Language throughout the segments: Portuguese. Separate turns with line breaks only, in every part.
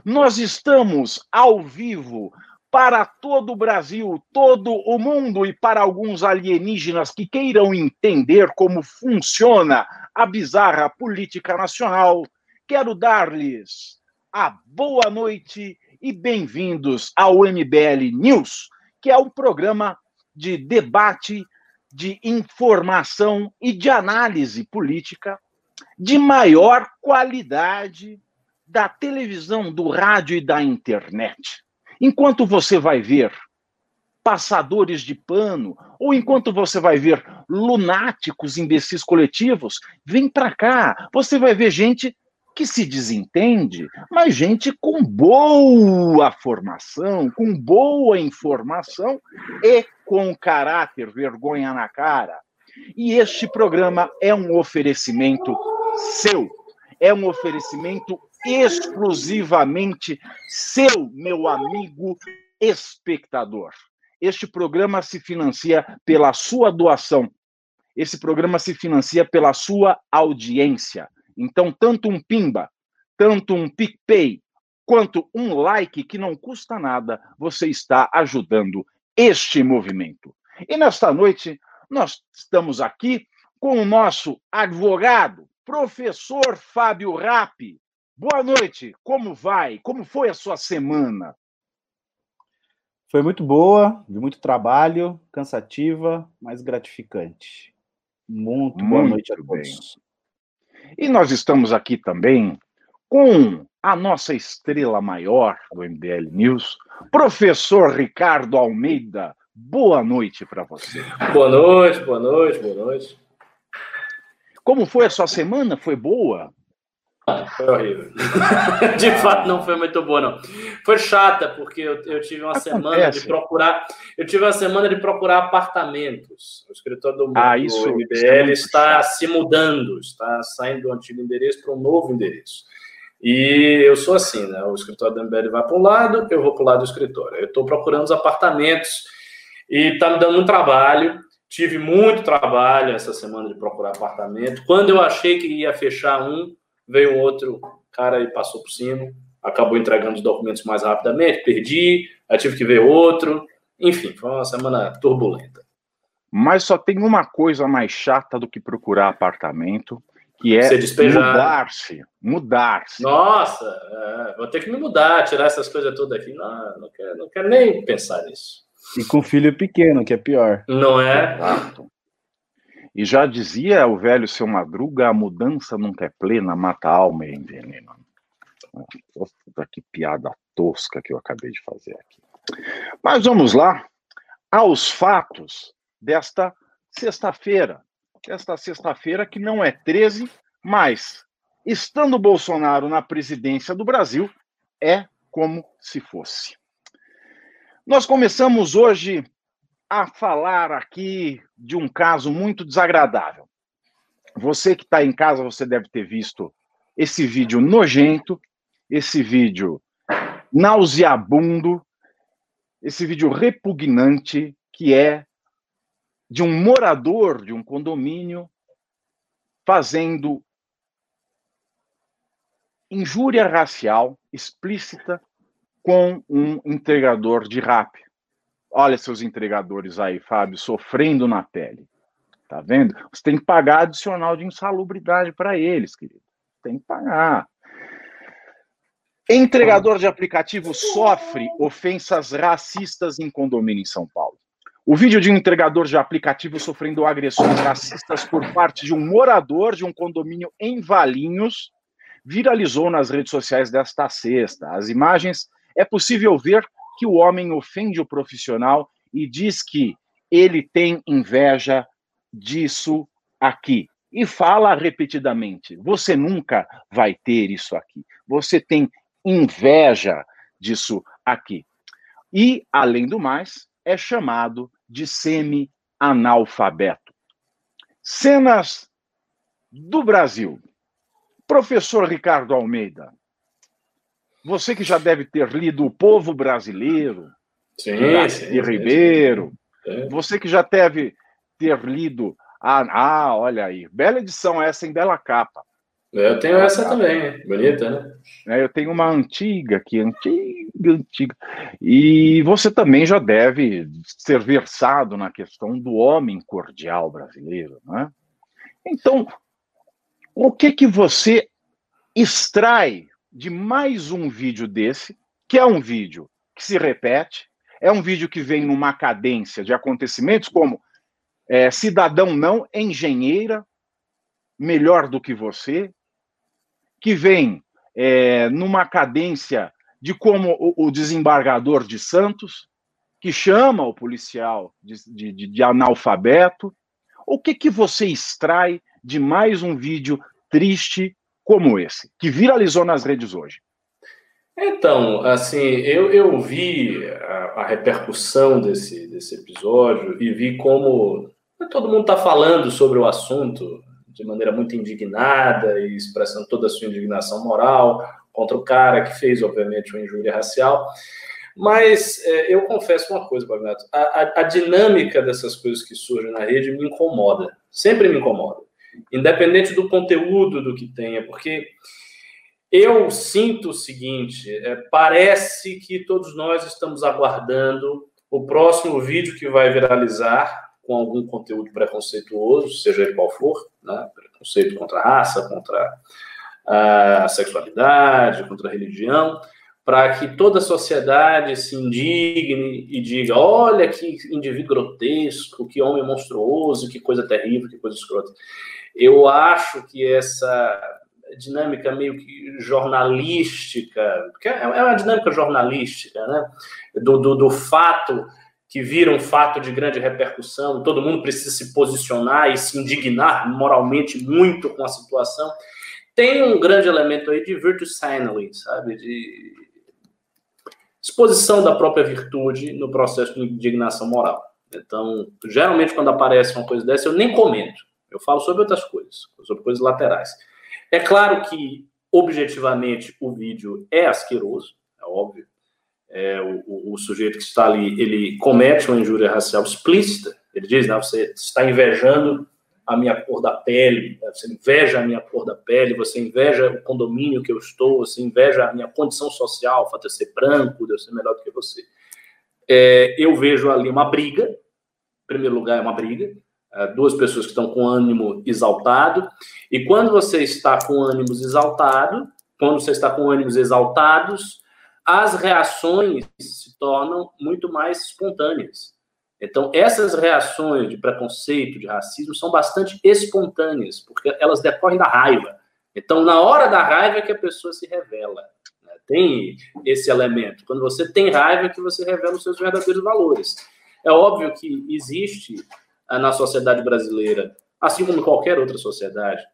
Nós estamos ao vivo para todo o Brasil, todo o mundo e para alguns alienígenas que queiram entender como funciona a bizarra política nacional. Quero dar-lhes a boa noite e bem-vindos ao MBL News, que é um programa de debate, de informação e de análise política de maior qualidade da televisão, do rádio e da internet. Enquanto você vai ver passadores de pano, ou enquanto você vai ver lunáticos, imbecis coletivos, vem para cá. Você vai ver gente que se desentende, mas gente com boa formação, com boa informação e com caráter, vergonha na cara. E este programa é um oferecimento seu, é um oferecimento exclusivamente seu, meu amigo espectador. Este programa se financia pela sua doação. Esse programa se financia pela sua audiência. Então, tanto um Pimba, tanto um PicPay, quanto um like, que não custa nada, você está ajudando este movimento. E nesta noite, nós estamos aqui com o nosso advogado, professor Fábio Rappi. Boa noite, como vai? Como foi a sua semana?
Foi muito boa, de muito trabalho, cansativa, mas gratificante. Muito boa noite a todos.
E nós estamos aqui também com a nossa estrela maior do MBL News, professor Ricardo Almeida. Boa noite para você.
Boa noite, boa noite, boa noite.
Como foi a sua semana? Foi boa?
Foi horrível. De fato, não foi muito boa, não. Foi chata, porque eu tive uma semana de procurar. Eu tive uma semana de procurar apartamentos. O escritório do MBL está se mudando, está saindo do antigo endereço para um novo endereço. E eu sou assim, né? O escritório do MBL vai para um lado, eu vou para o lado do escritório. Eu estou procurando os apartamentos e está me dando um trabalho. Tive muito trabalho essa semana de procurar apartamento. Quando eu achei que ia fechar um, veio um outro cara e passou por cima, acabou entregando os documentos mais rapidamente, perdi, aí tive que ver outro. Enfim, foi uma semana turbulenta.
Mas só tem uma coisa mais chata do que procurar apartamento, que é mudar-se.
Nossa, vou ter que me mudar, tirar essas coisas todas aqui. Não quero nem pensar nisso.
E com filho pequeno, que é pior.
Não é?
Exato. E já dizia o velho Seu Madruga, a mudança nunca é plena, mata a alma e envenena. Que piada tosca que eu acabei de fazer aqui. Mas vamos lá aos fatos desta sexta-feira. Esta sexta-feira que não é 13, mas, estando Bolsonaro na presidência do Brasil, é como se fosse. Nós começamos hoje a falar aqui de um caso muito desagradável. Você que está em casa, você deve ter visto esse vídeo nojento, esse vídeo nauseabundo, esse vídeo repugnante, que é de um morador de um condomínio fazendo injúria racial explícita com um entregador de rap. Olha seus entregadores aí, Fábio, sofrendo na pele. Tá vendo? Você tem que pagar adicional de insalubridade para eles, querido. Tem que pagar. Entregador de aplicativo sofre ofensas racistas em condomínio em São Paulo. O vídeo de um entregador de aplicativo sofrendo agressões racistas por parte de um morador de um condomínio em Valinhos viralizou nas redes sociais desta sexta. As imagens é possível ver que o homem ofende o profissional e diz que ele tem inveja disso aqui. E fala repetidamente, você nunca vai ter isso aqui. Você tem inveja disso aqui. E, além do mais, é chamado de semi-analfabeto. Cenas do Brasil. Professor Ricardo Almeida, você que já deve ter lido O Povo Brasileiro, de Ribeiro, você que já deve ter lido, olha aí, bela edição essa, em bela capa,
Eu tenho essa também, bonita, né?
Eu tenho uma antiga aqui, antiga. E você também já deve ser versado na questão do homem cordial brasileiro, né? Então, o que você extrai de mais um vídeo desse, que é um vídeo que se repete, é um vídeo que vem numa cadência de acontecimentos como cidadão não, engenheira, melhor do que você, que vem numa cadência de como o desembargador de Santos, que chama o policial de analfabeto. O que você extrai de mais um vídeo triste como esse, que viralizou nas redes hoje?
Então, assim, eu vi a repercussão desse episódio e vi como todo mundo está falando sobre o assunto de maneira muito indignada e expressando toda a sua indignação moral contra o cara que fez, obviamente, uma injúria racial. Mas eu confesso uma coisa, Pavinato, a dinâmica dessas coisas que surgem na rede me incomoda, sempre me incomoda, independente do conteúdo do que tenha, porque eu sinto o seguinte, parece que todos nós estamos aguardando o próximo vídeo que vai viralizar com algum conteúdo preconceituoso, seja ele qual for, né? Preconceito contra a raça, contra a sexualidade, contra a religião, para que toda a sociedade se indigne e diga, olha que indivíduo grotesco, que homem monstruoso, que coisa terrível, que coisa escrota. Eu acho que essa dinâmica meio que jornalística, porque é uma dinâmica jornalística, né? Do fato que vira um fato de grande repercussão, todo mundo precisa se posicionar e se indignar moralmente muito com a situação. Tem um grande elemento aí de virtue signaling, sabe? De exposição da própria virtude no processo de indignação moral. Então, geralmente, quando aparece uma coisa dessa, eu nem comento. Eu falo sobre outras coisas, sobre coisas laterais. É claro que, objetivamente, o vídeo é asqueroso, é óbvio. O sujeito que está ali, ele comete uma injúria racial explícita. Ele diz, não, você está invejando a minha cor da pele, você inveja a minha cor da pele, você inveja o condomínio que eu estou, você inveja a minha condição social, o fato de eu ser branco, de eu ser melhor do que você. Eu vejo ali uma briga, em primeiro lugar é uma briga, duas pessoas que estão com ânimo exaltado, e quando você está com ânimos exaltado, quando você está com ânimos exaltados, as reações se tornam muito mais espontâneas. Então, essas reações de preconceito, de racismo, são bastante espontâneas, porque elas decorrem da raiva. Então, na hora da raiva é que a pessoa se revela, né? Tem esse elemento. Quando você tem raiva é que você revela os seus verdadeiros valores. É óbvio que existe na sociedade brasileira, assim como em qualquer outra sociedade,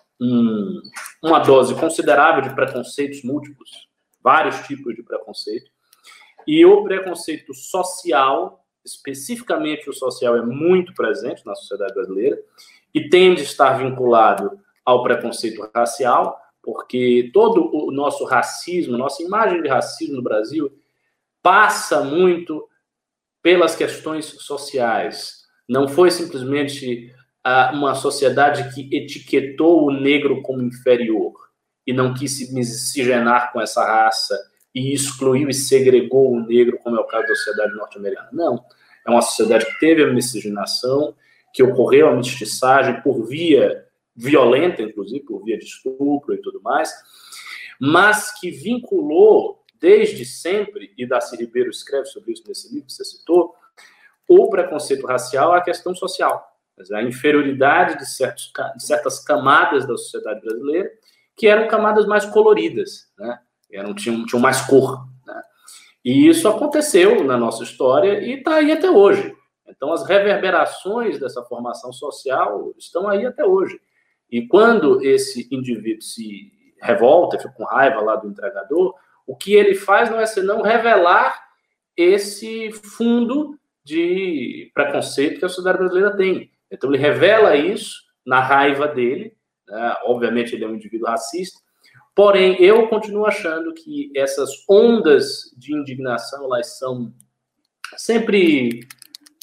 uma dose considerável de preconceitos múltiplos, vários tipos de preconceito, e o preconceito social, especificamente o social, é muito presente na sociedade brasileira e tende a estar vinculado ao preconceito racial, porque todo o nosso racismo, nossa imagem de racismo no Brasil passa muito pelas questões sociais. Não foi simplesmente uma sociedade que etiquetou o negro como inferior e não quis se miscigenar com essa raça e excluiu e segregou o negro, como é o caso da sociedade norte-americana. Não. É uma sociedade que teve a miscigenação, que ocorreu a mestiçagem por via violenta, inclusive, por via de estupro e tudo mais, mas que vinculou, desde sempre, e Darcy Ribeiro escreve sobre isso nesse livro que você citou, o preconceito racial à questão social. A inferioridade de certas camadas da sociedade brasileira, que eram camadas mais coloridas, né? Tinham mais cor, né? E isso aconteceu na nossa história e está aí até hoje. Então, as reverberações dessa formação social estão aí até hoje. E quando esse indivíduo se revolta, fica com raiva lá do entregador, o que ele faz não é senão revelar esse fundo de preconceito que a sociedade brasileira tem. Então, ele revela isso na raiva dele, né? Obviamente, ele é um indivíduo racista, porém, eu continuo achando que essas ondas de indignação, elas são sempre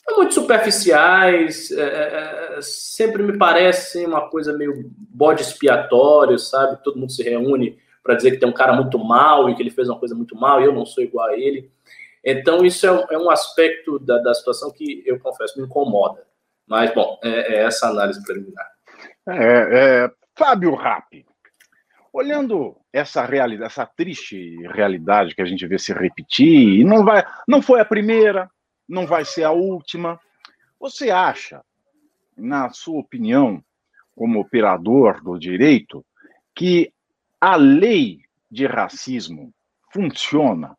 muito superficiais, sempre me parece uma coisa meio bode expiatório, sabe? Todo mundo se reúne para dizer que tem um cara muito mal e que ele fez uma coisa muito mal e eu não sou igual a ele. Então, isso é um aspecto da situação que, eu confesso, me incomoda. Mas, bom, é essa análise preliminar.
Fábio Rappi, olhando essa realidade, essa triste realidade que a gente vê se repetir, e não foi a primeira, não vai ser a última, você acha, na sua opinião, como operador do direito, que a lei de racismo funciona?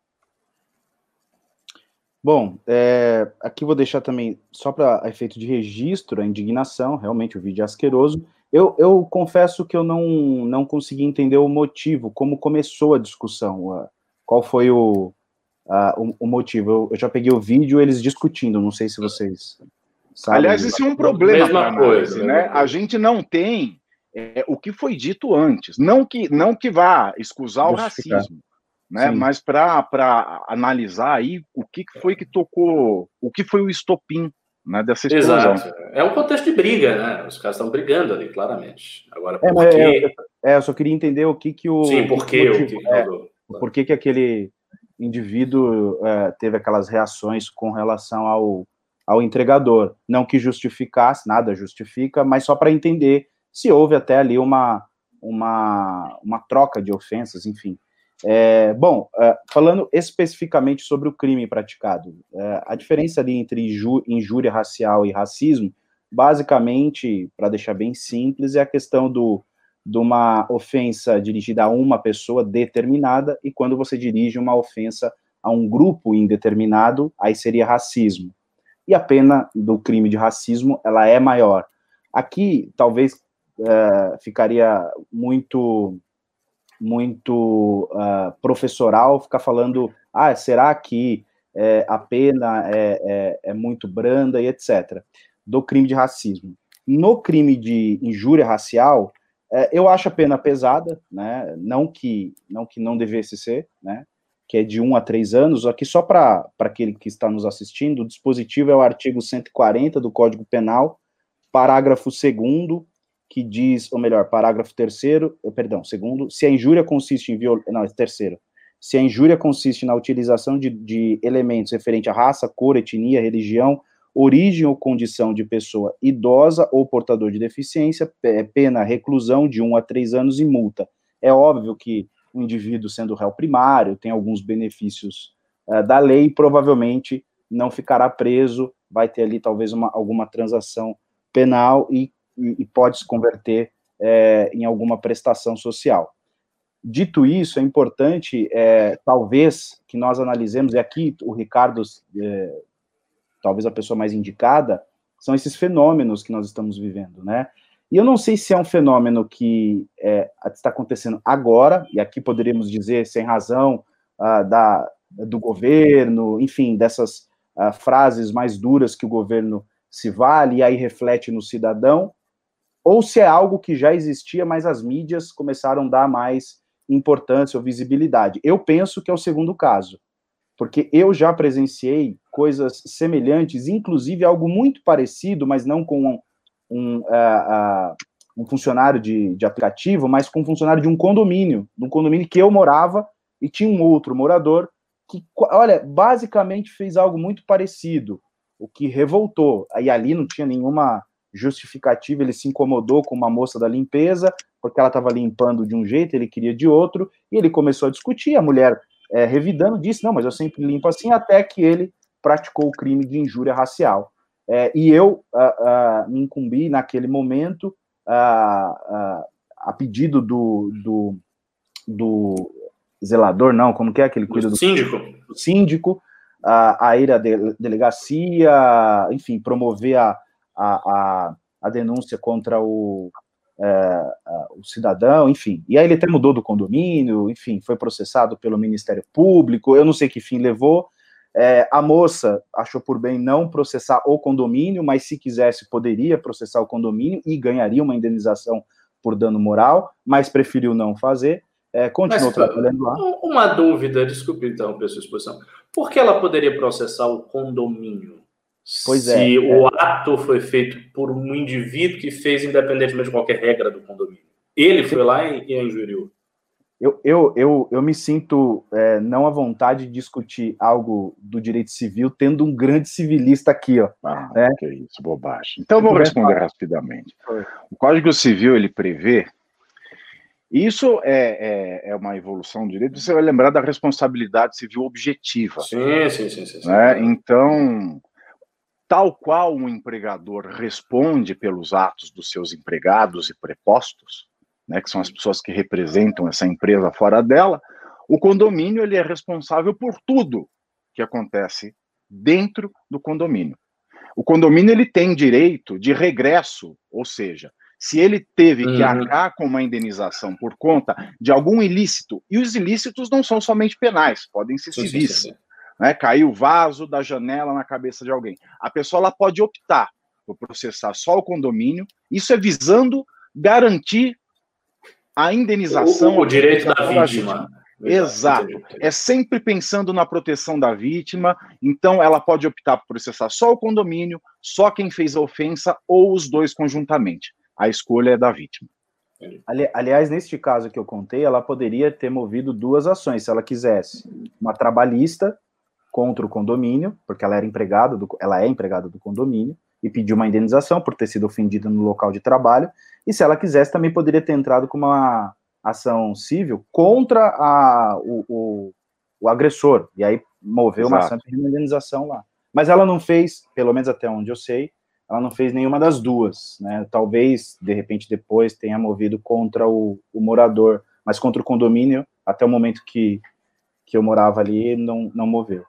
Bom, aqui vou deixar também, só para efeito de registro, a indignação, realmente o vídeo é asqueroso. Eu confesso que eu não consegui entender o motivo, como começou a discussão, qual foi o motivo. Eu já peguei o vídeo, eles discutindo, não sei se vocês sabem.
Aliás, esse é um problema para nós, né? A gente não tem o que foi dito antes, não que vá excusar o racismo, né? Mas para analisar aí o que foi que tocou, o que foi o estopim, né, dessa explosão.
Exato. É um contexto de briga, né? Os caras estão brigando ali, claramente. Agora, por
quê? Eu só queria entender o que o...
Sim, por quê?
Por que aquele indivíduo teve aquelas reações com relação ao entregador. Não que justificasse, nada justifica, mas só para entender se houve até ali uma troca de ofensas, enfim. Bom, falando especificamente sobre o crime praticado, a diferença ali entre injúria racial e racismo, basicamente, para deixar bem simples, é a questão de uma ofensa dirigida a uma pessoa determinada, e quando você dirige uma ofensa a um grupo indeterminado, aí seria racismo. E a pena do crime de racismo, ela é maior. Aqui, talvez, ficaria muito professoral ficar falando, será que a pena é muito branda e etc. Do crime de racismo. No crime de injúria racial, eu acho a pena pesada, né? Não que não devesse ser, né? Que é de 1 a 3 anos. Aqui, só para aquele que está nos assistindo, o dispositivo é o artigo 140 do Código Penal, parágrafo 2º, que diz, ou melhor, parágrafo 3º, perdão, 2º, se a injúria consiste em terceiro, se a injúria consiste na utilização de elementos referentes à raça, cor, etnia, religião, origem ou condição de pessoa idosa ou portador de deficiência, pena reclusão de 1 a 3 anos e multa. É óbvio que o indivíduo, sendo réu primário, tem alguns benefícios da lei, provavelmente não ficará preso, vai ter ali talvez alguma transação penal e pode se converter em alguma prestação social. Dito isso, é importante, talvez, que nós analisemos, e aqui o Ricardo, talvez a pessoa mais indicada, são esses fenômenos que nós estamos vivendo, né? E eu não sei se é um fenômeno que está acontecendo agora, e aqui poderíamos dizer, sem razão, do governo, enfim, dessas frases mais duras que o governo se vale, e aí reflete no cidadão, ou se é algo que já existia, mas as mídias começaram a dar mais importância ou visibilidade. Eu penso que é o segundo caso, porque eu já presenciei coisas semelhantes, inclusive algo muito parecido, mas não com um funcionário de aplicativo, mas com um funcionário de um condomínio que eu morava, e tinha um outro morador que, olha, basicamente fez algo muito parecido, o que revoltou. Aí ali não tinha nenhuma justificativa, ele se incomodou com uma moça da limpeza, porque ela estava limpando de um jeito, ele queria de outro, e ele começou a discutir, a mulher revidando disse, não, mas eu sempre limpo assim, até que ele praticou o crime de injúria racial. E eu me incumbi naquele momento, a pedido do zelador, não, como que é aquele cuida do síndico, a ir à delegacia, enfim, promover a denúncia contra o cidadão, enfim. E aí ele até mudou do condomínio, enfim, foi processado pelo Ministério Público, eu não sei que fim levou. A moça achou por bem não processar o condomínio, mas se quisesse poderia processar o condomínio e ganharia uma indenização por dano moral, mas preferiu não fazer, continuou trabalhando lá.
Uma dúvida, desculpe interromper sua exposição, por que ela poderia processar o condomínio? Se o ato foi feito por um indivíduo que fez independentemente de qualquer regra do condomínio. Ele foi lá e a injuriou.
Eu me sinto não à vontade de discutir algo do direito civil tendo um grande civilista aqui, ó.
Né? Que isso, bobagem. Então, vou responder rapidamente. O Código Civil, ele prevê, isso é uma evolução do direito, você vai lembrar da responsabilidade civil objetiva.
Sim.
Né? Então, tal qual um empregador responde pelos atos dos seus empregados e prepostos, né, que são as pessoas que representam essa empresa fora dela, o condomínio ele é responsável por tudo que acontece dentro do condomínio. O condomínio ele tem direito de regresso, ou seja, se ele teve que arcar com uma indenização por conta de algum ilícito, e os ilícitos não são somente penais, podem ser civis. Sim. Né, caiu o vaso da janela na cabeça de alguém. A pessoa ela pode optar por processar só o condomínio, isso é visando garantir a indenização.
O direito da vítima.
Exato. É sempre pensando na proteção da vítima, então ela pode optar por processar só o condomínio, só quem fez a ofensa ou os dois conjuntamente. A escolha é da vítima.
Aliás, neste caso que eu contei, ela poderia ter movido duas ações, se ela quisesse. Uma trabalhista contra o condomínio, porque ela é empregada do condomínio, e pediu uma indenização por ter sido ofendida no local de trabalho, e se ela quisesse, também poderia ter entrado com uma ação civil contra o agressor, e aí moveu uma ação de indenização lá. Mas ela não fez, pelo menos até onde eu sei, ela não fez nenhuma das duas, né? Talvez, de repente, depois tenha movido contra o morador, mas contra o condomínio, até o momento que eu morava ali, não moveu.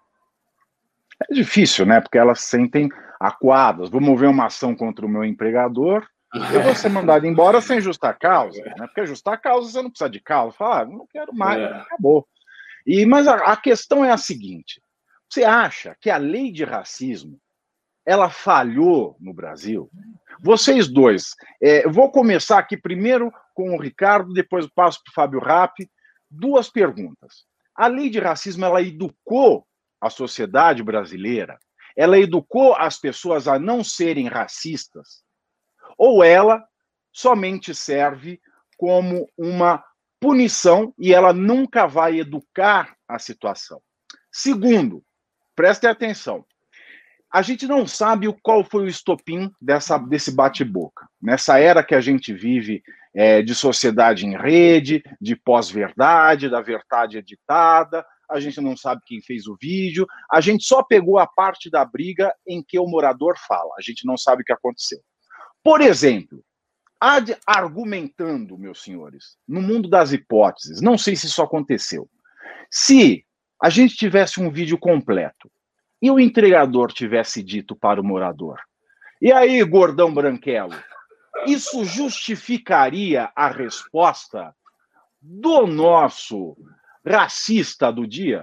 É difícil, né? Porque elas se sentem acuadas. Vou mover uma ação contra o meu empregador, eu vou ser mandado embora sem justa causa, né? Porque justa causa você não precisa de causa. Fala, não quero mais, acabou. Mas a questão é a seguinte: você acha que a lei de racismo ela falhou no Brasil? Vocês dois, eu vou começar aqui primeiro com o Ricardo, depois passo para o Fábio Rappi. Duas perguntas. A lei de racismo ela educou a sociedade brasileira? Ela educou as pessoas a não serem racistas? Ou ela somente serve como uma punição e ela nunca vai educar a situação? Segundo, prestem atenção, a gente não sabe qual foi o estopim desse bate-boca. Nessa era que a gente vive de sociedade em rede, de pós-verdade, da verdade editada, a gente não sabe quem fez o vídeo, a gente só pegou a parte da briga em que o morador fala, a gente não sabe o que aconteceu. Por exemplo, argumentando, meus senhores, no mundo das hipóteses, não sei se isso aconteceu, se a gente tivesse um vídeo completo e o entregador tivesse dito para o morador: e aí, gordão branquelo, isso justificaria a resposta do nosso racista do dia?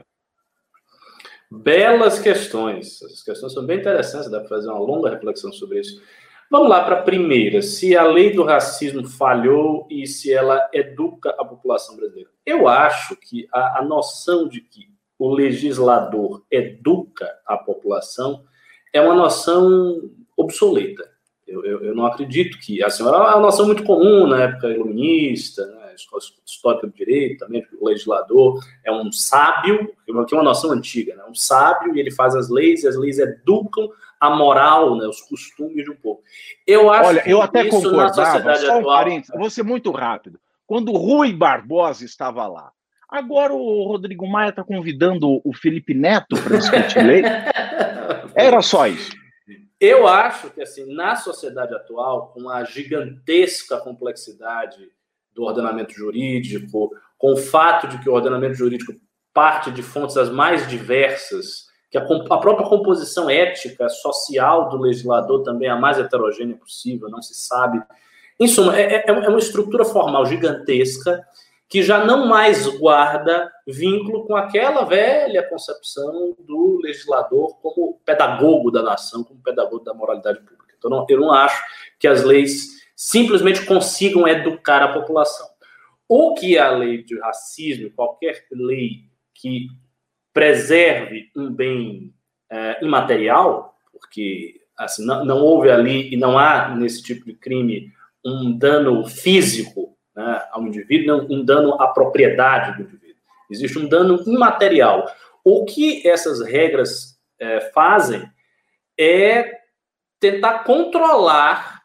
Belas questões. Essas questões são bem interessantes, dá para fazer uma longa reflexão sobre isso. Vamos lá para a primeira. Se a lei do racismo falhou e se ela educa a população brasileira. Eu acho que a noção de que o legislador educa a população é uma noção obsoleta. Eu não acredito que... Assim, é uma noção muito comum na época iluminista, né, histórica do direito também, que o legislador é um sábio, que é uma noção antiga, né, um sábio, e ele faz as leis, e as leis educam a moral, né, os costumes de um povo. Eu acho
Olha,
que
eu até
isso
concordava,
na sociedade
só um
atual...
parênteses, vou ser muito rápido. Quando o Rui Barbosa estava lá, agora o Rodrigo Maia está convidando o Felipe Neto para discutir lei. Era só isso.
Eu acho que, assim, na sociedade atual, com a gigantesca complexidade do ordenamento jurídico, com o fato de que o ordenamento jurídico parte de fontes as mais diversas, que a própria composição ética, social do legislador também é a mais heterogênea possível, não se sabe. Em suma, é uma estrutura formal gigantesca que já não mais guarda vínculo com aquela velha concepção do legislador como pedagogo da nação, como pedagogo da moralidade pública. Então, eu não acho que as leis simplesmente consigam educar a população. O que a lei de racismo, qualquer lei que preserve um bem imaterial, porque assim, não houve ali e não há nesse tipo de crime um dano físico, né, ao indivíduo, não um dano à propriedade do indivíduo. Existe um dano imaterial. O que essas regras fazem é tentar controlar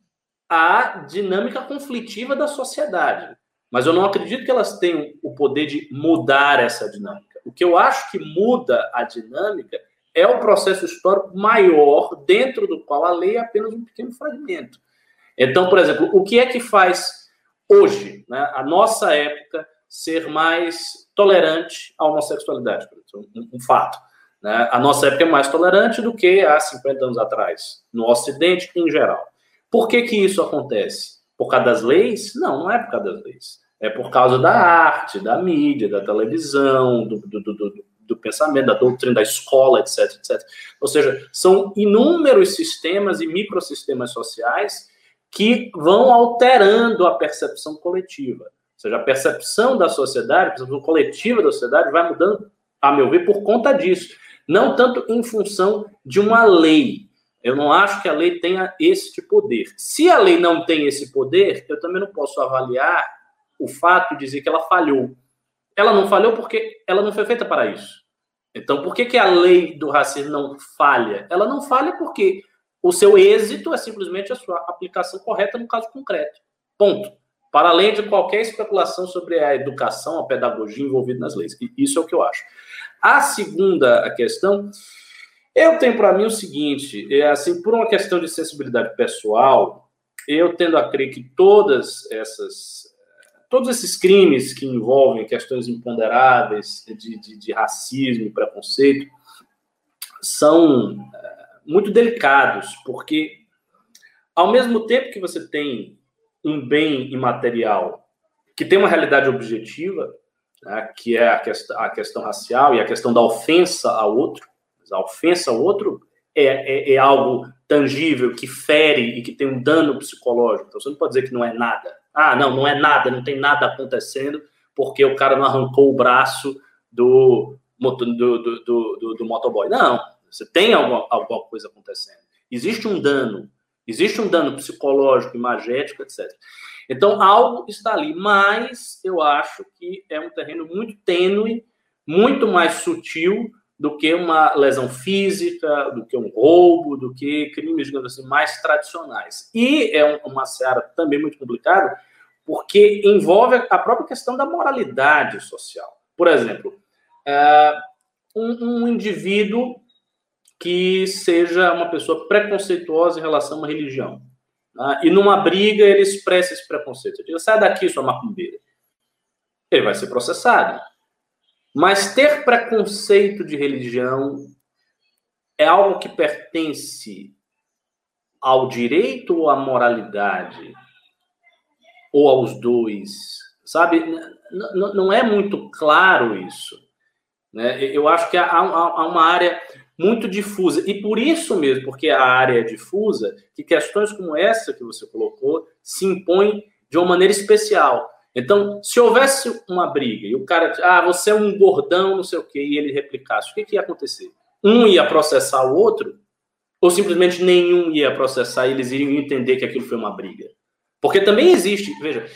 a dinâmica conflitiva da sociedade. Mas eu não acredito que elas tenham o poder de mudar essa dinâmica. O que eu acho que muda a dinâmica é o processo histórico maior, dentro do qual a lei é apenas um pequeno fragmento. Então, por exemplo, o que é que faz hoje, né, a nossa época, ser mais tolerante à homossexualidade? Um fato. Né? A nossa época é mais tolerante do que há 50 anos atrás, no Ocidente em geral. Por que isso acontece? Por causa das leis? Não é por causa das leis. É por causa da arte, da mídia, da televisão, do pensamento, da doutrina, da escola, etc, etc. Ou seja, são inúmeros sistemas e microsistemas sociais que vão alterando a percepção coletiva. Ou seja, a percepção da sociedade, a percepção coletiva da sociedade vai mudando, a meu ver, por conta disso. Não tanto em função de uma lei. Eu não acho que a lei tenha esse poder. Se a lei não tem esse poder, eu também não posso avaliar o fato de dizer que ela falhou. Ela não falhou porque ela não foi feita para isso. Então, por que a lei do racismo não falha? Ela não falha porque o seu êxito é simplesmente a sua aplicação correta no caso concreto. Ponto. Para além de qualquer especulação sobre a educação, a pedagogia envolvida nas leis. E isso é o que eu acho. A segunda questão, eu tenho para mim o seguinte, assim, por uma questão de sensibilidade pessoal, eu tendo a crer que todos esses crimes que envolvem questões imponderáveis de racismo e preconceito são muito delicados, porque ao mesmo tempo que você tem um bem imaterial que tem uma realidade objetiva, né, que é a questão racial e a questão da ofensa ao outro, a ofensa ao outro é algo tangível, que fere e que tem um dano psicológico. Então, você não pode dizer que não é nada. Ah, não é nada, não tem nada acontecendo porque o cara não arrancou o braço do motoboy. Não, você tem alguma coisa acontecendo. Existe um dano psicológico, imagético, etc. Então, algo está ali, mas eu acho que é um terreno muito tênue, muito mais sutil do que uma lesão física, do que um roubo, do que crimes, digamos assim, mais tradicionais. E é uma seara também muito complicada, porque envolve a própria questão da moralidade social. Por exemplo, um indivíduo que seja uma pessoa preconceituosa em relação a uma religião, né? E numa briga ele expressa esse preconceito. Ele diz, sai daqui, sua macumbeira. Ele vai ser processado. Mas ter preconceito de religião é algo que pertence ao direito ou à moralidade? Ou aos dois? Sabe? Não é muito claro isso. Né? Eu acho que há uma área muito difusa. E por isso mesmo, porque a área é difusa, que questões como essa que você colocou se impõem de uma maneira especial. Então, se houvesse uma briga e o cara, você é um gordão, não sei o quê, e ele replicasse, o que ia acontecer? Um ia processar o outro? Ou simplesmente nenhum ia processar e eles iriam entender que aquilo foi uma briga? Porque também existe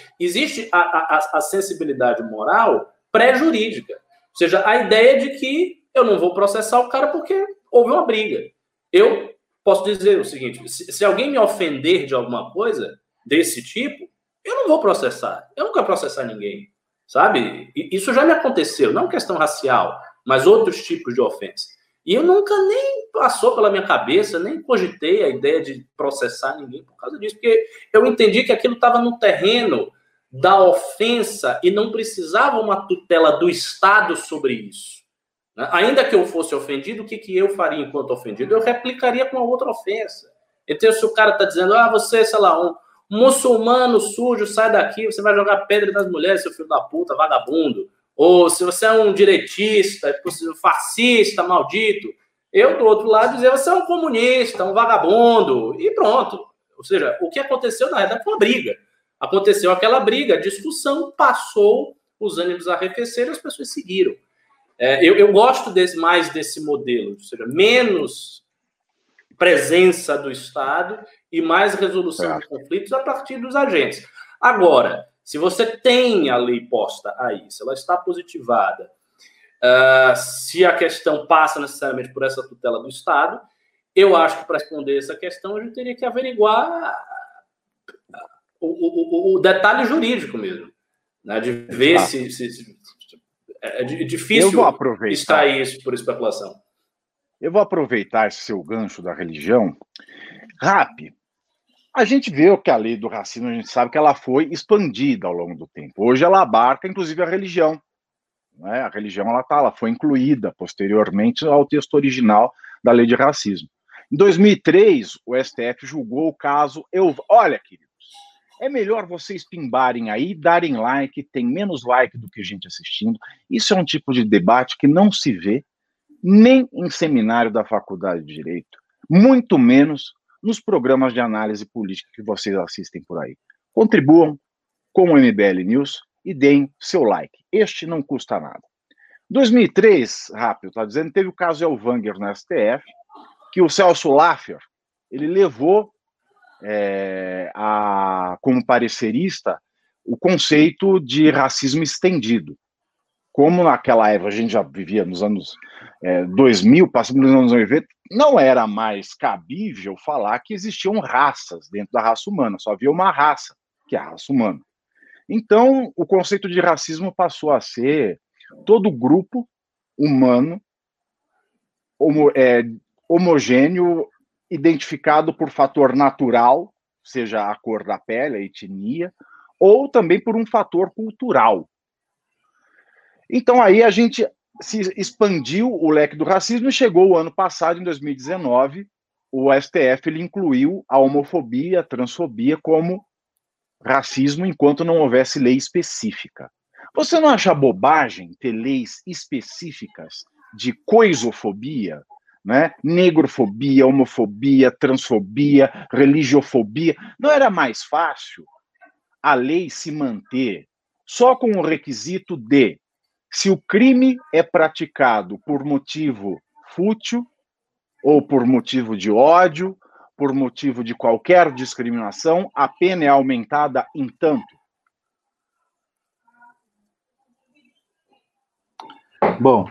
a sensibilidade moral pré-jurídica. Ou seja, a ideia de que eu não vou processar o cara porque houve uma briga. Eu posso dizer o seguinte, se alguém me ofender de alguma coisa desse tipo, eu não vou processar. Eu não quero processar ninguém, sabe? Isso já me aconteceu, não questão racial, mas outros tipos de ofensa. E eu nunca nem passou pela minha cabeça, nem cogitei a ideia de processar ninguém por causa disso, porque eu entendi que aquilo estava no terreno da ofensa e não precisava uma tutela do Estado sobre isso. Né? Ainda que eu fosse ofendido, o que eu faria enquanto ofendido? Eu replicaria com a outra ofensa. Então, se o cara está dizendo, você, sei lá, um muçulmano sujo, sai daqui, você vai jogar pedra nas mulheres, seu filho da puta, vagabundo. Ou se você é um direitista, fascista, maldito, eu, do outro lado, dizer, você é um comunista, um vagabundo, e pronto. Ou seja, o que aconteceu, na verdade, foi uma briga. Aconteceu aquela briga, a discussão passou, os ânimos arrefeceram, as pessoas seguiram. Eu gosto mais desse modelo, ou seja, menos presença do Estado e mais resolução de conflitos a partir dos agentes. Agora, se você tem a lei posta aí, se ela está positivada, se a questão passa necessariamente por essa tutela do Estado, eu acho que para responder essa questão a gente teria que averiguar o detalhe jurídico mesmo, né, de ver se é difícil extrair isso por especulação.
Eu vou aproveitar esse seu gancho da religião. Rap, a gente vê que a lei do racismo, a gente sabe que ela foi expandida ao longo do tempo. Hoje ela abarca, inclusive, a religião. Né? A religião ela foi incluída posteriormente ao texto original da lei de racismo. Em 2003, o STF julgou o caso... Olha, queridos, é melhor vocês pimbarem aí, darem like, tem menos like do que gente assistindo. Isso é um tipo de debate que não se vê nem em seminário da Faculdade de Direito, muito menos nos programas de análise política que vocês assistem por aí. Contribuam com o MBL News e deem seu like. Este não custa nada. 2003, rápido, está dizendo, teve o caso Elvanger no STF, que o Celso Laffer, ele levou como parecerista o conceito de racismo estendido. Como naquela época a gente já vivia nos anos 2000, passando nos anos 90, não era mais cabível falar que existiam raças dentro da raça humana, só havia uma raça, que é a raça humana. Então, o conceito de racismo passou a ser todo grupo humano homogêneo, identificado por fator natural, seja a cor da pele, a etnia, ou também por um fator cultural. Então, aí a gente se expandiu o leque do racismo e chegou o ano passado, em 2019, o STF ele incluiu a homofobia, a transfobia como racismo enquanto não houvesse lei específica. Você não acha bobagem ter leis específicas de coisofobia, né? Negrofobia, homofobia, transfobia, religiofobia? Não era mais fácil a lei se manter só com o requisito de, se o crime é praticado por motivo fútil, ou por motivo de ódio, por motivo de qualquer discriminação, a pena é aumentada em tanto?
Bom,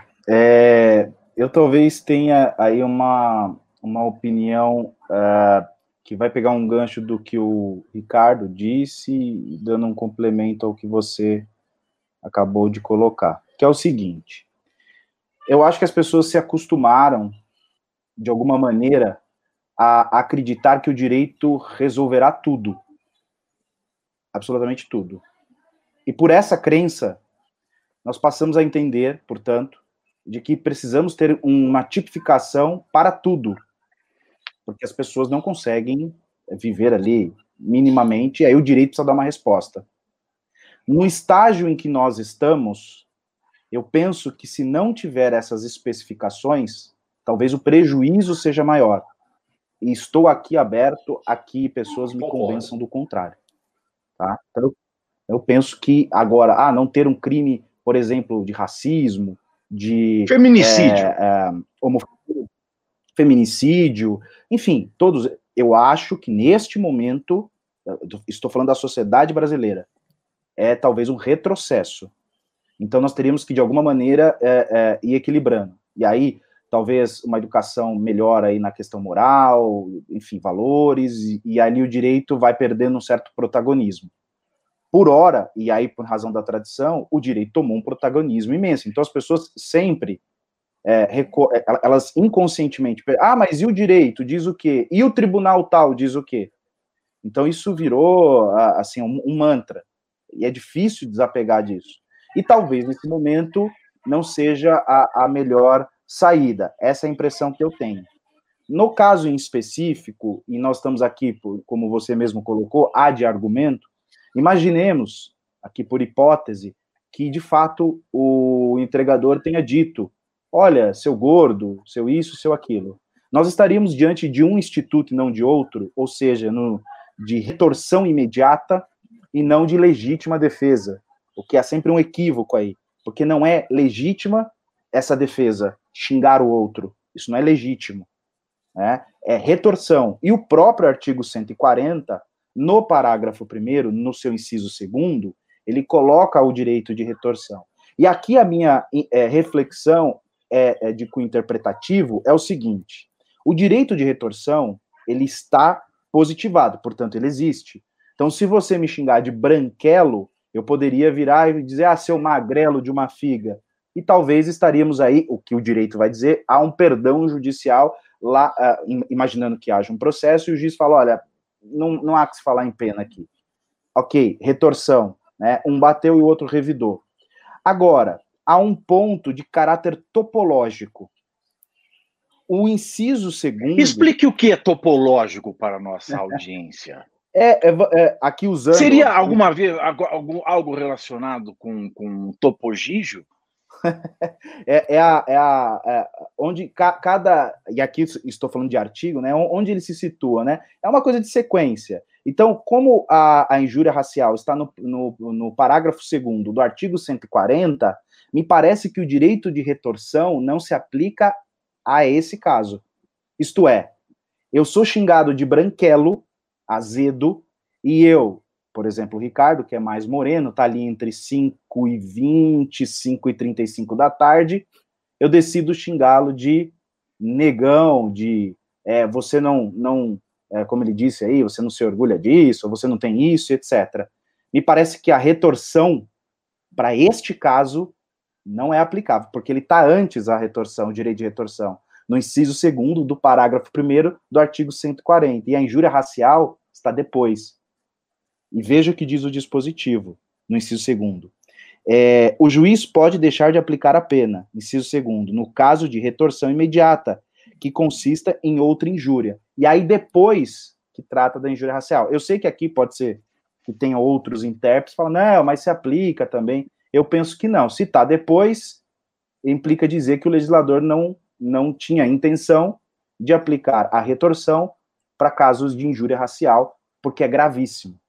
eu talvez tenha aí uma opinião que vai pegar um gancho do que o Ricardo disse, dando um complemento ao que você acabou de colocar, que é o seguinte: eu acho que as pessoas se acostumaram, de alguma maneira, a acreditar que o direito resolverá tudo, absolutamente tudo. E por essa crença, nós passamos a entender, portanto, de que precisamos ter uma tipificação para tudo, porque as pessoas não conseguem viver ali minimamente, e aí o direito precisa dar uma resposta. No estágio em que nós estamos, eu penso que se não tiver essas especificações, talvez o prejuízo seja maior. E estou aqui aberto a que pessoas me convençam do contrário. Tá? Então, eu penso que agora, não ter um crime, por exemplo, de racismo, de
feminicídio,
homofobia, feminicídio, enfim, todos, eu acho que neste momento, estou falando da sociedade brasileira, é talvez um retrocesso. Então nós teríamos que, de alguma maneira, ir equilibrando. E aí, talvez uma educação melhor aí na questão moral, enfim, valores, e ali o direito vai perdendo um certo protagonismo. Por ora, e aí por razão da tradição, o direito tomou um protagonismo imenso. Então as pessoas sempre, elas inconscientemente, mas e o direito diz o quê? E o tribunal tal diz o quê? Então isso virou, assim, um mantra. E é difícil desapegar disso. E talvez nesse momento não seja a melhor saída. Essa é a impressão que eu tenho. No caso em específico, e nós estamos aqui, como você mesmo colocou, de argumento, imaginemos, aqui por hipótese, que de fato o entregador tenha dito: olha, seu gordo, seu isso, seu aquilo. Nós estaríamos diante de um instituto e não de outro, ou seja, de retorção imediata e não de legítima defesa, o que é sempre um equívoco aí, porque não é legítima essa defesa, xingar o outro, isso não é legítimo. né, é retorção. E o próprio artigo 140, no parágrafo 1º, no seu inciso 2º, ele coloca o direito de retorção. E aqui a minha reflexão de cunho interpretativo é o seguinte: o direito de retorção, ele está positivado, portanto, ele existe. Então, se você me xingar de branquelo, eu poderia virar e dizer, seu magrelo de uma figa. E talvez estaríamos aí, o que o direito vai dizer, há um perdão judicial lá, imaginando que haja um processo, e o juiz fala, olha, não há que se falar em pena aqui. Ok, retorção, né? Um bateu e o outro revidou. Agora, há um ponto de caráter topológico. O inciso 2º...
Explique o que é topológico para a nossa audiência.
Aqui usando...
Seria alguma vez algo relacionado com topogígio?
Onde cada... E aqui estou falando de artigo, né? Onde ele se situa, né? É uma coisa de sequência. Então, como a injúria racial está no parágrafo 2º do artigo 140, me parece que o direito de retorção não se aplica a esse caso. Isto é, eu sou xingado de branquelo, azedo, e eu, por exemplo, o Ricardo, que é mais moreno, tá ali entre 5h20, 5h35 da tarde, eu decido xingá-lo de negão, de você não como ele disse aí, você não se orgulha disso, ou você não tem isso, etc. Me parece que a retorção, para este caso, não é aplicável, porque ele está antes da retorção, o direito de retorção, no inciso 2º do parágrafo 1º do artigo 140, e a injúria racial está depois. E veja o que diz o dispositivo, no inciso 2º. O juiz pode deixar de aplicar a pena, inciso 2º, no caso de retorção imediata, que consista em outra injúria. E aí depois que trata da injúria racial. Eu sei que aqui pode ser que tenha outros intérpretes falando, não, mas se aplica também. Eu penso que não. Se está depois, implica dizer que o legislador não tinha intenção de aplicar a retorção para casos de injúria racial, porque é gravíssimo.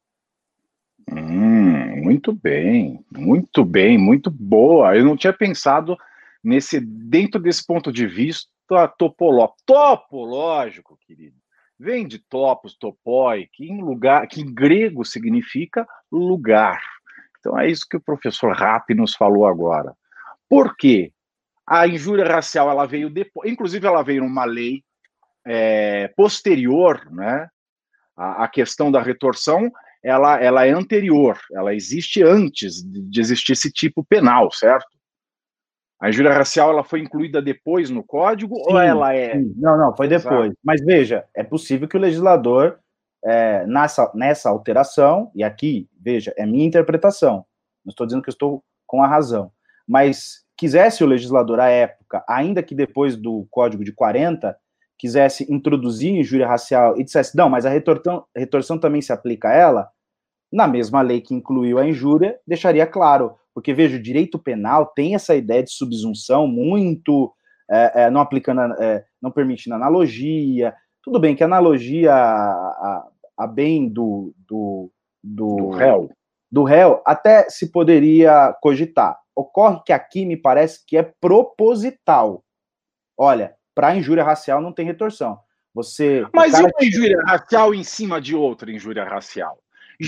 Muito bem, muito boa. Eu não tinha pensado dentro desse ponto de vista topológico, querido. Vem de topos, topoi, que em grego significa lugar. Então é isso que o professor Rapp nos falou agora. Por quê? A injúria racial, ela veio depois, inclusive ela veio numa lei posterior, né? A questão da retorção, ela é anterior, ela existe antes de existir esse tipo penal, certo? A injúria racial, ela foi incluída depois no código, sim, ou ela é...
Sim. Não, foi depois. Mas veja, é possível que o legislador, nessa alteração, e aqui, veja, é minha interpretação, não estou dizendo que eu estou com a razão, mas quisesse o legislador, à época, ainda que depois do Código de 40, quisesse introduzir injúria racial e dissesse, não, mas a retorção também se aplica a ela, na mesma lei que incluiu a injúria, deixaria claro, porque, veja, o direito penal tem essa ideia de subsunção muito, não aplicando, não permitindo analogia, tudo bem que analogia a bem do réu até se poderia cogitar. Ocorre que aqui me parece que é proposital. Olha, para injúria racial não tem retorção.
Mas e uma injúria racial em cima de outra injúria racial?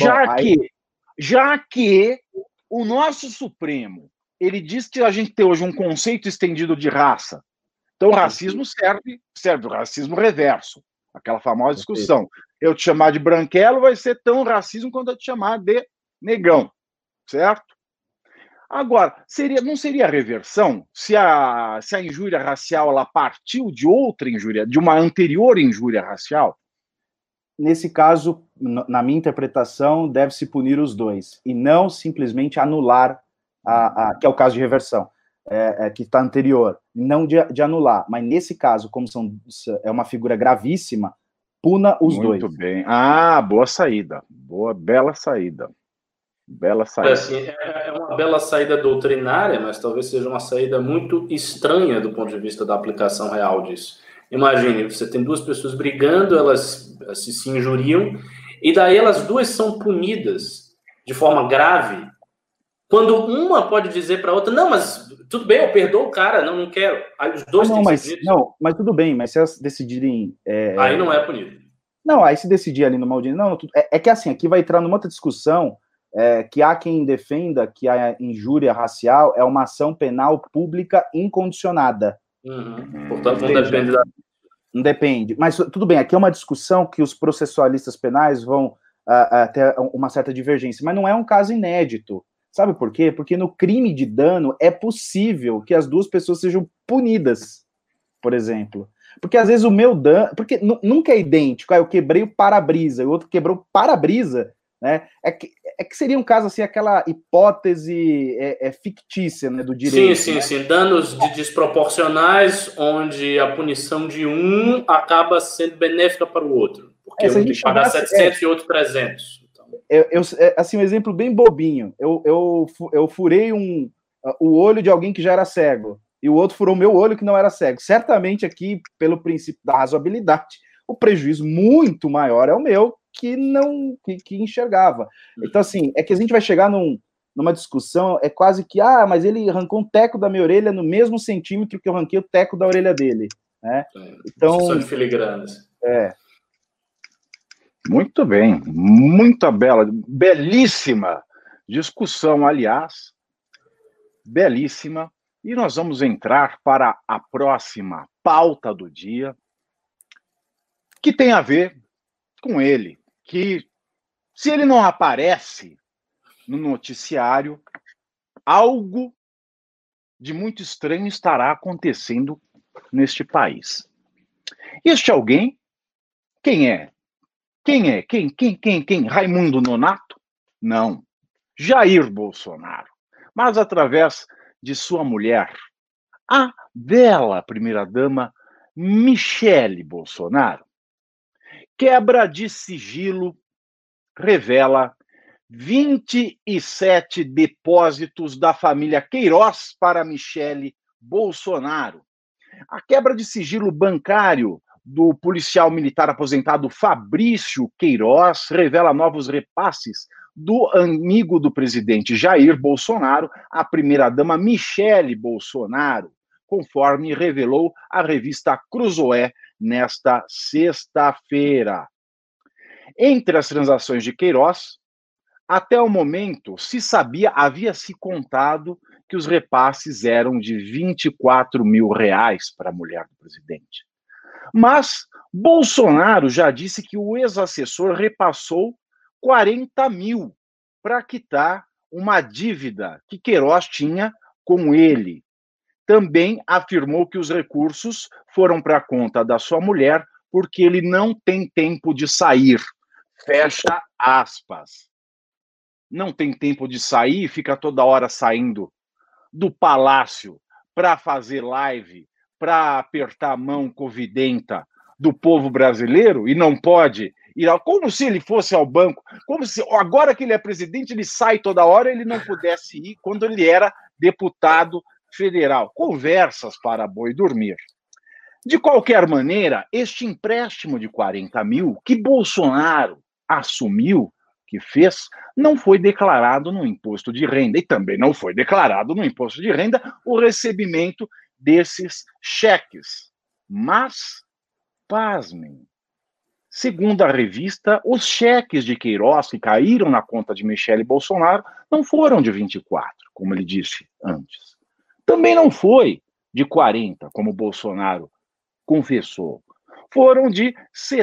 Já que o nosso Supremo, ele diz que a gente tem hoje um conceito estendido de raça. Então o racismo serve o racismo reverso. Aquela famosa discussão. Eu te chamar de branquelo vai ser tão racismo quanto eu te chamar de negão. Certo? Agora, não seria reversão se a injúria racial ela partiu de outra injúria, de uma anterior injúria racial?
Nesse caso, na minha interpretação, deve-se punir os dois, e não simplesmente anular, que é o caso de reversão, que está anterior, não de anular, mas nesse caso, como é uma figura gravíssima, puna os dois.
Muito bem. Boa saída. Bela saída. Bela saída.
Assim, é uma bela saída doutrinária, mas talvez seja uma saída muito estranha do ponto de vista da aplicação real disso. Imagine, você tem duas pessoas brigando, elas se injuriam, e daí elas duas são punidas de forma grave, Quando uma pode dizer para a outra, não, mas tudo bem, eu perdoo o cara, não quero. Aí os dois têm
mas tudo bem, mas se elas decidirem...
Aí não é punido.
Não, aí se decidir ali numa audiência... Não, é que assim, aqui vai entrar numa outra discussão, que há quem defenda que a injúria racial é uma ação penal pública incondicionada.
Portanto, não depende da...
Não depende. Mas tudo bem, aqui é uma discussão que os processualistas penais vão ter uma certa divergência, mas não é um caso inédito. Sabe por quê? Porque no crime de dano é possível que as duas pessoas sejam punidas, por exemplo. Porque às vezes o meu dano... Porque nunca é idêntico. Eu quebrei o para-brisa, e o outro quebrou o para-brisa, né? É que seria um caso assim, aquela hipótese fictícia, né, do direito.
Sim. Danos desproporcionais, onde a punição de um acaba sendo benéfica para o outro. Porque um tem que pagar 700 e outro 300.
Assim, um exemplo bem bobinho. Eu furei o olho de alguém que já era cego, e o outro furou meu olho que não era cego. Certamente aqui, pelo princípio da razoabilidade, o prejuízo muito maior é o meu, que enxergava. Então, assim, é que a gente vai chegar numa discussão, é quase que, mas ele arrancou um teco da minha orelha no mesmo centímetro que eu arranquei o teco da orelha dele, né? Então,
são de filigranas.
Muito bem, muito belíssima discussão, aliás, belíssima. E nós vamos entrar para a próxima pauta do dia, que tem a ver com ele, que se ele não aparece no noticiário, algo de muito estranho estará acontecendo neste país. Este alguém, quem é? Quem? Raimundo Nonato? Não. Jair Bolsonaro. Mas através de sua mulher, a bela primeira-dama Michele Bolsonaro. Quebra de sigilo revela 27 depósitos da família Queiroz para Michele Bolsonaro. A quebra de sigilo bancário do policial militar aposentado Fabrício Queiroz revela novos repasses do amigo do presidente Jair Bolsonaro, a primeira-dama Michele Bolsonaro, conforme revelou a revista Cruzoé nesta sexta-feira. Entre as transações de Queiroz, até o momento, havia se contado que os repasses eram de R$24 mil para a mulher do presidente. Mas Bolsonaro já disse que o ex-assessor repassou 40 mil para quitar uma dívida que Queiroz tinha com ele. Também afirmou que os recursos foram para a conta da sua mulher porque ele não tem tempo de sair. Fecha aspas. Não tem tempo de sair, fica toda hora saindo do palácio para fazer live, para apertar a mão covidenta do povo brasileiro e não pode ir como se ele fosse ao banco, como se agora que ele é presidente, ele sai toda hora, ele não pudesse ir quando ele era deputado federal. Conversas para boi dormir. De qualquer maneira, este empréstimo de 40 mil que Bolsonaro assumiu, que fez, não foi declarado no imposto de renda e também não foi declarado no imposto de renda o recebimento desses cheques. Mas, pasmem, segundo a revista, os cheques de Queiroz que caíram na conta de Michele Bolsonaro não foram de 24, como ele disse antes. Também não foi de 40, como Bolsonaro confessou. Foram de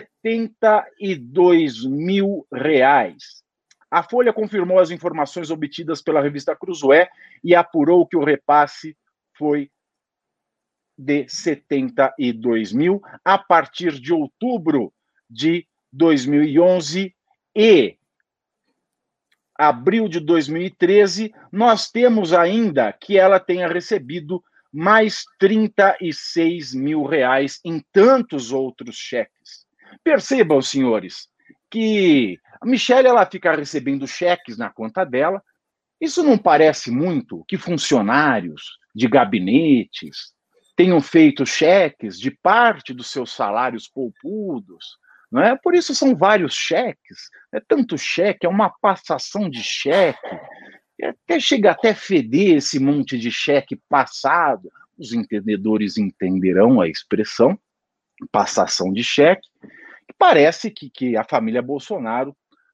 R$72 mil. A Folha confirmou as informações obtidas pela revista Cruzoé e apurou que o repasse foi de 72 mil a partir de outubro de 2011 e abril de 2013, nós temos ainda que ela tenha recebido mais R$36 mil em tantos outros cheques. Percebam, senhores, que a Michele ela fica recebendo cheques na conta dela. Isso não parece muito que funcionários de gabinetes tenham feito cheques de parte dos seus salários poupudos, não é? Por isso são vários cheques, é tanto cheque, é uma passação de cheque. Chega até feder esse monte de cheque passado. Os entendedores entenderão a expressão, passação de cheque. Parece que a família Bolsonaro,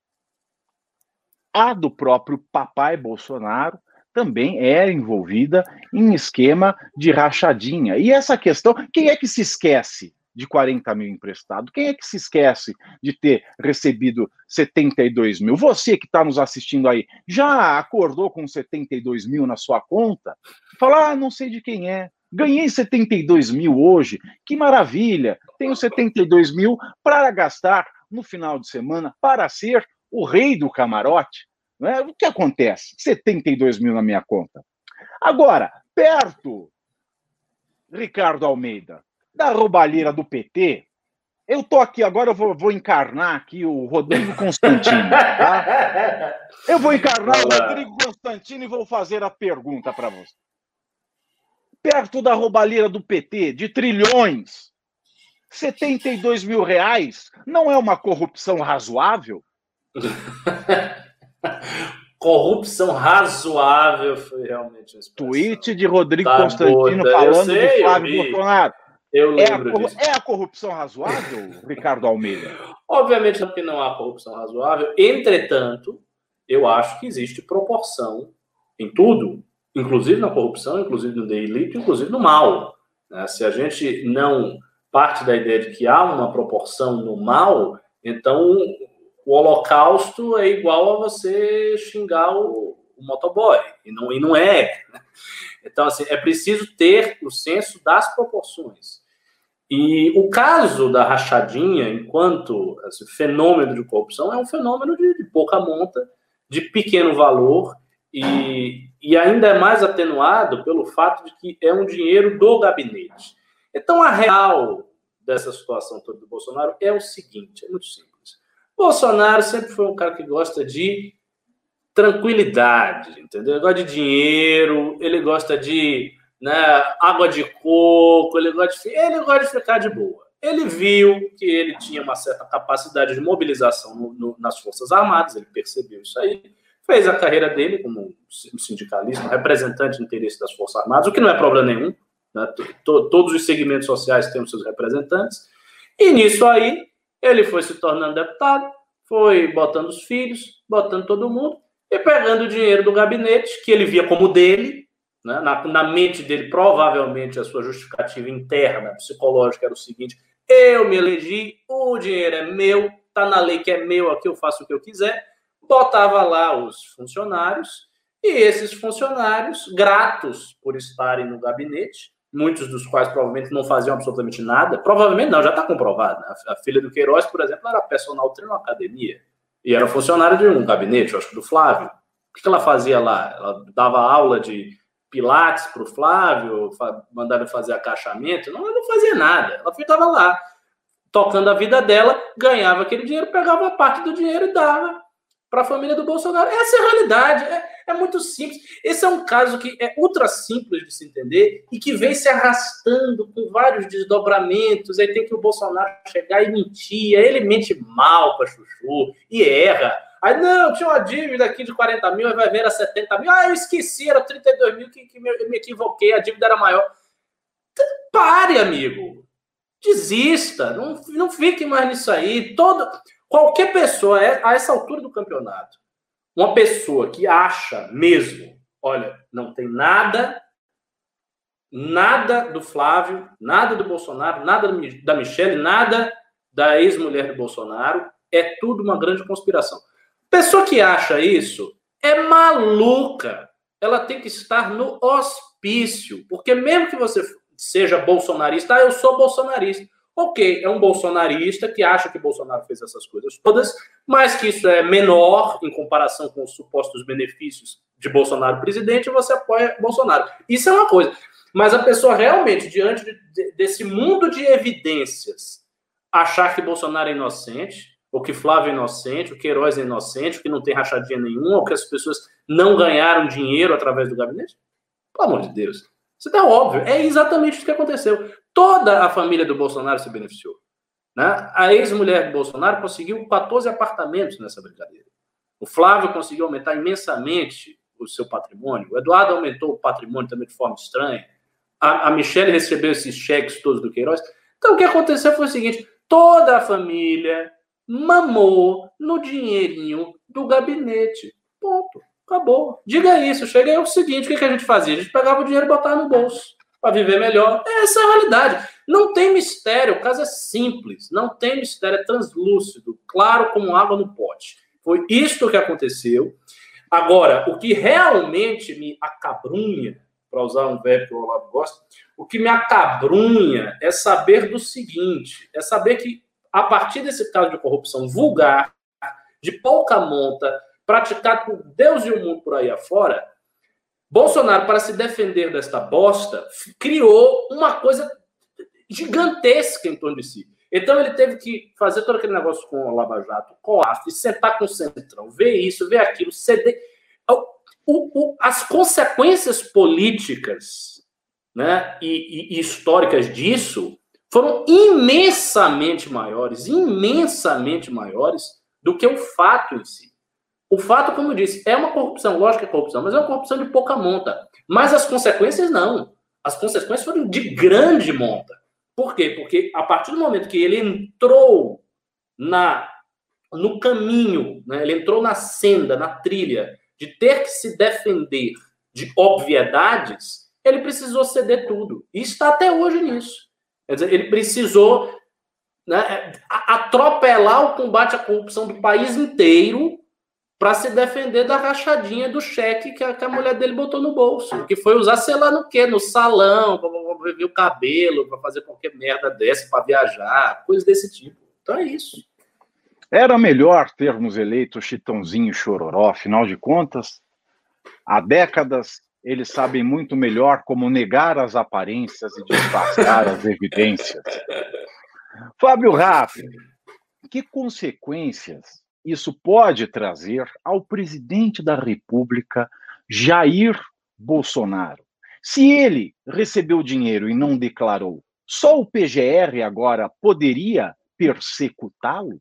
a do próprio papai Bolsonaro, também é envolvida em esquema de rachadinha. E essa questão, quem é que se esquece de 40 mil emprestado? Quem é que se esquece de ter recebido 72 mil? Você que está nos assistindo aí, já acordou com 72 mil na sua conta? Fala, não sei de quem é. Ganhei 72 mil hoje, que maravilha. Tenho 72 mil para gastar no final de semana para ser o rei do camarote. Não é? O que acontece? 72 mil na minha conta. Agora, perto, Ricardo Almeida, da roubalheira do PT, eu tô aqui agora, eu vou encarnar aqui o Rodrigo Constantino, tá? Eu vou encarnar o Rodrigo Constantino e vou fazer a pergunta para você. Perto da roubalheira do PT, de trilhões, 72 mil reais não é uma corrupção razoável?
Corrupção razoável foi realmente uma expressão.
Tweet de Rodrigo Constantino falando de Flávio Bolsonaro.
Eu lembro disso.
É a corrupção razoável, Ricardo Almeida?
Obviamente que não há corrupção razoável. Entretanto, eu acho que existe proporção em tudo, inclusive na corrupção, inclusive no delito, inclusive no mal. Se a gente não parte da ideia de que há uma proporção no mal, então o holocausto é igual a você xingar o motoboy. E não é. Então, assim, é preciso ter o senso das proporções. E o caso da rachadinha, enquanto esse fenômeno de corrupção, é um fenômeno de pouca monta, de pequeno valor, e ainda é mais atenuado pelo fato de que é um dinheiro do gabinete. Então, a real dessa situação toda do Bolsonaro é o seguinte, é muito simples. Bolsonaro sempre foi um cara que gosta de tranquilidade, entendeu? Ele gosta de dinheiro, ele gosta de água de coco, ele gosta de ficar de boa. Ele viu que ele tinha uma certa capacidade de mobilização nas Forças Armadas, ele percebeu isso aí, fez a carreira dele como um sindicalista, um representante de interesse das Forças Armadas, o que não é problema nenhum, né? Todos os segmentos sociais têm os seus representantes, e nisso aí ele foi se tornando deputado, foi botando os filhos, botando todo mundo, e pegando o dinheiro do gabinete, que ele via como dele, né? Na mente dele, provavelmente, a sua justificativa interna, psicológica, era o seguinte: eu me elegi, o dinheiro é meu, tá na lei que é meu, aqui eu faço o que eu quiser. Botava lá os funcionários, e esses funcionários, gratos por estarem no gabinete, muitos dos quais provavelmente não faziam absolutamente nada, provavelmente não, já está comprovado, né? A filha do Queiroz, por exemplo, era personal trainer na academia, e era funcionária de um gabinete, eu acho que do Flávio. O que ela fazia lá? Ela dava aula de pilates para o Flávio, mandava fazer acachamento? Não, ela não fazia nada, ela ficava lá, tocando a vida dela, ganhava aquele dinheiro, pegava parte do dinheiro e dava para a família do Bolsonaro. Essa é a realidade, é muito simples. Esse é um caso que é ultra simples de se entender e que vem se arrastando com vários desdobramentos. Aí tem que o Bolsonaro chegar e mentir, aí ele mente mal para chuchu e erra. Aí, não, tinha uma dívida aqui de 40 mil, aí vai ver, era 70 mil. Ah, eu esqueci, era 32 mil, que eu me equivoquei, a dívida era maior. Pare, amigo. Desista, não fique mais nisso aí. Qualquer pessoa, a essa altura do campeonato, uma pessoa que acha mesmo, olha, não tem nada do Flávio, nada do Bolsonaro, nada da Michelle, nada da ex-mulher do Bolsonaro, é tudo uma grande conspiração. Pessoa que acha isso é maluca. Ela tem que estar no hospício, porque mesmo que você seja bolsonarista, eu sou bolsonarista. Ok, é um bolsonarista que acha que Bolsonaro fez essas coisas todas, mas que isso é menor em comparação com os supostos benefícios de Bolsonaro presidente, e você apoia Bolsonaro. Isso é uma coisa. Mas a pessoa realmente, diante desse mundo de evidências, achar que Bolsonaro é inocente, ou que Flávio é inocente, ou que Queiroz é inocente, ou que não tem rachadinha nenhuma, ou que as pessoas não ganharam dinheiro através do gabinete, pelo amor de Deus. Isso tá óbvio. É exatamente o que aconteceu. Toda a família do Bolsonaro se beneficiou, né? A ex-mulher do Bolsonaro conseguiu 14 apartamentos nessa brincadeira. O Flávio conseguiu aumentar imensamente o seu patrimônio? O Eduardo aumentou o patrimônio também de forma estranha? A Michelle recebeu esses cheques todos do Queiroz? Então, o que aconteceu foi o seguinte, toda a família mamou no dinheirinho do gabinete. Ponto. Acabou. Diga isso. Chega aí o seguinte, o que a gente fazia? A gente pegava o dinheiro e botava no bolso para viver melhor. Essa é a realidade. Não tem mistério. O caso é simples. Não tem mistério. É translúcido. Claro como água no pote. Foi isto que aconteceu. Agora, o que realmente me acabrunha, para usar um verbo que o Olavo gosta, o que me acabrunha é saber do seguinte, é saber que, a partir desse caso de corrupção vulgar, de pouca monta, praticado por Deus e o mundo por aí afora, Bolsonaro, para se defender desta bosta, criou uma coisa gigantesca em torno de si. Então ele teve que fazer todo aquele negócio com o Lava Jato, com a AF, sentar com o Centrão, ver isso, ver aquilo, ceder. As consequências políticas, né, e históricas disso foram imensamente maiores do que o fato em si. O fato, como eu disse, é uma corrupção, lógico que é corrupção, mas é uma corrupção de pouca monta. Mas as consequências não. As consequências foram de grande monta. Por quê? Porque a partir do momento que ele entrou no caminho, né, ele entrou na senda, na trilha, de ter que se defender de obviedades, ele precisou ceder tudo. E está até hoje nisso. Quer dizer, ele precisou, né, atropelar o combate à corrupção do país inteiro para se defender da rachadinha do cheque que a mulher dele botou no bolso. Que foi usar, sei lá no quê, no salão, para ver o cabelo, para fazer qualquer merda dessa, para viajar, coisas desse tipo. Então é isso.
Era melhor termos eleito Chitãozinho e Chororó, afinal de contas, há décadas eles sabem muito melhor como negar as aparências e disfarçar as evidências. Fábio Raff, que consequências isso pode trazer ao presidente da República, Jair Bolsonaro? Se ele recebeu dinheiro e não declarou, só o PGR agora poderia persecutá-lo?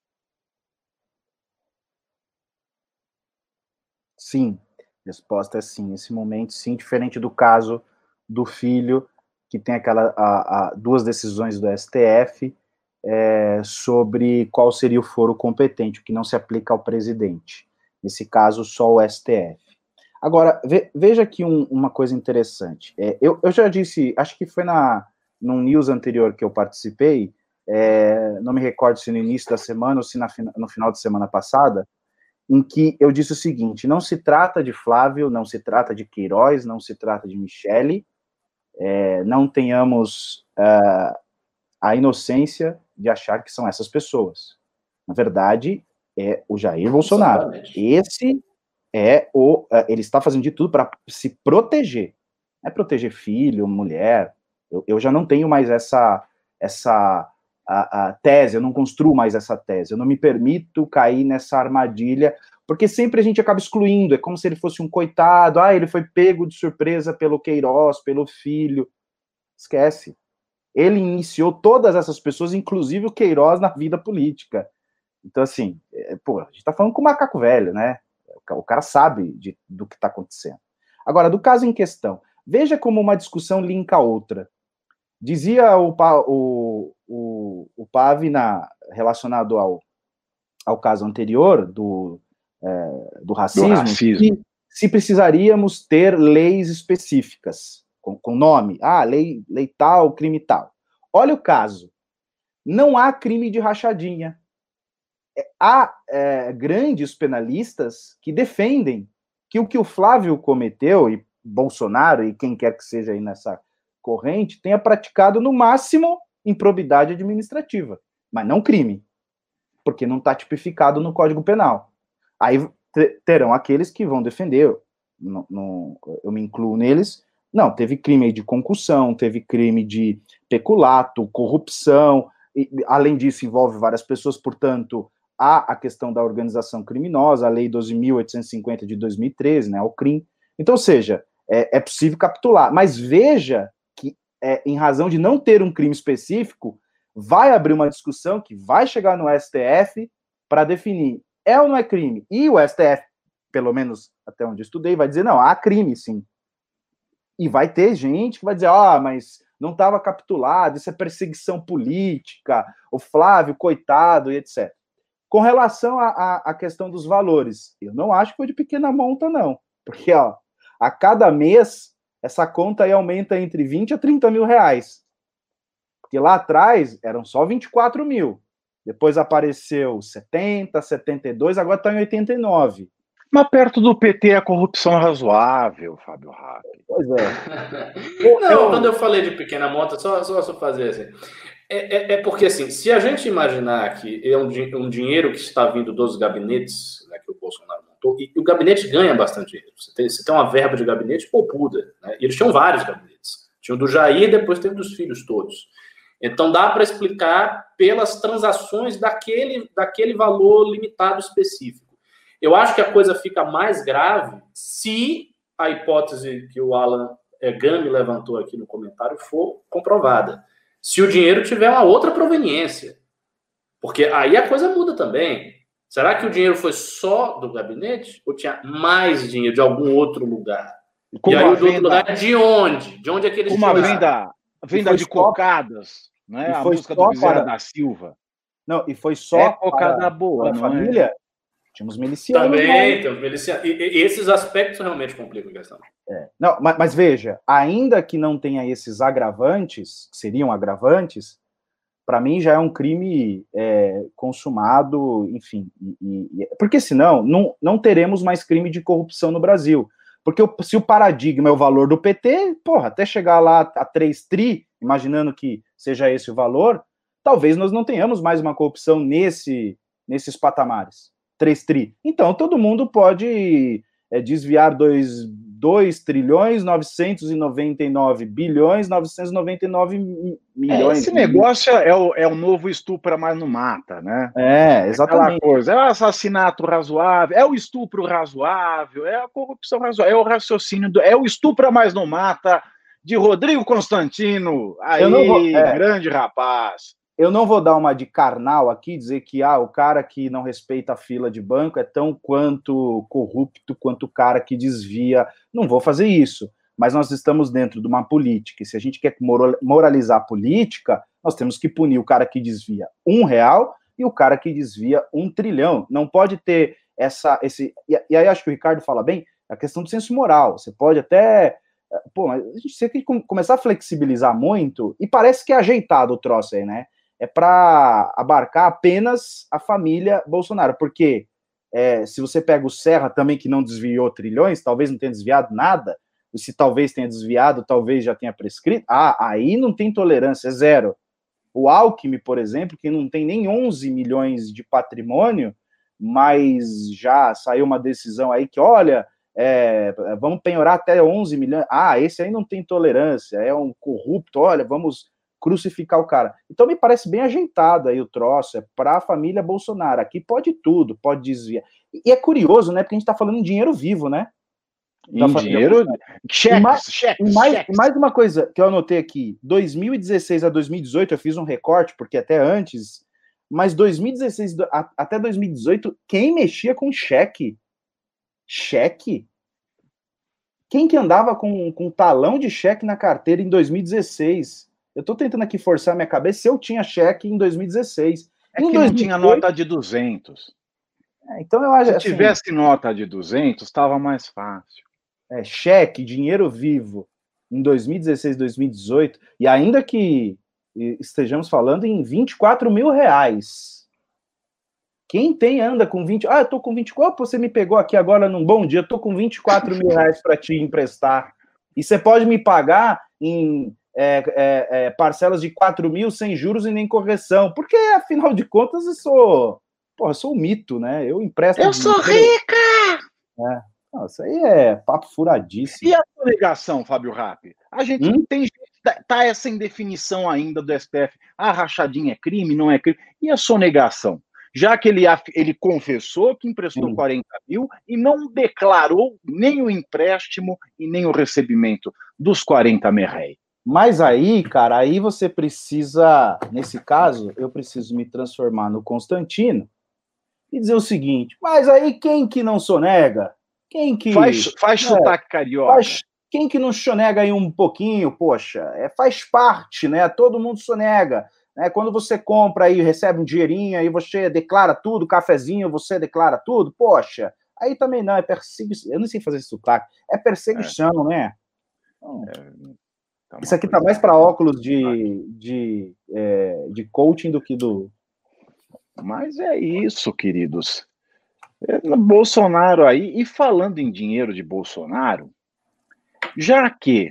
Sim, resposta é sim. Nesse momento, sim, diferente do caso do filho, que tem duas decisões do STF sobre qual seria o foro competente, o que não se aplica ao presidente. Nesse caso, só o STF. Agora, veja aqui uma coisa interessante. Eu já disse, acho que foi num news anterior que eu participei, não me recordo se no início da semana ou se no final de semana passada, em que eu disse o seguinte: não se trata de Flávio, não se trata de Queiroz, não se trata de Michele, não tenhamos a inocência de achar que são essas pessoas. Na verdade, é o Jair Bolsonaro. Exatamente. Esse ele está fazendo de tudo para se proteger. Não é proteger filho, mulher. Eu já não tenho mais essa tese, eu não construo mais essa tese, eu não me permito cair nessa armadilha, porque sempre a gente acaba excluindo, é como se ele fosse um coitado, ele foi pego de surpresa pelo Queiroz, pelo filho. Esquece. Ele iniciou todas essas pessoas, inclusive o Queiroz, na vida política. Então, assim, a gente tá falando com o macaco velho, né? O cara sabe do que tá acontecendo. Agora, do caso em questão, veja como uma discussão linka a outra. Dizia o Pavi, relacionado ao caso anterior do racismo, que se precisaríamos ter leis específicas, com nome, lei tal, crime tal. Olha o caso. Não há crime de rachadinha. Há grandes penalistas que defendem que o Flávio cometeu, e Bolsonaro, e quem quer que seja aí nessa corrente, tenha praticado, no máximo, improbidade administrativa, mas não crime, porque não está tipificado no Código Penal. Aí terão aqueles que vão defender, eu me incluo neles, não, teve crime de concussão, teve crime de peculato, corrupção, e, além disso envolve várias pessoas, portanto, há a questão da organização criminosa, a Lei 12.850 de 2013, né, o CRIM. Então, ou seja, é possível capitular, mas veja que, em razão de não ter um crime específico, vai abrir uma discussão que vai chegar no STF para definir é ou não é crime. E o STF, pelo menos até onde eu estudei, vai dizer, não, há crime, sim. E vai ter gente que vai dizer, mas não estava capitulado, isso é perseguição política, o Flávio, coitado, e etc. Com relação à questão dos valores, eu não acho que foi de pequena monta, não. Porque, a cada mês, essa conta aí aumenta entre 20 a 30 mil reais. Porque lá atrás eram só 24 mil. Depois apareceu 70, 72, agora está em 89.
Mas perto do PT a corrupção é razoável, Fábio Rappi.
Pois
é. Não, quando eu falei de pequena monta, só fazer assim. Porque, assim, se a gente imaginar que é um dinheiro que está vindo dos gabinetes, né, que o Bolsonaro montou, e o gabinete ganha bastante dinheiro. Você tem uma verba de gabinete poupuda, né? E eles tinham vários gabinetes. Tinha o do Jair, depois teve dos filhos todos. Então, dá para explicar pelas transações daquele valor limitado específico. Eu acho que a coisa fica mais grave se a hipótese que o Alan Gami levantou aqui no comentário for comprovada. Se o dinheiro tiver uma outra proveniência. Porque aí a coisa muda também. Será que o dinheiro foi só do gabinete? Ou tinha mais dinheiro de algum outro lugar?
Como
e aí o outro lugar de onde? De onde é que eles
tiraram? Uma venda de cocadas, né? A música do Bezerra da Silva.
Não, e foi só
cocada boa,
não família? Tínhamos milicianos.
Também, temos milicianos. E esses aspectos realmente complicam a questão.
Não, mas veja, ainda que não tenha esses agravantes, que seriam agravantes, para mim já é um crime consumado, enfim. Porque senão não teremos mais crime de corrupção no Brasil. Porque se o paradigma é o valor do PT, até chegar lá a 3 tri, imaginando que seja esse o valor, talvez nós não tenhamos mais uma corrupção nesses patamares. 3 tri. Então, todo mundo pode desviar 2 trilhões 999 bilhões 999 milhões.
Esse negócio é o novo estupra, mas não mata, né?
Exatamente.
Coisa, é o assassinato razoável, é o estupro razoável, é a corrupção razoável, é o raciocínio, é o estupra, mas não mata, de Rodrigo Constantino. Aí, grande rapaz.
Eu não vou dar uma de carnal aqui, dizer que o cara que não respeita a fila de banco é tão quanto corrupto quanto o cara que desvia. Não vou fazer isso. Mas nós estamos dentro de uma política, e se a gente quer moralizar a política, nós temos que punir o cara que desvia R$1 e o cara que desvia 1 trilhão. Não pode ter esse... E aí acho que o Ricardo fala bem, a questão do senso moral. Você pode até... mas a gente tem que começar a flexibilizar muito, e parece que é ajeitado o troço aí, né? É para abarcar apenas a família Bolsonaro, porque se você pega o Serra também, que não desviou trilhões, talvez não tenha desviado nada, e se talvez tenha desviado, talvez já tenha prescrito, aí não tem tolerância, é zero. O Alckmin, por exemplo, que não tem nem 11 milhões de patrimônio, mas já saiu uma decisão aí que, olha, vamos penhorar até 11 milhões, esse aí não tem tolerância, é um corrupto, olha, vamos crucificar o cara. Então me parece bem ajeitado aí o troço, para a família Bolsonaro. Aqui pode tudo, pode desviar. E é curioso, né? Porque a gente está falando em dinheiro vivo, né?
Dinheiro, cheques.
Mais uma coisa que eu anotei aqui, 2016 a 2018, eu fiz um recorte, porque até antes, mas 2016 até 2018, quem mexia com cheque? Cheque? Quem que andava com talão de cheque na carteira em 2016? Eu estou tentando aqui forçar minha cabeça se eu tinha cheque em 2016.
Em 2018, não tinha nota de 200.
Então eu acho
se tivesse nota de 200, estava mais fácil.
Cheque, dinheiro vivo, em 2016, 2018, e ainda que estejamos falando em 24 mil reais. Quem anda com 20... eu tô com 24, você me pegou aqui agora num bom dia, eu tô com 24 mil reais para te emprestar. E você pode me pagar em... parcelas de 4 mil sem juros e nem correção, porque afinal de contas eu sou um mito, né? Eu empresto.
Eu sou rica!
Isso aí é papo furadíssimo.
E a sonegação, Fábio Rappi? A gente tem gente, tá essa indefinição ainda do STF. A rachadinha é crime, não é crime? E a sonegação? Já que ele confessou que emprestou 40 mil e não declarou nem o empréstimo e nem o recebimento dos 40 mil.
Mas aí, cara, aí você precisa, nesse caso, eu preciso me transformar no Constantino e dizer o seguinte, mas aí quem que não sonega? Quem que...
Faz sotaque carioca.
Quem que não sonega aí um pouquinho, poxa? Faz parte, né? Todo mundo sonega. Né? Quando você compra e recebe um dinheirinho, aí você declara tudo, cafezinho, você declara tudo, poxa. Aí também não, é perseguição. Eu não sei fazer esse sotaque. É perseguição, né? Então, isso aqui tá mais para óculos de coaching do que do...
Mas é isso, queridos. Bolsonaro aí, e falando em dinheiro de Bolsonaro, já que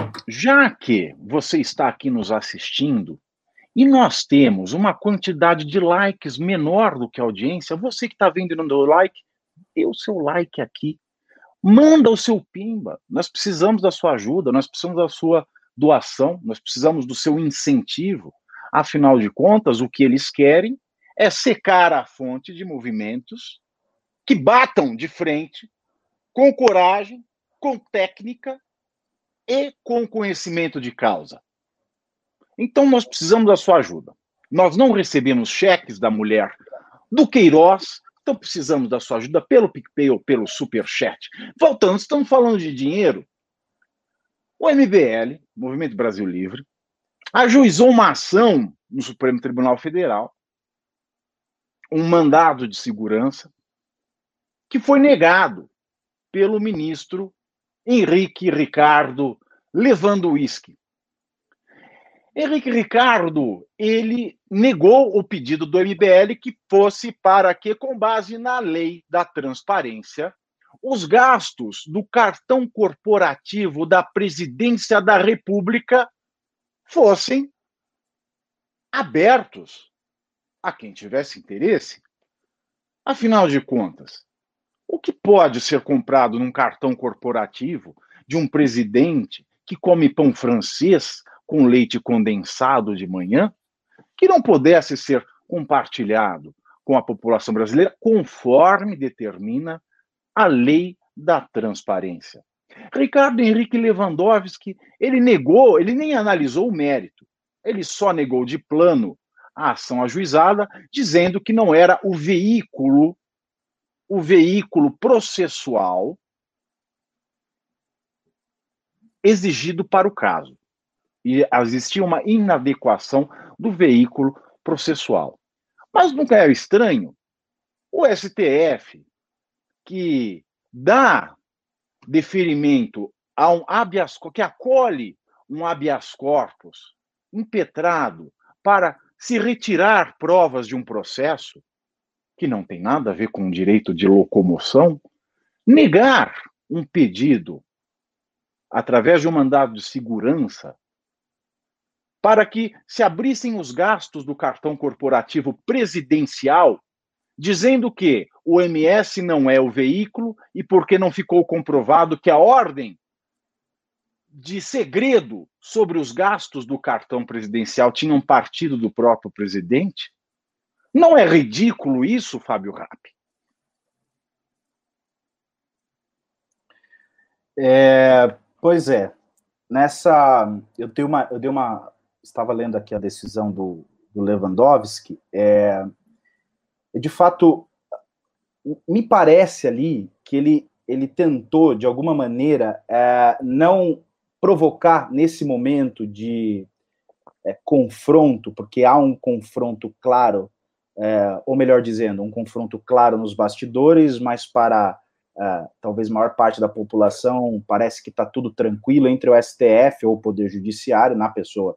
você está aqui nos assistindo e nós temos uma quantidade de likes menor do que a audiência, você que está vendo e não deu like, dê o seu like aqui, manda o seu pimba, nós precisamos da sua ajuda, nós precisamos da sua doação, nós precisamos do seu incentivo, afinal de contas, o que eles querem é secar a fonte de movimentos que batam de frente, com coragem, com técnica e com conhecimento de causa. Então, nós precisamos da sua ajuda. Nós não recebemos cheques da mulher do Queiroz, então precisamos da sua ajuda pelo PicPay ou pelo Superchat. Voltando, estamos falando de dinheiro. O MBL, Movimento Brasil Livre, ajuizou uma ação no Supremo Tribunal Federal, um mandado de segurança, que foi negado pelo ministro Henrique Ricardo Lewandowski. Henrique Ricardo, ele negou o pedido do MBL que fosse para que, com base na lei da transparência, os gastos do cartão corporativo da Presidência da República fossem abertos a quem tivesse interesse. Afinal de contas, o que pode ser comprado num cartão corporativo de um presidente que come pão francês com leite condensado de manhã, que não pudesse ser compartilhado com a população brasileira conforme determina a lei da transparência? Ricardo Henrique Lewandowski, ele negou, ele nem analisou o mérito, ele só negou de plano a ação ajuizada, dizendo que não era o veículo processual exigido para o caso. E existia uma inadequação do veículo processual. Mas nunca era estranho o STF, que dá deferimento a um habeas corpus, que acolhe um habeas corpus impetrado para se retirar provas de um processo que não tem nada a ver com o direito de locomoção, negar um pedido através de um mandado de segurança para que se abrissem os gastos do cartão corporativo presidencial, dizendo que o MS não é o veículo e porque não ficou comprovado que a ordem de segredo sobre os gastos do cartão presidencial tinham partido do próprio presidente? Não é ridículo isso, Fábio Rappi?
Pois é. Estava lendo aqui a decisão do Lewandowski. De fato, me parece ali que ele tentou, de alguma maneira, não provocar nesse momento de confronto, porque há um confronto claro, ou melhor dizendo, um confronto claro nos bastidores, mas para talvez maior parte da população parece que está tudo tranquilo entre o STF ou o Poder Judiciário, na pessoa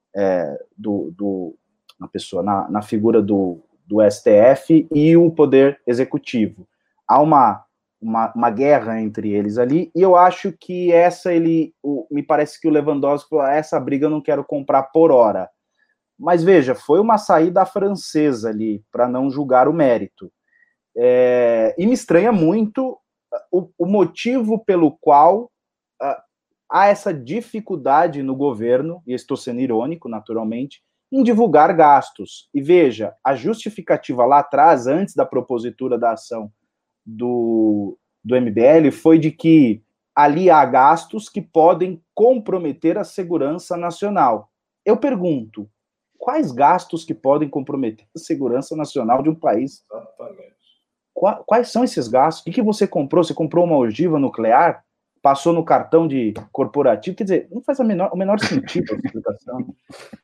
na figura do STF e o Poder Executivo. Há uma guerra entre eles ali, e eu acho que me parece que o Lewandowski falou, essa briga eu não quero comprar por hora. Mas veja, foi uma saída francesa ali, para não julgar o mérito. E me estranha muito o motivo pelo qual há essa dificuldade no governo, e estou sendo irônico, naturalmente, em divulgar gastos. E veja, a justificativa lá atrás, antes da propositura da ação do MBL, foi de que ali há gastos que podem comprometer a segurança nacional. Eu pergunto, quais gastos que podem comprometer a segurança nacional de um país?
Exatamente.
quais são esses gastos? O que você comprou? Você comprou uma ogiva nuclear? Passou no cartão de corporativo? Quer dizer, não faz o menor sentido a explicação.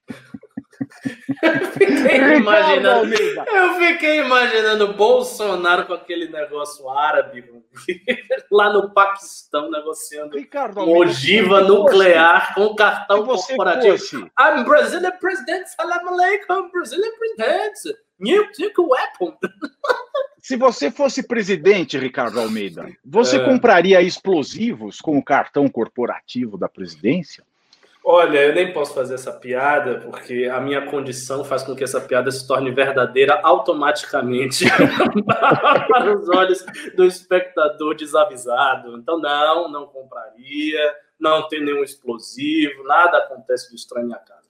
Eu fiquei imaginando Bolsonaro com aquele negócio árabe lá no Paquistão negociando ogiva nuclear com cartão corporativo. I'm Brazilian President, salam alaikum, Brazilian President, nuclear weapon.
Se você fosse presidente, Ricardo Almeida, você compraria explosivos com o cartão corporativo da presidência?
Olha, eu nem posso fazer essa piada, porque a minha condição faz com que essa piada se torne verdadeira automaticamente para os olhos do espectador desavisado. Então, não compraria, não tem nenhum explosivo, nada acontece de estranho na casa.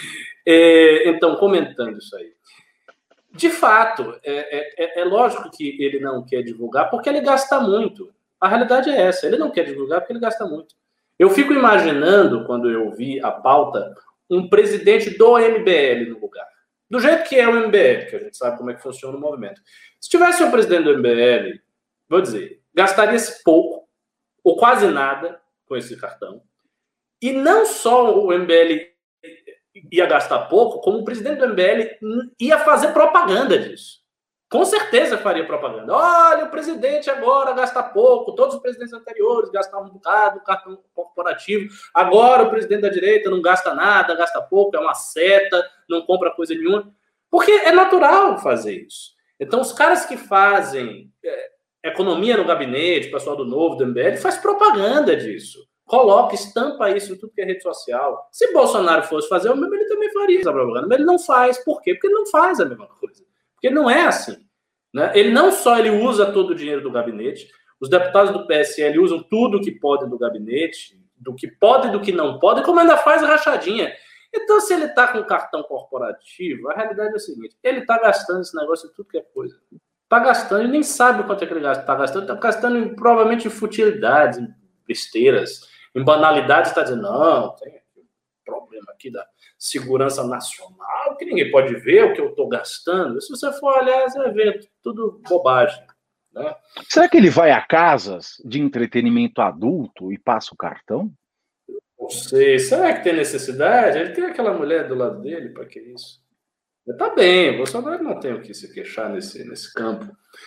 Então, comentando isso aí. De fato, é lógico que ele não quer divulgar, porque ele gasta muito. A realidade é essa, ele não quer divulgar porque ele gasta muito. Eu fico imaginando, quando eu vi a pauta, um presidente do MBL no lugar. Do jeito que é o MBL, que a gente sabe como é que funciona o movimento. Se tivesse um presidente do MBL, vou dizer, gastaria-se pouco, ou quase nada, com esse cartão. E não só o MBL ia gastar pouco, como o presidente do MBL ia fazer propaganda disso. Com certeza faria propaganda. Olha, o presidente agora gasta pouco, todos os presidentes anteriores gastavam um bocado, cartão corporativo. Agora o presidente da direita não gasta nada, gasta pouco, é uma seta, não compra coisa nenhuma. Porque é natural fazer isso. Então, os caras que fazem economia no gabinete, o pessoal do Novo, do MBL, faz propaganda disso. Coloca, estampa isso em tudo que é rede social. Se Bolsonaro fosse fazer o mesmo, ele também faria essa propaganda. Mas ele não faz. Por quê? Porque ele não faz a mesma coisa. Porque não é assim. Né? Ele não só usa todo o dinheiro do gabinete, os deputados do PSL usam tudo que pode do gabinete, do que pode e do que não pode, como ainda faz a rachadinha. Então, se ele está com cartão corporativo, a realidade é a seguinte, ele está gastando esse negócio em tudo que é coisa. Está gastando, ele nem sabe quanto é que ele está gastando provavelmente em futilidades, em besteiras, em banalidades, está dizendo, não, tem problema aqui da segurança nacional, que ninguém pode ver o que eu estou gastando. Se você for olhar, você vai ver tudo bobagem. Né?
Será que ele vai a casas de entretenimento adulto e passa o cartão?
Não sei. Será que tem necessidade? Ele tem aquela mulher do lado dele, para que isso? Tá bem, o Bolsonaro não tem o que se queixar nesse campo.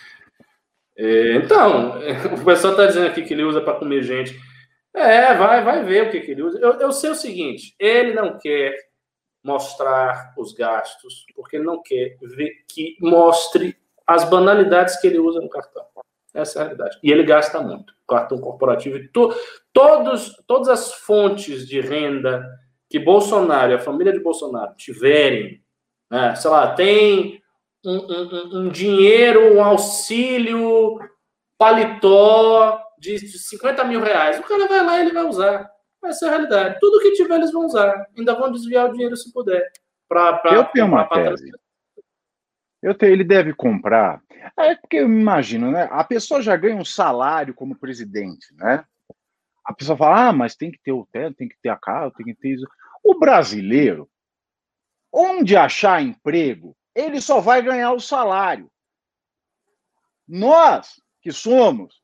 Então, o pessoal está dizendo aqui que ele usa para comer gente. Vai ver o que ele usa. Eu sei o seguinte, ele não quer mostrar os gastos, porque ele não quer ver que mostre as banalidades que ele usa no cartão. Essa é a realidade. E ele gasta muito. Cartão corporativo e todas as fontes de renda que Bolsonaro e a família de Bolsonaro tiverem, né, sei lá, tem um dinheiro, um auxílio, paletó de 50 mil reais. O cara vai lá e ele vai usar. Essa é a realidade. Tudo que tiver, eles vão usar. Ainda vão desviar o dinheiro se puder.
Eu tenho uma tese. Ele deve comprar. Porque eu imagino, né? A pessoa já ganha um salário como presidente, né? A pessoa fala, mas tem que ter o teto, tem que ter a casa, tem que ter isso. O brasileiro, onde achar emprego, ele só vai ganhar o salário. Nós, que somos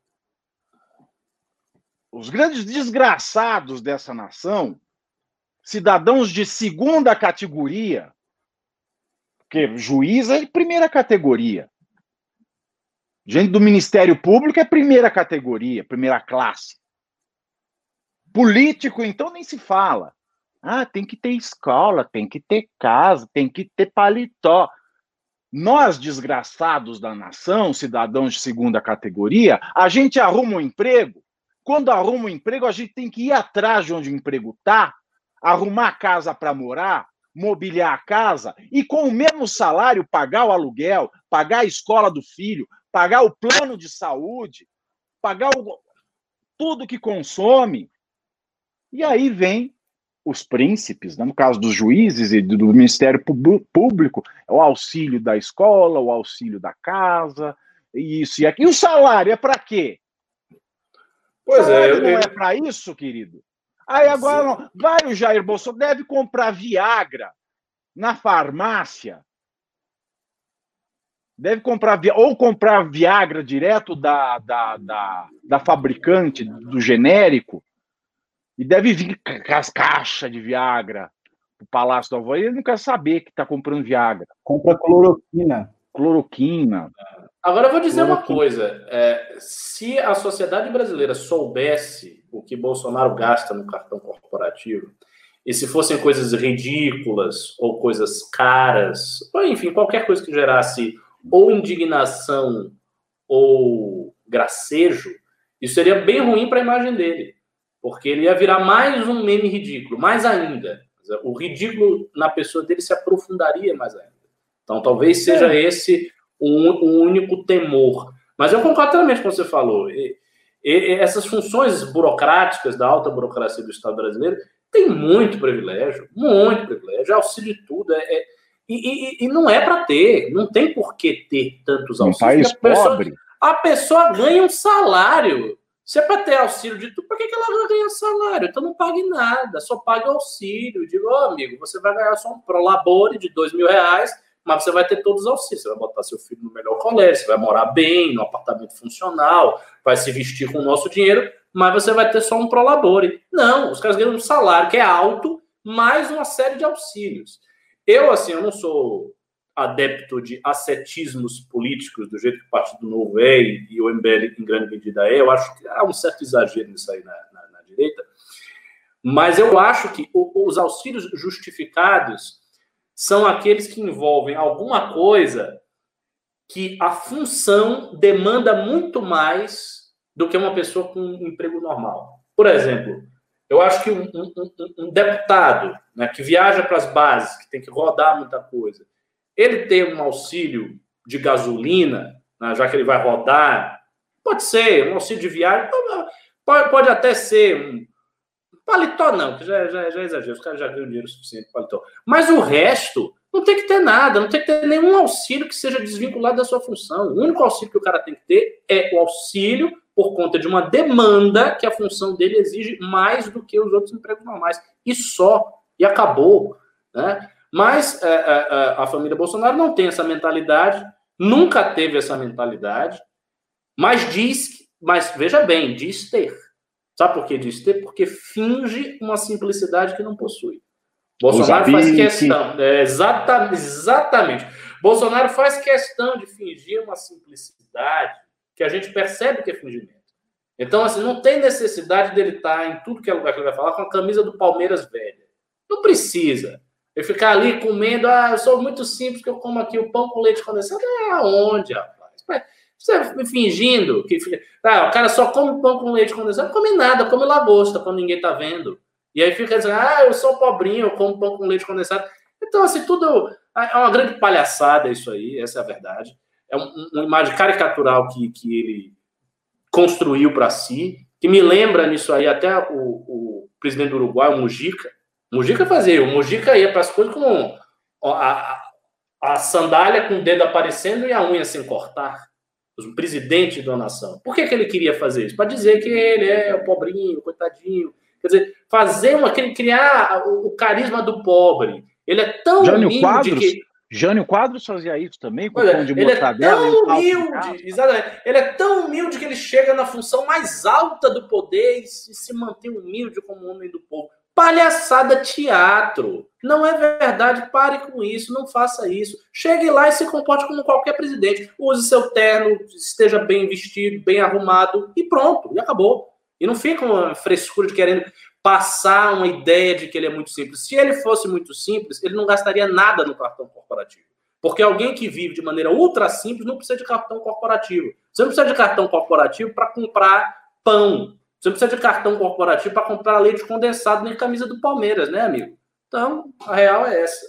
os grandes desgraçados dessa nação, cidadãos de segunda categoria, porque juiz é de primeira categoria. Gente do Ministério Público é primeira categoria, primeira classe. Político, então, nem se fala. Tem que ter escola, tem que ter casa, tem que ter paletó. Nós, desgraçados da nação, cidadãos de segunda categoria, a gente arruma um emprego. Quando arruma um emprego, a gente tem que ir atrás de onde o emprego está, arrumar a casa para morar, mobiliar a casa e, com o mesmo salário, pagar o aluguel, pagar a escola do filho, pagar o plano de saúde, pagar tudo que consome. E aí vem os príncipes, né? No caso dos juízes e do Ministério Público, o auxílio da escola, o auxílio da casa, isso e aquilo. E o salário é para quê?
Pois
não é para isso, querido? Aí agora não. Vai o Jair Bolsonaro, deve comprar Viagra na farmácia Deve comprar ou comprar Viagra direto da fabricante, do genérico, e deve vir com as caixas de Viagra pro Palácio da Avó. Ele não quer saber que está comprando Viagra.
Compra cloroquina.
Agora eu vou dizer uma coisa. Se a sociedade brasileira soubesse o que Bolsonaro gasta no cartão corporativo, e se fossem coisas ridículas ou coisas caras, ou enfim, qualquer coisa que gerasse ou indignação ou gracejo, isso seria bem ruim para a imagem dele, porque ele ia virar mais um meme ridículo, mais ainda. O ridículo na pessoa dele se aprofundaria mais ainda. Então, talvez seja esse o único temor. Mas eu concordo totalmente com o que você falou. Essas funções burocráticas da alta burocracia do Estado brasileiro tem muito privilégio, auxílio de tudo. E não é para ter, não tem por que ter tantos auxílios.
Um país pobre.
A pessoa ganha um salário. Se é para ter auxílio de tudo, por que ela ganha salário? Então não pague nada, só pague auxílio. Digo, amigo, você vai ganhar só um prolabore de R$2.000, mas você vai ter todos os auxílios. Você vai botar seu filho no melhor colégio, você vai morar bem, no apartamento funcional, vai se vestir com o nosso dinheiro, mas você vai ter só um prolabore. Não, os caras ganham um salário que é alto, mais uma série de auxílios. Eu não sou adepto de ascetismos políticos, do jeito que o Partido Novo é e o MBL em grande medida é. Eu acho que há um certo exagero nisso aí na direita. Mas eu acho que os auxílios justificados são aqueles que envolvem alguma coisa que a função demanda muito mais do que uma pessoa com um emprego normal. Por exemplo, eu acho que um deputado, né, que viaja para as bases, que tem que rodar muita coisa, ele ter um auxílio de gasolina, né, já que ele vai rodar, pode ser um auxílio de viagem, pode até ser um paletó, não, que já é exagero, os caras já ganham dinheiro suficiente para paletó. Mas o resto não tem que ter nada, não tem que ter nenhum auxílio que seja desvinculado da sua função. O único auxílio que o cara tem que ter é o auxílio por conta de uma demanda que a função dele exige mais do que os outros empregos normais. E só, e acabou, né? Mas a família Bolsonaro não tem essa mentalidade, nunca teve essa mentalidade, mas veja bem, diz ter. Sabe por que diz ter? Porque finge uma simplicidade que não possui. Bolsonaro faz questão. Exatamente. Bolsonaro faz questão de fingir uma simplicidade que a gente percebe que é fingimento. Então, não tem necessidade dele estar em tudo que é lugar que ele vai falar com a camisa do Palmeiras velha. Não precisa. Ele ficar ali comendo, eu sou muito simples, que eu como aqui o pão com leite condensado. Aonde, rapaz? Você fingindo que... o cara só come pão com leite condensado, não come nada, come lagosta quando ninguém tá vendo. E aí fica dizendo, eu sou pobrinho, eu como pão com leite condensado. Então, tudo... É uma grande palhaçada isso aí, essa é a verdade. É uma imagem caricatural que ele construiu para si, que me lembra nisso aí até o presidente do Uruguai, o Mujica. O Mujica ia para as coisas com a sandália com o dedo aparecendo e a unha sem cortar. O presidente da nação. Por que ele queria fazer isso? Para dizer que ele é o pobrinho, o coitadinho. Quer dizer, criar o carisma do pobre. Ele é tão humilde que...
Jânio Quadros fazia isso também, com o pão de mortadela.
Ele é tão humilde, exatamente. Ele é tão humilde que ele chega na função mais alta do poder e se mantém humilde como homem do povo. Palhaçada, teatro. Não é verdade, pare com isso, não faça isso. Chegue lá e se comporte como qualquer presidente. Use seu terno, esteja bem vestido, bem arrumado e pronto, e acabou. E não fica uma frescura de querendo passar uma ideia de que ele é muito simples. Se ele fosse muito simples, ele não gastaria nada no cartão corporativo. Porque alguém que vive de maneira ultra simples não precisa de cartão corporativo. Você não precisa de cartão corporativo para comprar pão. Você não precisa de cartão corporativo para comprar leite condensado nem camisa do Palmeiras, né, amigo? Então, a real é essa.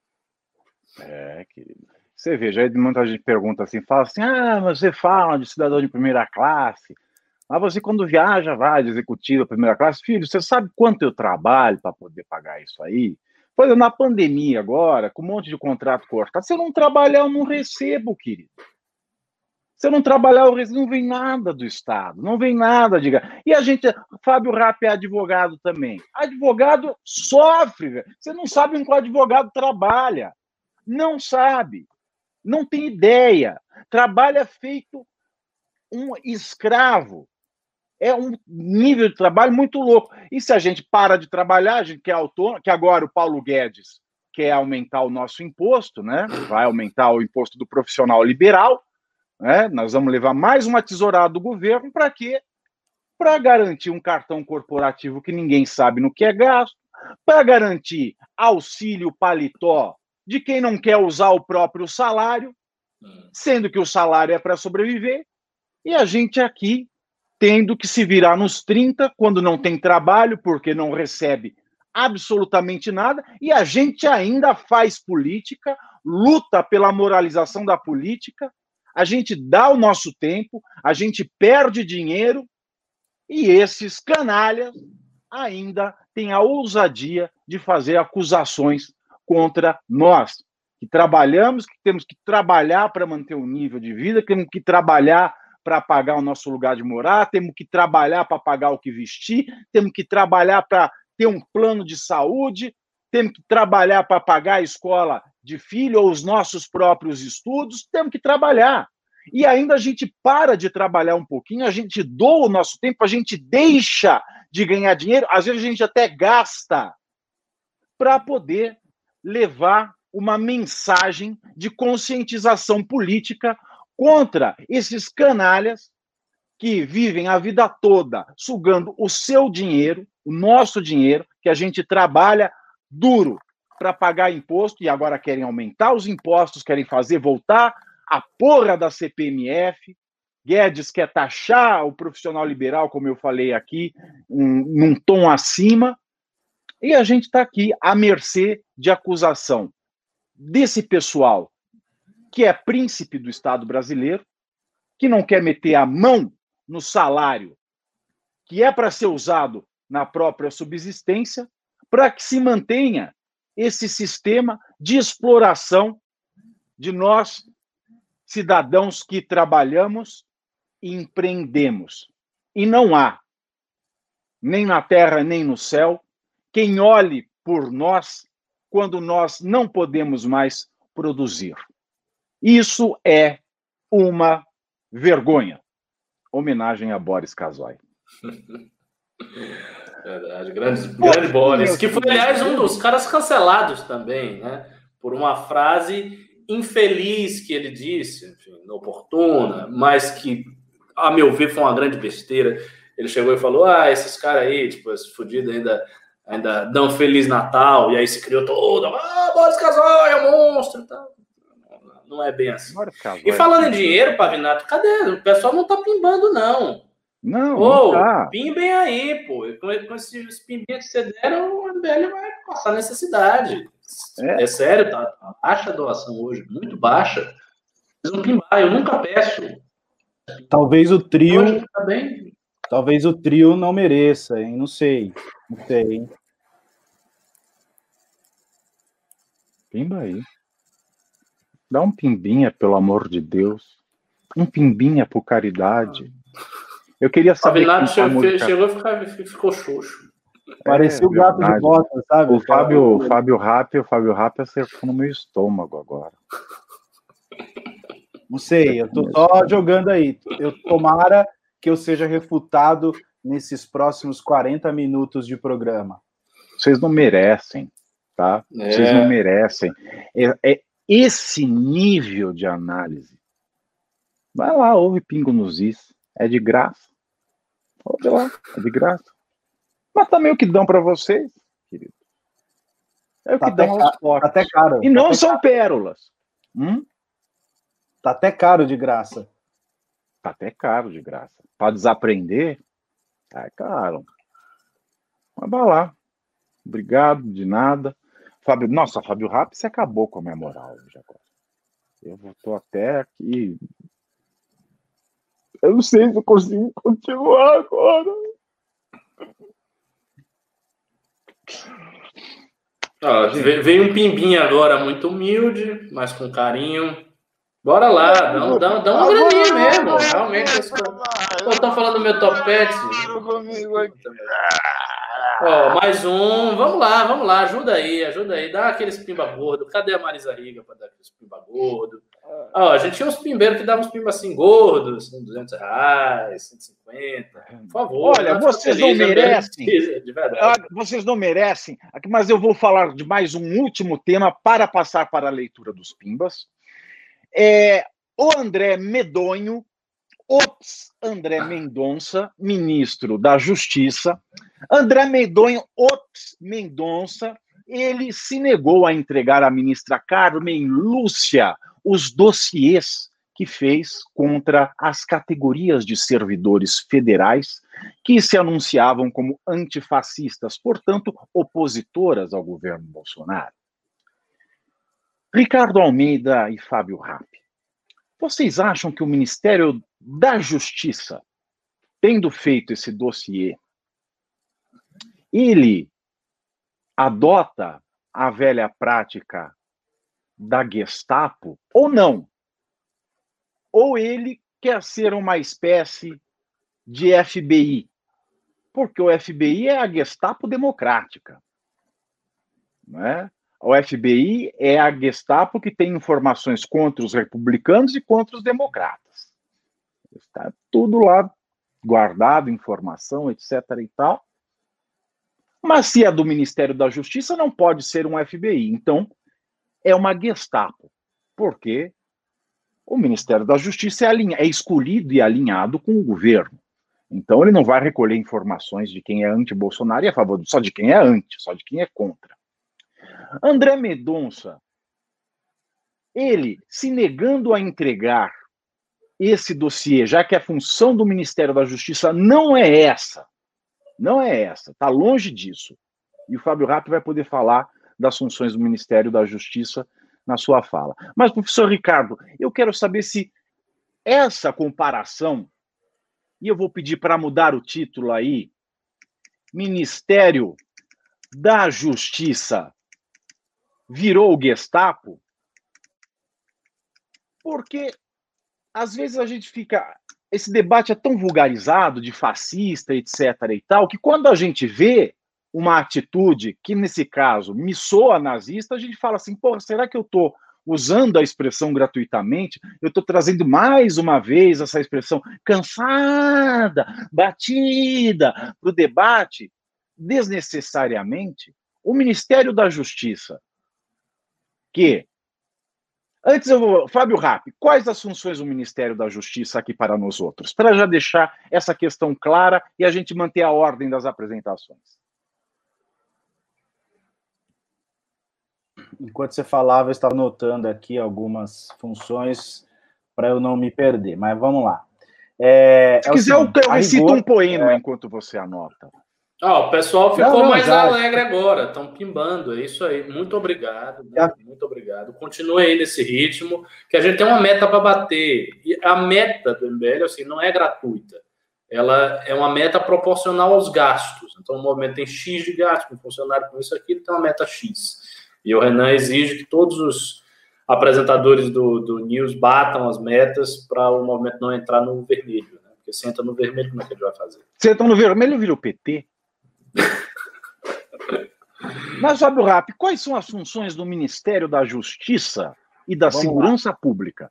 Querido. Você vê, já muita gente pergunta assim, fala assim, mas você fala de cidadão de primeira classe, mas você quando viaja, vai de executivo primeira classe, filho, você sabe quanto eu trabalho para poder pagar isso aí? Por exemplo, na pandemia agora, com um monte de contrato cortado, se eu não trabalhar, eu não recebo, querido. Se eu não trabalhar, não vem nada do Estado, não vem nada, diga. E a gente, Fábio Rapp é advogado também. Advogado sofre, velho. Você não sabe em qual advogado trabalha. Não sabe. Não tem ideia. Trabalha feito um escravo. É um nível de trabalho muito louco. E se a gente para de trabalhar, a gente quer autônomo, que agora o Paulo Guedes quer aumentar o nosso imposto, né? Vai aumentar o imposto do profissional liberal, né? Nós vamos levar mais uma tesourada do governo para quê? Para garantir um cartão corporativo que ninguém sabe no que é gasto, para garantir auxílio paletó de quem não quer usar o próprio salário, sendo que o salário é para sobreviver, e a gente aqui tendo que se virar nos 30, quando não tem trabalho, porque não recebe absolutamente nada, e a gente ainda faz política, luta pela moralização da política, a gente dá o nosso tempo, a gente perde dinheiro, e esses canalhas ainda têm a ousadia de fazer acusações contra nós, que trabalhamos, que temos que trabalhar para manter o nível de vida, que temos que trabalhar para pagar o nosso lugar de morar, temos que trabalhar para pagar o que vestir, temos que trabalhar para ter um plano de saúde, temos que trabalhar para pagar a escola de filho ou os nossos próprios estudos, temos que trabalhar. E ainda a gente para de trabalhar um pouquinho, a gente doa o nosso tempo, a gente deixa de ganhar dinheiro, às vezes a gente até gasta para poder levar uma mensagem de conscientização política contra esses canalhas que vivem a vida toda sugando o seu dinheiro, o nosso dinheiro, que a gente trabalha duro para pagar imposto e agora querem aumentar os impostos, querem fazer voltar a porra da CPMF. Guedes quer taxar o profissional liberal, como eu falei aqui, num tom acima, e a gente está aqui à mercê de acusação desse pessoal que é príncipe do Estado brasileiro, que não quer meter a mão no salário que é para ser usado na própria subsistência, para que se mantenha esse sistema de exploração de nós, cidadãos que trabalhamos e empreendemos. E não há, nem na terra, nem no céu, quem olhe por nós quando nós não podemos mais produzir. Isso é uma vergonha. Homenagem a Boris Casoy.
Verdade, grande Boris, que foi, aliás, um dos caras cancelados também, né? Por uma frase infeliz que ele disse, enfim, inoportuna, mas que, a meu ver, foi uma grande besteira. Ele chegou e falou, esses caras aí, tipo, esse fudido ainda dão Feliz Natal, e aí se criou todo, Boris Casoy é um monstro e tal. Não é bem assim. E falando em dinheiro, Pavinato, cadê? O pessoal não tá pimbando, não.
Não tá.
Pimbem aí, pô. Com esses pimbinhos que você deram, o MBL vai passar necessidade. É sério, tá baixa a doação hoje, muito baixa. Vocês não pimbar, eu nunca peço.
Talvez o trio...
Hoje, tá bem.
Talvez o trio não mereça, hein? Não sei, hein?
Pimba aí. Dá um pimbinha, pelo amor de Deus. Um pimbinha por caridade. Eu queria saber...
O chegou e ficou xoxo.
Parecia o gato de bota, sabe?
O Fábio Rappi acertou no meu estômago agora.
Não sei, eu tô só jogando aí. Tomara que eu seja refutado nesses próximos 40 minutos de programa.
Vocês não merecem, tá? Vocês não merecem. Esse nível de análise. Vai lá, ouve Pingo nos Is. É de graça. Ouve lá, é de graça. Mas também o que dão para vocês, querido. É o que dão aos fortes.
Até caro.
E não são pérolas.
Tá até caro de graça.
Tá até caro de graça. Para desaprender, é caro. Mas vai lá. Obrigado, de nada. Fábio Rappi, você acabou com a minha moral hoje agora. Eu tô até aqui. Eu não sei se eu consigo continuar agora.
Veio um pimbinha agora, muito humilde, mas com carinho. Bora lá, dá uma graninha mesmo. Realmente, estão falando do meu topete. Mais um. Vamos lá, ajuda aí. Dá aqueles pimba gordo. Cadê a Marisa Riga para dar aqueles pimba gordo? A gente tinha uns pimbeiros que davam uns pimbas assim gordos, assim, R$200, 150. Por favor.
Olha, vocês não merecem. De verdade. Vocês não merecem. Mas eu vou falar de mais um último tema para passar para a leitura dos pimbas. O André Medonho, André Mendonça, ministro da Justiça. André Medonho, Mendonça, ele se negou a entregar à ministra Carmen Lúcia os dossiês que fez contra as categorias de servidores federais que se anunciavam como antifascistas, portanto, opositoras ao governo Bolsonaro. Ricardo Almeida e Fábio Rappi, vocês acham que o Ministério da Justiça, tendo feito esse dossiê, ele adota a velha prática da Gestapo ou não? Ou ele quer ser uma espécie de FBI? Porque o FBI é a Gestapo democrática, não é? O FBI é a Gestapo que tem informações contra os republicanos e contra os democratas. Está tudo lá guardado, informação, etc. e tal. Mas se é do Ministério da Justiça, não pode ser um FBI. Então, é uma Gestapo. Porque o Ministério da Justiça é escolhido e alinhado com o governo. Então, ele não vai recolher informações de quem é anti-Bolsonaro e a favor, só de quem é anti, só de quem é contra. André Mendonça, ele se negando a entregar esse dossiê, já que a função do Ministério da Justiça não é essa, está longe disso. E o Fábio Rappi vai poder falar das funções do Ministério da Justiça na sua fala. Mas, professor Ricardo, eu quero saber se essa comparação, e eu vou pedir para mudar o título aí, Ministério da Justiça virou Gestapo, porque às vezes a gente fica... Esse debate é tão vulgarizado de fascista, etc. e tal, que quando a gente vê uma atitude que, nesse caso, me soa nazista, a gente fala assim, porra, será que eu estou usando a expressão gratuitamente? Eu estou trazendo mais uma vez essa expressão cansada, batida, para o debate, desnecessariamente? O Ministério da Justiça, que... Antes eu vou... Fábio Rappi, quais as funções do Ministério da Justiça aqui para nós outros? Para já deixar essa questão clara e a gente manter a ordem das apresentações.
Enquanto você falava, eu estava anotando aqui algumas funções para eu não me perder, mas vamos lá.
Se quiser, eu recito um poema enquanto você anota.
O pessoal ficou mais alegre agora, estão pimbando, é isso aí. Muito obrigado, muito obrigado. Continue aí nesse ritmo, que a gente tem uma meta para bater. E a meta do MBL, assim, não é gratuita. Ela é uma meta proporcional aos gastos. Então, o movimento tem X de gasto, com funcionário com isso aqui, ele tem uma meta X. E o Renan exige que todos os apresentadores do News batam as metas para o movimento não entrar no vermelho. Né? Porque se entra no vermelho, como é que ele vai fazer?
Se entra no vermelho, vira o PT? Mas, Fábio Rappi, quais são as funções do Ministério da Justiça e da Segurança Pública?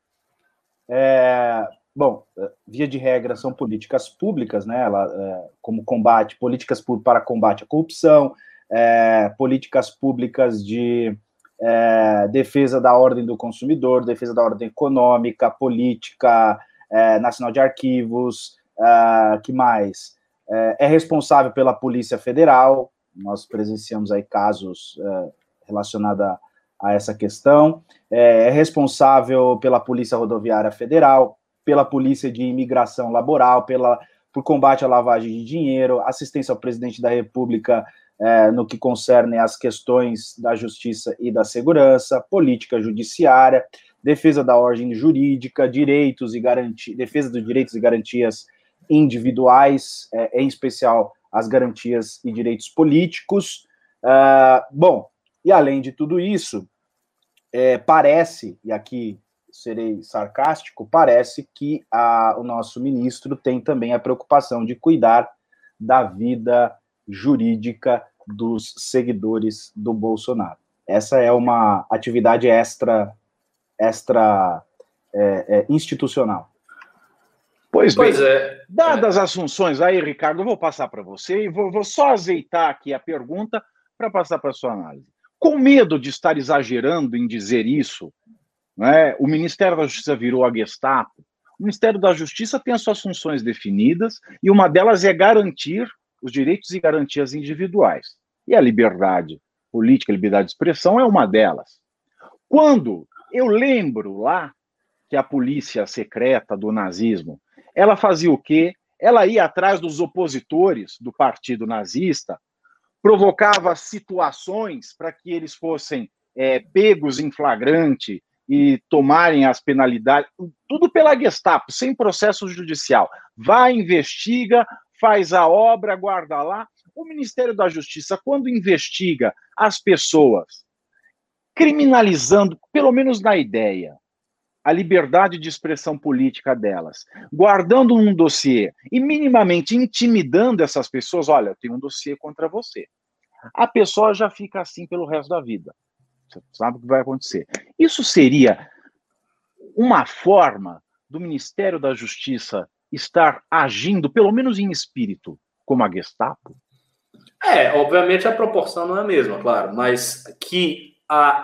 Bom, via de regra, são políticas públicas, né? Como combate, políticas para combate à corrupção, políticas públicas de defesa da ordem do consumidor, defesa da ordem econômica, política nacional de arquivos, que mais? É responsável pela Polícia Federal, nós presenciamos aí casos relacionados a essa questão, é responsável pela Polícia Rodoviária Federal, pela Polícia de Imigração Laboral, por combate à lavagem de dinheiro, assistência ao presidente da República no que concerne às questões da justiça e da segurança, política judiciária, defesa da ordem jurídica, defesa dos direitos e garantias individuais, em especial as garantias e direitos políticos. Bom, e além de tudo isso, parece, e aqui serei sarcástico, parece que o nosso ministro tem também a preocupação de cuidar da vida jurídica dos seguidores do Bolsonaro. Essa é uma atividade extra institucional.
Pois é. Dadas as funções aí, Ricardo, eu vou passar para você e vou só azeitar aqui a pergunta para passar para a sua análise. Com medo de estar exagerando em dizer isso, né, o Ministério da Justiça virou a Gestapo. O Ministério da Justiça tem as suas funções definidas e uma delas é garantir os direitos e garantias individuais. E a liberdade política, a liberdade de expressão é uma delas. Quando eu lembro lá que a polícia secreta do nazismo, ela fazia o quê? Ela ia atrás dos opositores do partido nazista, provocava situações para que eles fossem pegos em flagrante e tomarem as penalidades, tudo pela Gestapo, sem processo judicial. Vai, investiga, faz a obra, guarda lá. O Ministério da Justiça, quando investiga as pessoas, criminalizando, pelo menos na ideia, a liberdade de expressão política delas, guardando um dossiê e minimamente intimidando essas pessoas, olha, eu tenho um dossiê contra você. A pessoa já fica assim pelo resto da vida. Você sabe o que vai acontecer. Isso seria uma forma do Ministério da Justiça estar agindo, pelo menos em espírito, como a Gestapo?
Obviamente a proporção não é a mesma, claro, mas que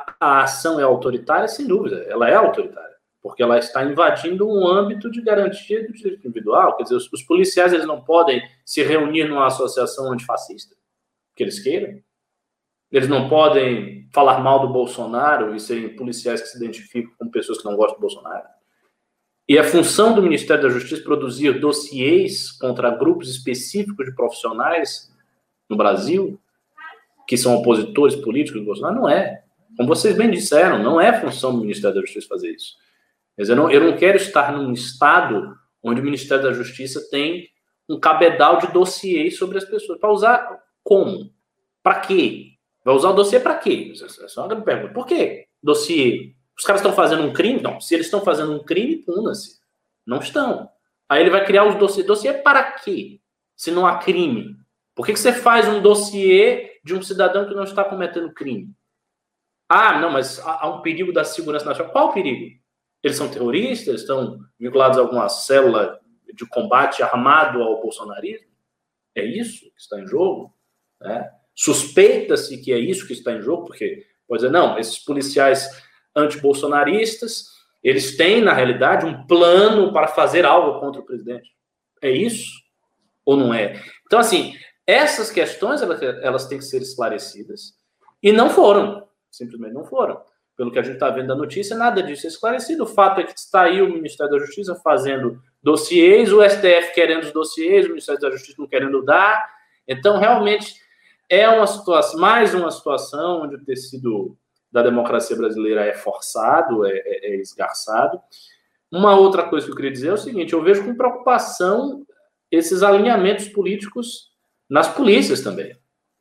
a ação é autoritária, sem dúvida, ela é autoritária. Porque ela está invadindo um âmbito de garantia do direito individual. Quer dizer, os policiais eles não podem se reunir numa associação antifascista, que eles queiram. Eles não podem falar mal do Bolsonaro e serem policiais que se identificam com pessoas que não gostam do Bolsonaro. E a função do Ministério da Justiça produzir dossiês contra grupos específicos de profissionais no Brasil, que são opositores políticos do Bolsonaro, não é. Como vocês bem disseram, não é função do Ministério da Justiça fazer isso. Mas eu não quero estar num estado onde o Ministério da Justiça tem um cabedal de dossiês sobre as pessoas. Para usar como? Para quê? Vai usar o dossiê para quê? Essa é só uma pergunta. Por quê? Dossiê. Os caras estão fazendo um crime? Não. Se eles estão fazendo um crime, puna-se. Não estão. Aí ele vai criar os dossiês. Dossiê para quê? Se não há crime. Por que você faz um dossiê de um cidadão que não está cometendo crime? Ah, não, mas há um perigo da segurança nacional. Qual o perigo? Eles são terroristas? Eles estão vinculados a alguma célula de combate armado ao bolsonarismo? É isso que está em jogo? Né? Suspeita-se que é isso que está em jogo, porque, pode dizer, não, esses policiais antibolsonaristas, eles têm, na realidade, um plano para fazer algo contra o presidente. É isso? Ou não é? Então, assim, essas questões, elas têm que ser esclarecidas. E não foram. Simplesmente não foram. Pelo que a gente está vendo da notícia, nada disso é esclarecido. O fato é que está aí o Ministério da Justiça fazendo dossiês, o STF querendo os dossiês, o Ministério da Justiça não querendo dar. Então, realmente, é uma situação, mais uma situação onde o tecido da democracia brasileira é forçado, é esgarçado. Uma outra coisa que eu queria dizer é o seguinte, eu vejo com preocupação esses alinhamentos políticos nas polícias também.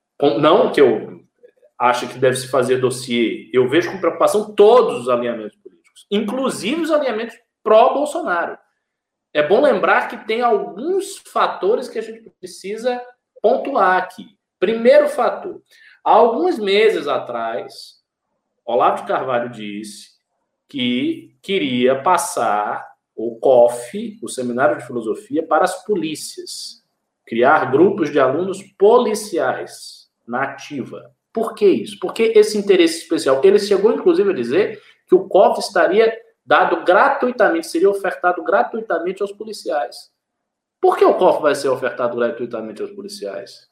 Não que eu acho que deve se fazer dossiê, eu vejo com preocupação todos os alinhamentos políticos, inclusive os alinhamentos pró-Bolsonaro. É bom lembrar que tem alguns fatores que a gente precisa pontuar aqui. Primeiro fator, há alguns meses atrás, Olavo de Carvalho disse que queria passar o COF, o Seminário de Filosofia, para as polícias, criar grupos de alunos policiais na ativa. Por que isso? Por que esse interesse especial? Ele chegou, inclusive, a dizer que o COF estaria dado gratuitamente, seria ofertado gratuitamente aos policiais. Por que o COF vai ser ofertado gratuitamente aos policiais?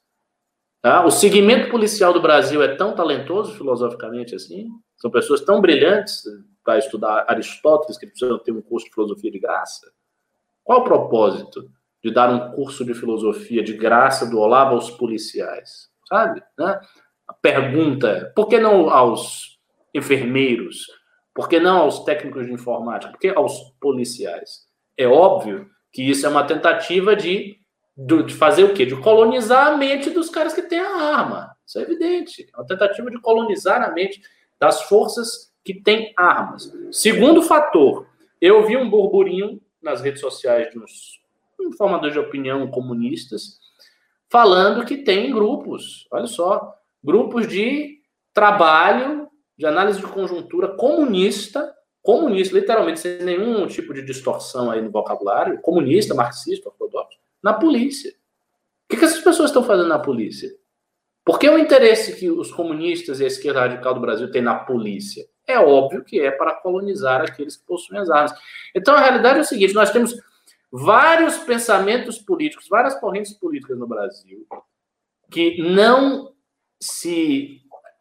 O segmento policial do Brasil é tão talentoso, filosoficamente, assim? São pessoas tão brilhantes para estudar Aristóteles que precisam ter um curso de filosofia de graça? Qual o propósito de dar um curso de filosofia de graça do Olavo aos policiais? Sabe? Né? A pergunta é, por que não aos enfermeiros? Por que não aos técnicos de informática? Por que aos policiais? É óbvio que isso é uma tentativa de fazer o quê? De colonizar a mente dos caras que têm a arma. Isso é evidente. É uma tentativa de colonizar a mente das forças que têm armas. Segundo fator, eu vi um burburinho nas redes sociais de uns formadores de opinião comunistas falando que tem grupos, olha só, grupos de trabalho, de análise de conjuntura comunista comunista, literalmente, sem nenhum tipo de distorção aí no vocabulário, comunista, marxista, ortodoxo, na polícia. O que essas pessoas estão fazendo na polícia? Por que o interesse que os comunistas e a esquerda radical do Brasil têm na polícia? É óbvio que é para colonizar aqueles que possuem as armas. Então, a realidade é o seguinte, nós temos vários pensamentos políticos, várias correntes políticas no Brasil que não se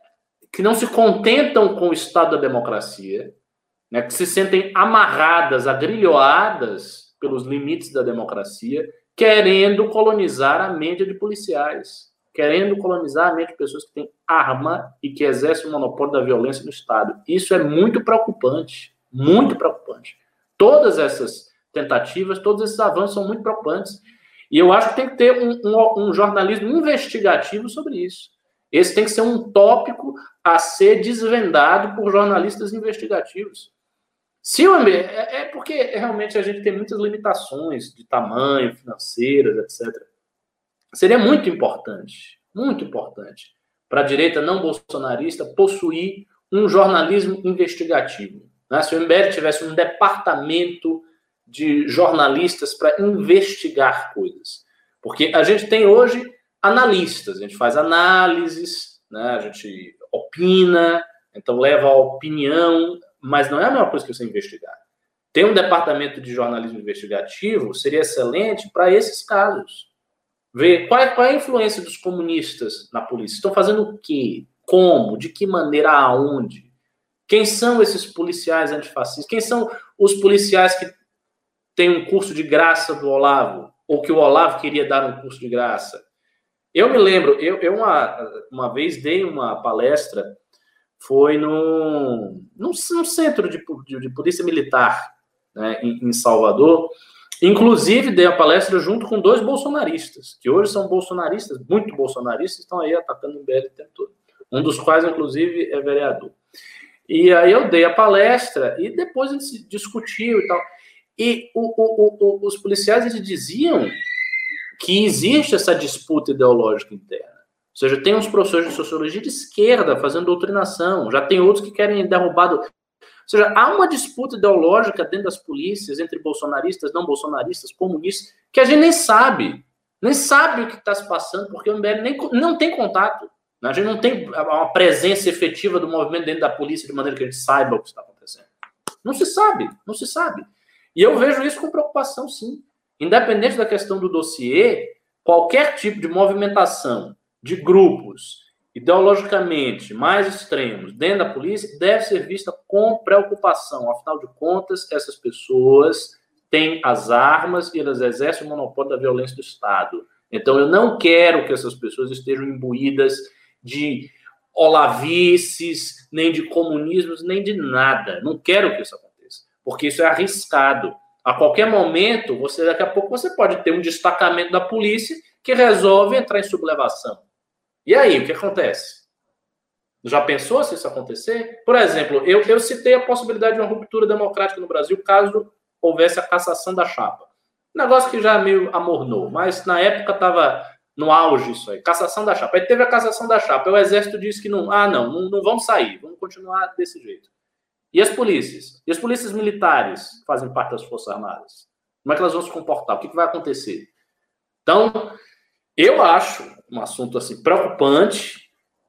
contentam com o estado da democracia, né, que se sentem amarradas, agrilhoadas pelos limites da democracia, querendo colonizar a mente de policiais, querendo colonizar a mente de pessoas que têm arma e que exercem o monopólio da violência no Estado. Isso é muito preocupante, muito preocupante. Todas essas tentativas, todos esses avanços são muito preocupantes. E eu acho que tem que ter um jornalismo investigativo sobre isso. Esse tem que ser um tópico a ser desvendado por jornalistas investigativos. Se o é porque realmente a gente tem muitas limitações de tamanho, financeiras, etc. Seria muito importante para a direita não bolsonarista possuir um jornalismo investigativo. Né? Se o MBL tivesse um departamento de jornalistas para investigar coisas. Porque a gente tem hoje analistas, a gente faz análises, né? A gente opina, então leva a opinião, mas não é a mesma coisa que você investigar. Ter um departamento de jornalismo investigativo seria excelente para esses casos. Ver qual é a influência dos comunistas na polícia. Estão fazendo o quê? Como? De que maneira? Aonde? Quem são esses policiais antifascistas? Quem são os policiais que têm um curso de graça do Olavo? Ou que o Olavo queria dar um curso de graça? Eu me lembro, eu uma vez dei uma palestra, foi num centro de polícia militar, né, em Salvador. Inclusive, dei a palestra junto com 2 bolsonaristas, que hoje são bolsonaristas, muito bolsonaristas, estão aí atacando o MBL o tempo todo. Um dos quais, inclusive, é vereador. E aí eu dei a palestra e depois a gente se discutiu e tal. E os policiais, eles diziam que existe essa disputa ideológica interna. Ou seja, tem uns professores de sociologia de esquerda fazendo doutrinação, já tem outros que querem derrubar... Ou seja, há uma disputa ideológica dentro das polícias, entre bolsonaristas, não bolsonaristas, comunistas, que a gente nem sabe o que está se passando, porque o MBL não tem contato. A gente não tem uma presença efetiva do movimento dentro da polícia de maneira que a gente saiba o que está acontecendo. Não se sabe. E eu vejo isso com preocupação, sim. Independente da questão do dossiê, qualquer tipo de movimentação de grupos ideologicamente mais extremos dentro da polícia deve ser vista com preocupação. Afinal de contas, essas pessoas têm as armas e elas exercem o monopólio da violência do Estado. Então, eu não quero que essas pessoas estejam imbuídas de olavices, nem de comunismos, nem de nada. Não quero que isso aconteça, porque isso é arriscado. A qualquer momento, daqui a pouco, você pode ter um destacamento da polícia que resolve entrar em sublevação. E aí, o que acontece? Já pensou se isso acontecer? Por exemplo, eu citei a possibilidade de uma ruptura democrática no Brasil caso houvesse a cassação da chapa. Um negócio que já meio amornou, mas na época estava no auge isso aí. Cassação da chapa. Aí teve a cassação da chapa. O exército disse que não vamos sair, vamos continuar desse jeito. E as polícias? E as polícias militares que fazem parte das Forças Armadas? Como é que elas vão se comportar? O que vai acontecer? Então, eu acho um assunto assim preocupante.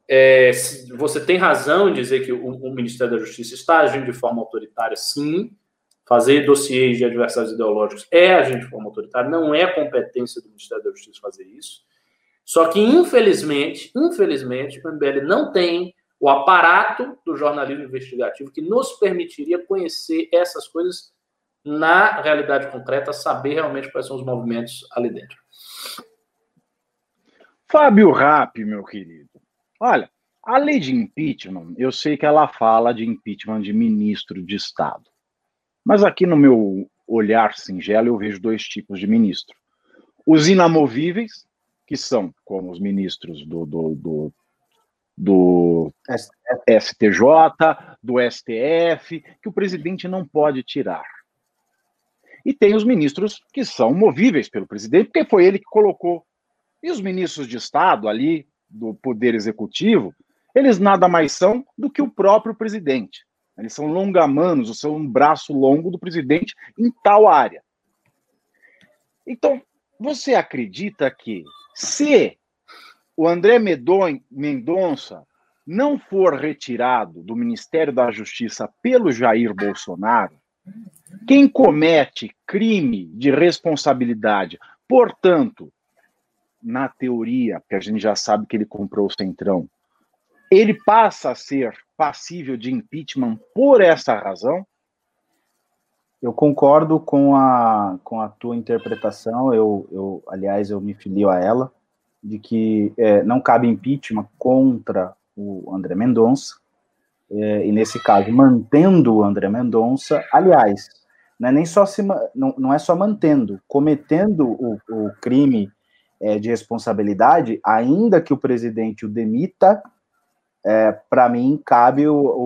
Você tem razão em dizer que o Ministério da Justiça está agindo de forma autoritária, sim. Fazer dossiês de adversários ideológicos é agir de forma autoritária, não é competência do Ministério da Justiça fazer isso. Só que, infelizmente, o MBL não tem o aparato do jornalismo investigativo que nos permitiria conhecer essas coisas na realidade concreta, saber realmente quais são os movimentos ali dentro.
Fábio Rapp, meu querido. Olha, a lei de impeachment, eu sei que ela fala de impeachment de ministro de Estado. Mas aqui no meu olhar singelo eu vejo 2 tipos de ministro. Os inamovíveis, que são como os ministros do STJ, do STF, que o presidente não pode tirar. E tem os ministros que são movíveis pelo presidente, porque foi ele que colocou. E os ministros de Estado ali, do Poder Executivo, eles nada mais são do que o próprio presidente. Eles são longamanos, são um braço longo do presidente em tal área. Então, você acredita que se o André Mendonça não for retirado do Ministério da Justiça pelo Jair Bolsonaro, quem comete crime de responsabilidade, portanto, na teoria, que a gente já sabe que ele comprou o Centrão, ele passa a ser passível de impeachment por essa razão?
Eu concordo com a tua interpretação, aliás, eu me filio a ela, de que não cabe impeachment contra o André Mendonça, e nesse caso, mantendo o André Mendonça, aliás, não é só mantendo, cometendo o crime de responsabilidade, ainda que o presidente o demita, para mim, cabe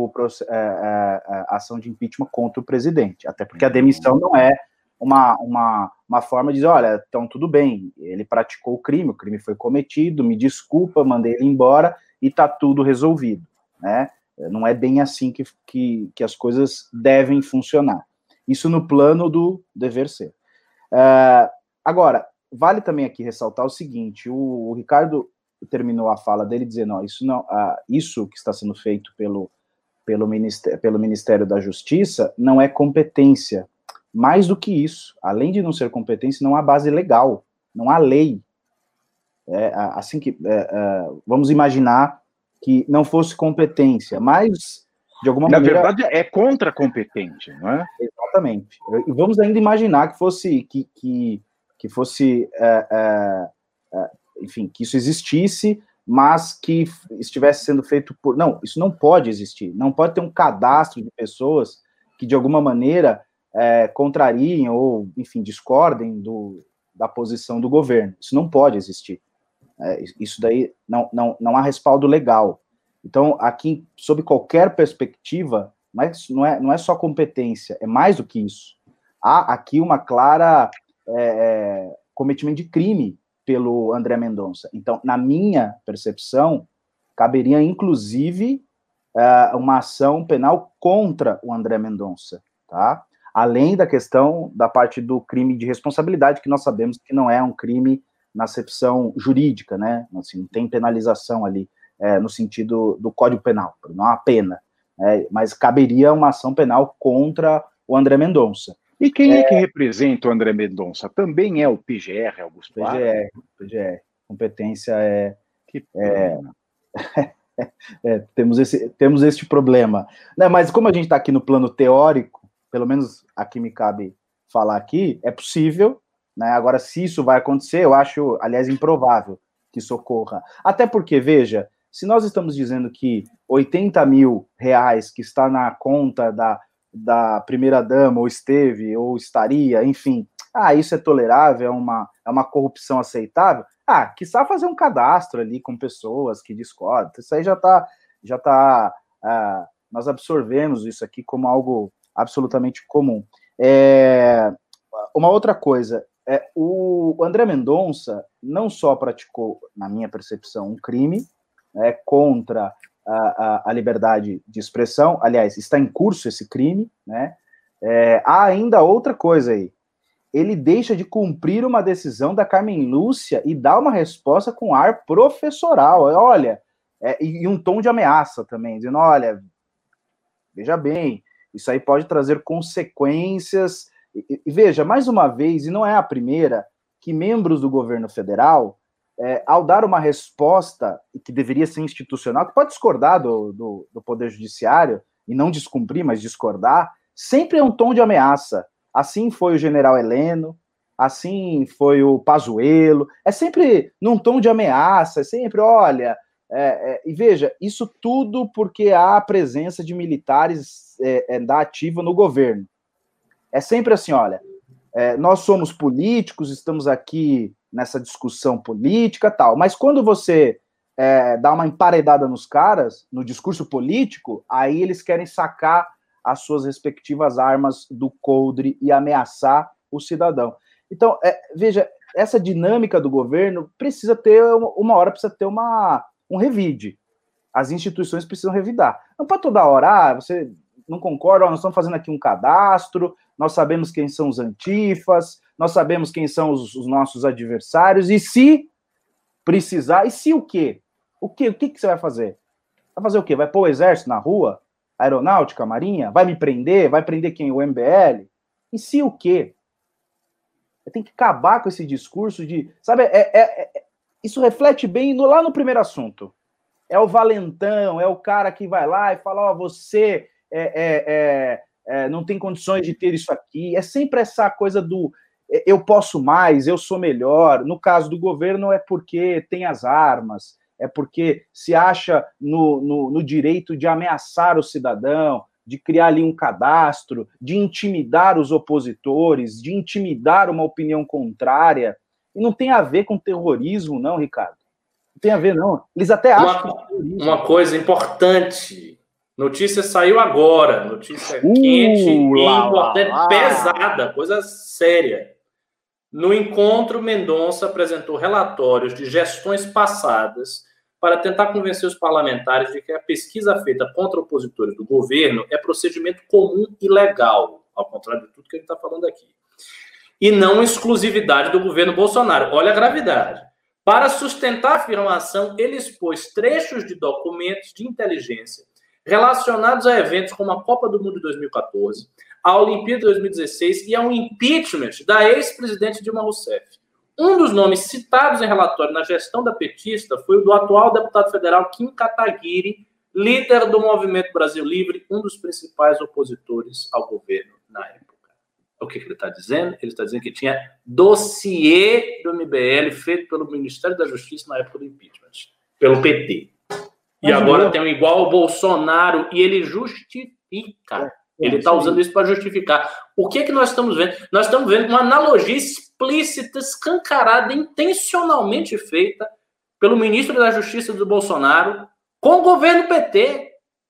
a ação de impeachment contra o presidente, até porque a demissão não é uma forma de dizer, olha, então tudo bem, ele praticou o crime foi cometido, me desculpa, mandei ele embora e está tudo resolvido, né? Não é bem assim que as coisas devem funcionar. Isso no plano do dever ser. Agora, vale também aqui ressaltar o seguinte, o Ricardo terminou a fala dele dizendo, isso que está sendo feito pelo Ministério da Justiça não é competência. Mais do que isso, além de não ser competência, não há base legal, não há lei. Vamos imaginar que não fosse competência, mas, de alguma maneira...
Na verdade, é contra-competente, não é?
Exatamente. E vamos ainda imaginar que fosse... enfim, que isso existisse, mas que estivesse sendo feito por... Não, isso não pode existir. Não pode ter um cadastro de pessoas que, de alguma maneira, contrariem ou, enfim, discordem da posição do governo. Isso não pode existir. Isso daí não há respaldo legal. Então, aqui, sob qualquer perspectiva, mas não é só competência, é mais do que isso. Há aqui uma clara cometimento de crime pelo André Mendonça. Então, na minha percepção, caberia, inclusive, uma ação penal contra o André Mendonça, tá? Além da questão da parte do crime de responsabilidade, que nós sabemos que não é um crime na acepção jurídica, né? Assim, não tem penalização ali, no sentido do Código Penal, não há pena, mas caberia uma ação penal contra o André Mendonça.
E quem é que representa o André Mendonça? Também é o PGR, Augusto?
PGR. Competência temos este problema. Né, mas como a gente está aqui no plano teórico, pelo menos aqui me cabe falar aqui, é possível, né? Agora, se isso vai acontecer, eu acho, aliás, improvável que isso ocorra. Até porque, veja, se nós estamos dizendo que 80 mil reais que está na conta da primeira-dama, ou esteve, ou estaria, enfim, isso é tolerável, é uma corrupção aceitável, quiçá fazer um cadastro ali com pessoas que discordam, isso aí já tá nós absorvemos isso aqui como algo absolutamente comum. Uma outra coisa, o André Mendonça não só praticou, na minha percepção, um crime contra a liberdade de expressão, aliás, está em curso esse crime, né? Há ainda outra coisa aí, ele deixa de cumprir uma decisão da Carmen Lúcia e dá uma resposta com ar professoral, olha, e um tom de ameaça também, dizendo, olha, veja bem, isso aí pode trazer consequências, e veja, mais uma vez, e não é a primeira, que membros do governo federal, ao dar uma resposta que deveria ser institucional, que pode discordar do Poder Judiciário, e não descumprir, mas discordar, sempre é um tom de ameaça. Assim foi o general Heleno, assim foi o Pazuello, é sempre num tom de ameaça, é sempre, olha, e veja, isso tudo porque há a presença de militares da ativa no governo. É sempre assim, olha, nós somos políticos, estamos aqui nessa discussão política tal, mas quando você dá uma emparedada nos caras, no discurso político, aí eles querem sacar as suas respectivas armas do coldre e ameaçar o cidadão. Então, veja, essa dinâmica do governo precisa ter, uma hora precisa ter um revide. As instituições precisam revidar. Não para toda hora, você não concordo, nós estamos fazendo aqui um cadastro, nós sabemos quem são os antifas, nós sabemos quem são os nossos adversários, e se precisar, e se o quê? O que você vai fazer? Vai fazer o quê? Vai pôr o exército na rua? Aeronáutica, marinha? Vai me prender? Vai prender quem? O MBL? E se o quê? Tem que acabar com esse discurso de... Sabe, isso reflete bem lá no primeiro assunto. É o valentão, é o cara que vai lá e fala, você não tem condições de ter isso aqui. É sempre essa coisa do eu posso mais, eu sou melhor. No caso do governo é porque tem as armas, é porque se acha no direito de ameaçar o cidadão, de criar ali um cadastro, de intimidar os opositores, de intimidar uma opinião contrária. E não tem a ver com terrorismo, não, Ricardo. Não tem a ver, não. Eles até acham que é terrorismo.
Uma coisa importante. Notícia saiu agora. Notícia quente, importante, pesada, coisa séria. No encontro, Mendonça apresentou relatórios de gestões passadas para tentar convencer os parlamentares de que a pesquisa feita contra opositores do governo é procedimento comum e legal, ao contrário de tudo que a gente está falando aqui. E não exclusividade do governo Bolsonaro. Olha a gravidade. Para sustentar a afirmação, ele expôs trechos de documentos de inteligência relacionados a eventos como a Copa do Mundo de 2014, a Olimpíada de 2016 e ao impeachment da ex-presidente Dilma Rousseff. Um dos nomes citados em relatório na gestão da petista foi o do atual deputado federal Kim Kataguiri, líder do Movimento Brasil Livre, um dos principais opositores ao governo na época. O que ele está dizendo? Ele está dizendo que tinha dossiê do MBL feito pelo Ministério da Justiça na época do impeachment, pelo PT. E agora tem um igual ao Bolsonaro e ele justifica. Ele está usando isso para justificar. O que nós estamos vendo? Nós estamos vendo uma analogia explícita, escancarada, intencionalmente feita pelo ministro da Justiça do Bolsonaro com o governo PT.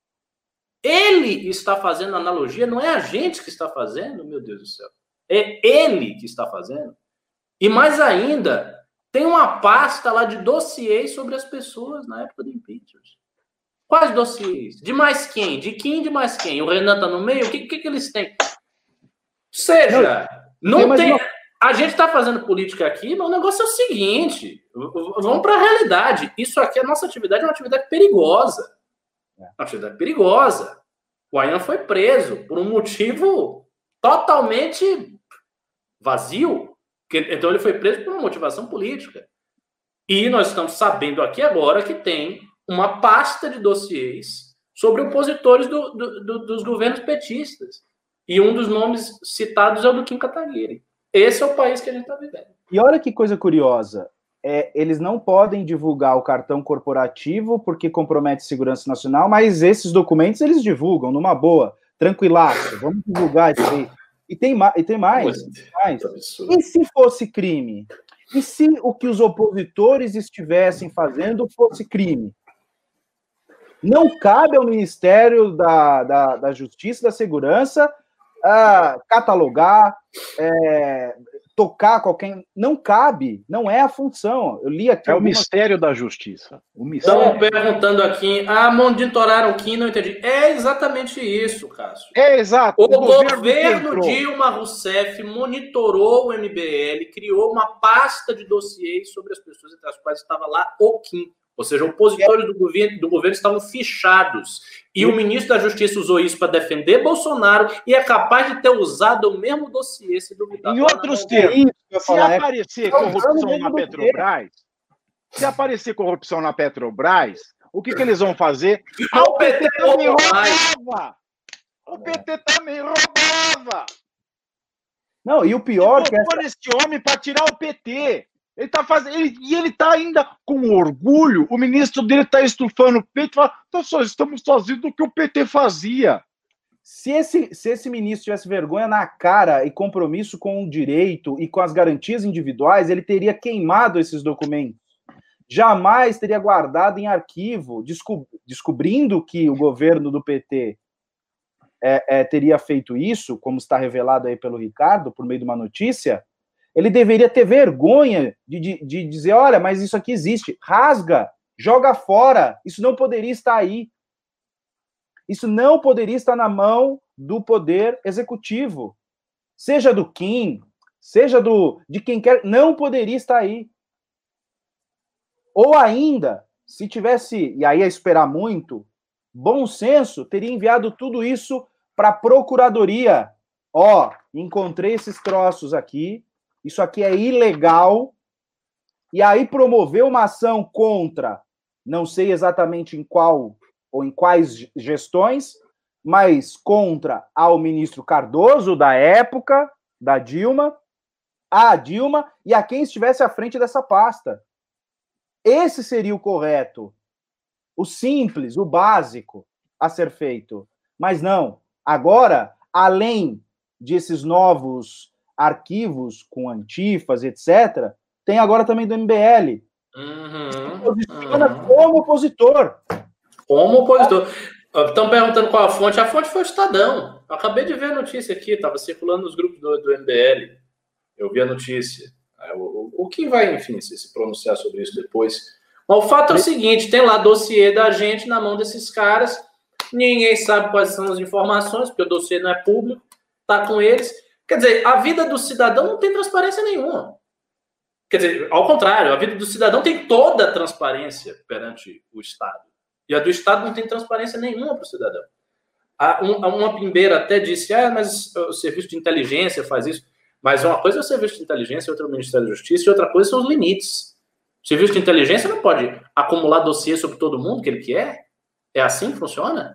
Ele está fazendo analogia, não é a gente que está fazendo, meu Deus do céu. É ele que está fazendo. E mais ainda, tem uma pasta lá de dossiês sobre as pessoas na época do impeachment. Quais dossiês? De mais quem? De quem de mais quem? O Renan está no meio? O que eles têm? Ou seja, não tem... A gente está fazendo política aqui, mas o negócio é o seguinte, vamos para a realidade. Isso aqui, a nossa atividade é uma atividade perigosa. Uma atividade perigosa. O Ayan foi preso por um motivo totalmente vazio. Então ele foi preso por uma motivação política. E nós estamos sabendo aqui agora que tem uma pasta de dossiês sobre opositores dos governos petistas. E um dos nomes citados é o do Kim Kataguiri. Esse é o país que a gente está vivendo.
E olha que coisa curiosa. Eles não podem divulgar o cartão corporativo porque compromete segurança nacional, mas esses documentos eles divulgam numa boa, tranquilaço. Vamos divulgar isso aí. E tem mais. E se fosse crime? E se o que os opositores estivessem fazendo fosse crime? Não cabe ao Ministério da Justiça e da Segurança catalogar, tocar qualquer... Não cabe, não é a função. Eu li aqui...
É o Ministério da Justiça.
Estão perguntando aqui, monitoraram o Kim, não entendi. É exatamente isso, Cássio.
É exato.
O governo Dilma Rousseff monitorou o MBL, criou uma pasta de dossiês sobre as pessoas entre as quais estava lá o Kim. Ou seja, opositores do governo estavam fichados. E o ministro da Justiça usou isso para defender Bolsonaro e é capaz de ter usado o mesmo dossiê, se duvidar.
Em outros termos, se aparecer corrupção na Petrobras, o que eles vão fazer? O PT também roubava! O PT também roubava!
Não, e o pior...
Por esse homem para tirar o PT... Ele está fazendo, ele está ainda com orgulho. O ministro dele está estufando o peito e fala: nós só estamos fazendo o que o PT fazia.
Se esse ministro tivesse vergonha na cara e compromisso com o direito e com as garantias individuais, ele teria queimado esses documentos. Jamais teria guardado em arquivo, descobrindo que o governo do PT teria feito isso, como está revelado aí pelo Ricardo, por meio de uma notícia. Ele deveria ter vergonha de dizer, olha, mas isso aqui existe. Rasga, joga fora. Isso não poderia estar aí. Isso não poderia estar na mão do poder executivo. Seja do Kim, seja de quem quer, não poderia estar aí. Ou ainda, se tivesse, e aí é esperar muito, bom senso, teria enviado tudo isso para a procuradoria. Ó, encontrei esses troços aqui, isso aqui é ilegal, e aí promoveu uma ação contra, não sei exatamente em qual ou em quais gestões, mas contra ao ministro Cardoso, da época, da Dilma, a Dilma, e a quem estivesse à frente dessa pasta. Esse seria o correto, o simples, o básico a ser feito. Mas não. Agora, além desses novos arquivos com antifas, etc., tem agora também do MBL. Se posiciona como opositor.
Como opositor. Estão perguntando qual a fonte. A fonte foi o Estadão. Eu acabei de ver a notícia aqui, estava circulando nos grupos do MBL. Eu vi a notícia. O que vai, enfim, se pronunciar sobre isso depois. Mas o fato é o seguinte, tem lá dossiê da gente na mão desses caras, ninguém sabe quais são as informações, porque o dossiê não é público, tá com eles. Quer dizer, a vida do cidadão não tem transparência nenhuma. Quer dizer, ao contrário, a vida do cidadão tem toda a transparência perante o Estado. E a do Estado não tem transparência nenhuma para o cidadão. Uma pimbeira até disse, mas o serviço de inteligência faz isso. Mas uma coisa é o serviço de inteligência, outra é o Ministério da Justiça, e outra coisa são os limites. O serviço de inteligência não pode acumular dossiê sobre todo mundo que ele quer. É assim que funciona?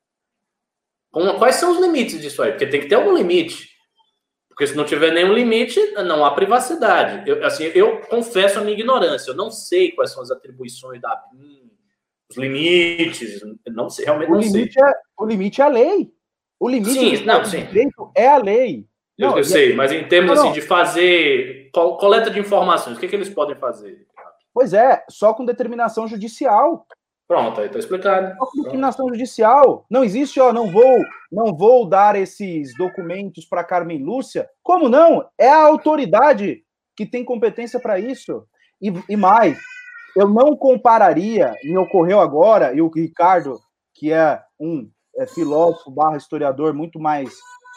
Quais são os limites disso aí? Porque tem que ter algum limite. Porque se não tiver nenhum limite, não há privacidade. Eu confesso a minha ignorância. Eu não sei quais são as atribuições da ABIN, os limites. Não sei, realmente não sei.
O limite é a lei. O limite é a lei.
Eu sei, mas em termos assim, de fazer coleta de informações, o que eles podem fazer?
Pois é, só com determinação judicial.
Pronto, aí está explicado.
Só com determinação judicial. Não existe, não vou dar esses documentos para Carmen Lúcia. Como não? É a autoridade que tem competência para isso. E mais, eu não compararia, me ocorreu agora, e o Ricardo, que é um filósofo / historiador muito mais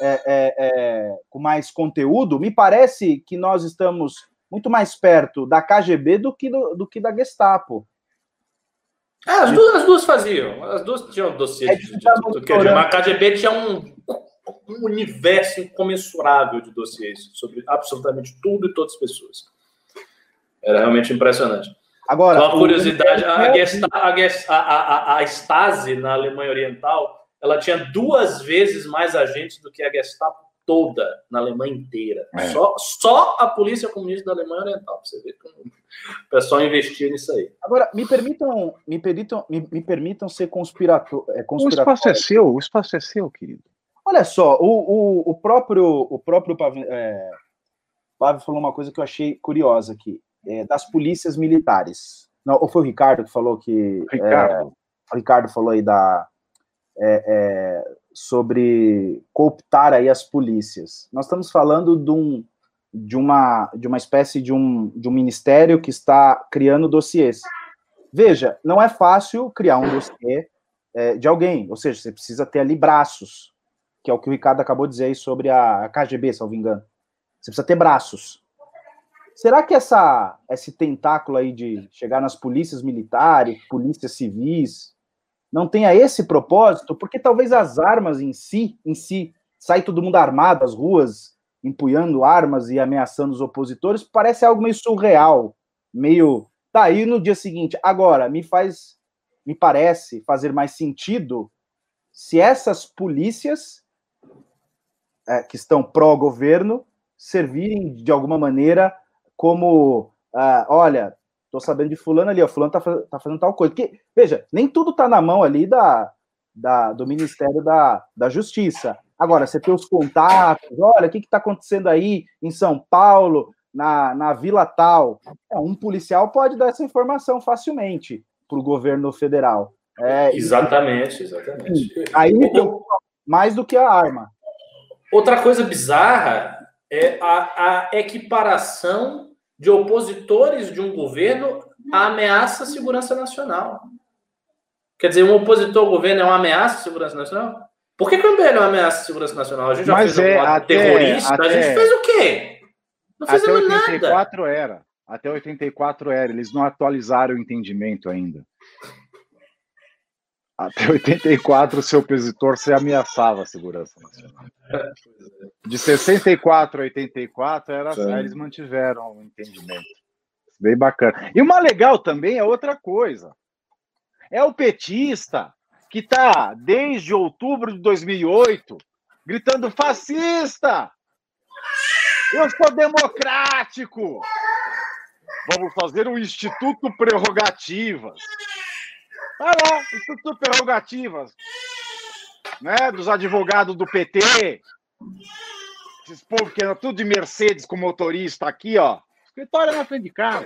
com mais conteúdo, me parece que nós estamos muito mais perto da KGB do que da Gestapo.
As duas faziam. As duas tinham dossiê mas a KGB tinha um universo incomensurável de dossiês sobre absolutamente tudo e todas as pessoas. Era realmente impressionante.
Agora,
uma curiosidade, a Stasi na Alemanha Oriental, ela tinha 2 vezes mais agentes do que a Gestapo toda na Alemanha inteira. Só a polícia comunista da Alemanha Oriental. Pra você ver como o pessoal investia nisso aí.
Agora, me permitam ser conspiratório.
O espaço é seu, querido.
Olha só, o próprio Pavio falou uma coisa que eu achei curiosa aqui, das polícias militares. Não, ou foi o Ricardo que falou que... o Ricardo falou aí sobre cooptar aí as polícias. Nós estamos falando de uma espécie de um ministério que está criando dossiês. Veja, não é fácil criar um dossiê de alguém, ou seja, você precisa ter ali braços, que é o que o Ricardo acabou de dizer aí sobre a KGB, se não me engano. Você precisa ter braços. Será que esse tentáculo aí de chegar nas polícias militares, polícias civis, não tenha esse propósito? Porque talvez as armas em si, sai todo mundo armado, as ruas, empunhando armas e ameaçando os opositores, parece algo meio surreal, meio... Tá, aí no dia seguinte, agora, me parece fazer mais sentido se essas polícias que estão pró-governo servirem de alguma maneira como, olha, tô sabendo de fulano ali, fulano tá fazendo tal coisa. Porque, veja, nem tudo tá na mão ali do Ministério da Justiça. Agora, você tem os contatos, olha, o que tá acontecendo aí em São Paulo, na vila tal. Um policial pode dar essa informação facilmente para o governo federal.
Exatamente.
Aí me preocupa mais do que a arma.
Outra coisa bizarra é a equiparação de opositores de um governo à ameaça à segurança nacional. Quer dizer, um opositor ao governo é uma ameaça à segurança nacional? Por que o MBL é uma ameaça à segurança nacional? A gente já fez um ato terrorista? A gente fez o quê? Não fizemos nada.
Até 84 era. Até 84 era. Eles não atualizaram o entendimento ainda. Até 84, o seu opositor se ameaçava a segurança nacional. De 64 a 84, era assim, eles mantiveram o entendimento. Bem bacana. E uma legal também é outra coisa. É o petista que está, desde outubro de 2008, gritando fascista! Eu sou democrático! Vamos fazer um Instituto Prerrogativas. Vai lá, Instituto Prerrogativas. Né, dos advogados do PT. Esses povos que eram tudo de Mercedes com motorista aqui, ó. Escritório na frente de casa.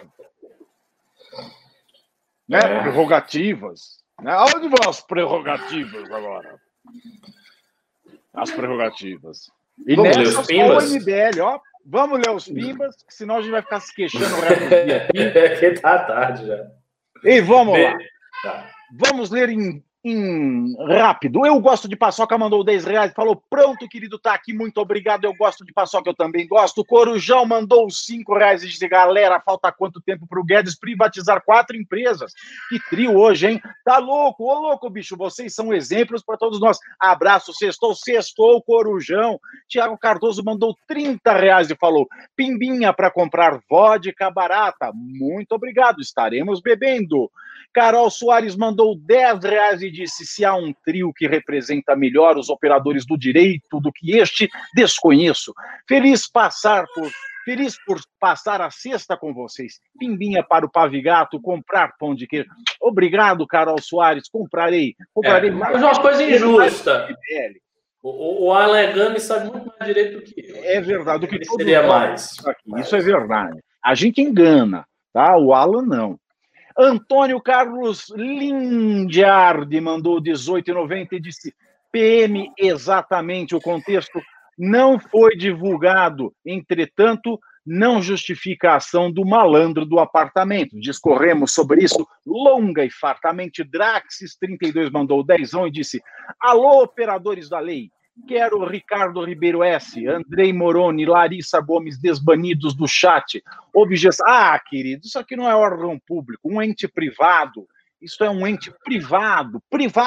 Né? Prerrogativas. Né? Onde vão as prerrogativas agora? As prerrogativas. E
vamos ler os pimbas?
O MBL, ó. Vamos ler os pimbas, senão a gente vai ficar se queixando o resto do dia aqui.
Que tá tarde já.
E vamos lá. Tá. Vamos ler em rápido. Eu gosto de paçoca, mandou R$10, falou, pronto, querido, tá aqui, muito obrigado, eu gosto de paçoca, eu também gosto. Corujão mandou R$5 e disse, galera, falta quanto tempo pro Guedes privatizar 4 empresas? Que trio hoje, hein? Tá louco, ô louco, bicho, vocês são exemplos para todos nós. Abraço, sextou, Corujão. Tiago Cardoso mandou R$30 e falou, pimbinha para comprar vodka barata. Muito obrigado, estaremos bebendo. Carol Soares mandou R$10 e disse, se há um trio que representa melhor os operadores do direito do que este, desconheço. Feliz por passar a sexta com vocês. Pimbinha para o Pavigato, comprar pão de queijo. Obrigado, Carol Soares, comprarei
mais. Mas uma coisa injusta. O Alan Gami sabe muito mais direito do que eu.
É verdade, do que todo
seria mais.
Isso é verdade. A gente engana, tá? O Alan não. Antônio Carlos Lindiardi mandou R$18,90 e disse, PM, exatamente, o contexto não foi divulgado, entretanto, não justifica a ação do malandro do apartamento. Discorremos sobre isso longa e fartamente. Draxis32 mandou R$10 e disse, alô, operadores da lei, quero Ricardo Ribeiro S., Andrei Moroni, Larissa Gomes desbanidos do chat. Objeção. Ah, querido, isso aqui não é órgão público, um ente privado. Isso é um ente privado.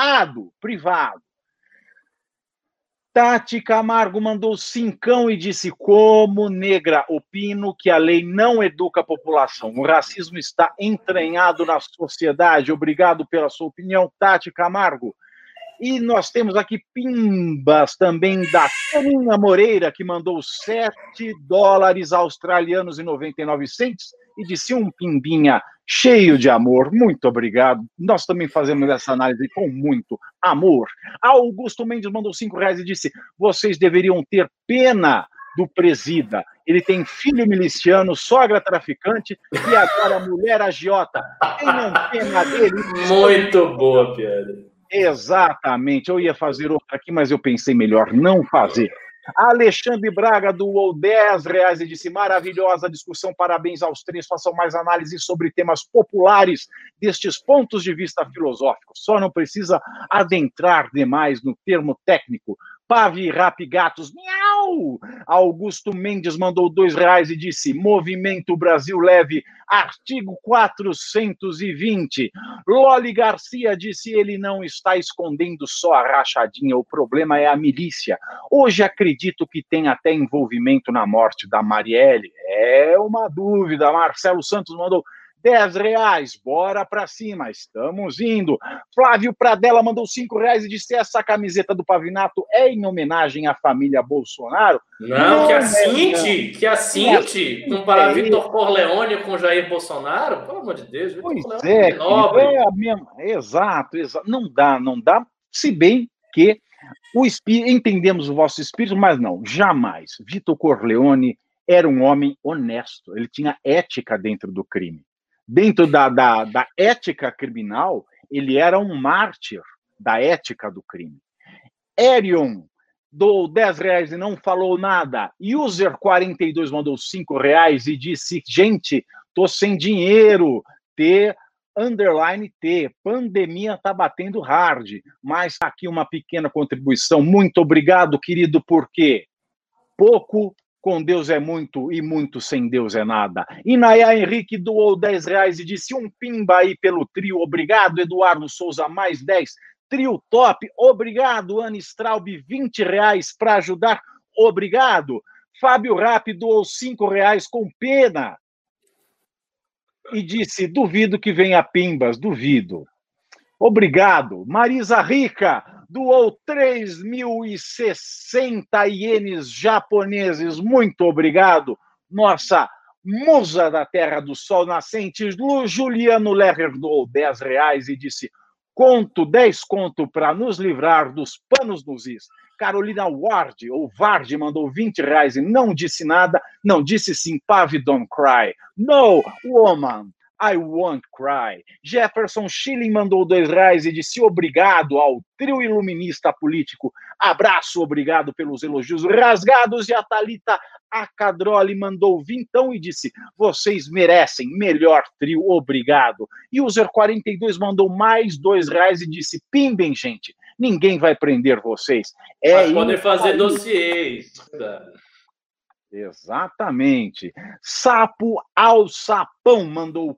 Tati Camargo mandou 5 e disse, como negra, opino que a lei não educa a população. O racismo está entranhado na sociedade. Obrigado pela sua opinião, Tati Camargo. E nós temos aqui pimbas também da Toninha Moreira, que mandou $7 australianos e 99 cents e disse um pimbinha cheio de amor. Muito obrigado. Nós também fazemos essa análise com muito amor. Augusto Mendes mandou R$5 e disse, vocês deveriam ter pena do presida. Ele tem filho miliciano, sogra traficante e agora mulher agiota. Tenham pena dele.
Muito boa, piada.
Exatamente, eu ia fazer outra aqui, mas eu pensei melhor não fazer. Alexandre Braga doou R$10 e disse, maravilhosa discussão, parabéns aos 3, façam mais análises sobre temas populares destes pontos de vista filosóficos, só não precisa adentrar demais no termo técnico. Pavi Rap Gatos, miau! Augusto Mendes mandou R$2 e disse, Movimento Brasil Leve, artigo 420. Loli Garcia disse, ele não está escondendo só a rachadinha, o problema é a milícia. Hoje acredito que tem até envolvimento na morte da Marielle. É uma dúvida. Marcelo Santos mandou R$10, bora pra cima, estamos indo. Flávio Pradella mandou R$5 e disse, essa camiseta do Pavinato é em homenagem à família Bolsonaro?
Não, que assinte, comparar Vitor Corleone com Jair Bolsonaro, pelo amor de Deus.
Pois é, é a mesma, exato, não dá, se bem que entendemos o vosso espírito, mas não, jamais. Vitor Corleone era um homem honesto, ele tinha ética dentro do crime. Dentro da ética criminal, ele era um mártir da ética do crime. Erion dou R$10 e não falou nada. User42 mandou R$5 e disse, gente, tô sem dinheiro, _T, pandemia tá batendo hard, mas aqui uma pequena contribuição. Muito obrigado, querido, porque pouco com Deus é muito e muito sem Deus é nada. Inaya Henrique doou R$10 e disse um pimba aí pelo trio, obrigado. Eduardo Souza, mais 10. Trio top, obrigado. Ana Straub, R$20 para ajudar, obrigado. Fábio Rapp doou R$5 com pena. E disse, duvido que venha pimbas, duvido. Obrigado. Marisa Rica doou 3.060 ienes japoneses. Muito obrigado. Nossa musa da Terra do Sol Nascente, Juliano Lerrer, doou R$10 e disse, 10 conto para nos livrar dos panos nos is. Carolina Ward, ou Vard, mandou R$20 e não disse nada, não disse sim, Pavi, don't cry. No, woman, I won't cry. Jefferson Schilling mandou R$2 e disse obrigado ao trio iluminista político. Abraço, obrigado pelos elogios rasgados. E a Thalita Acadroli mandou vintão e disse vocês merecem, melhor trio, obrigado. E o User 42 mandou mais R$2 e disse pimbem, gente. Ninguém vai prender vocês.
Mas podem fazer dossiês.
Exatamente. Sapo ao Sapão mandou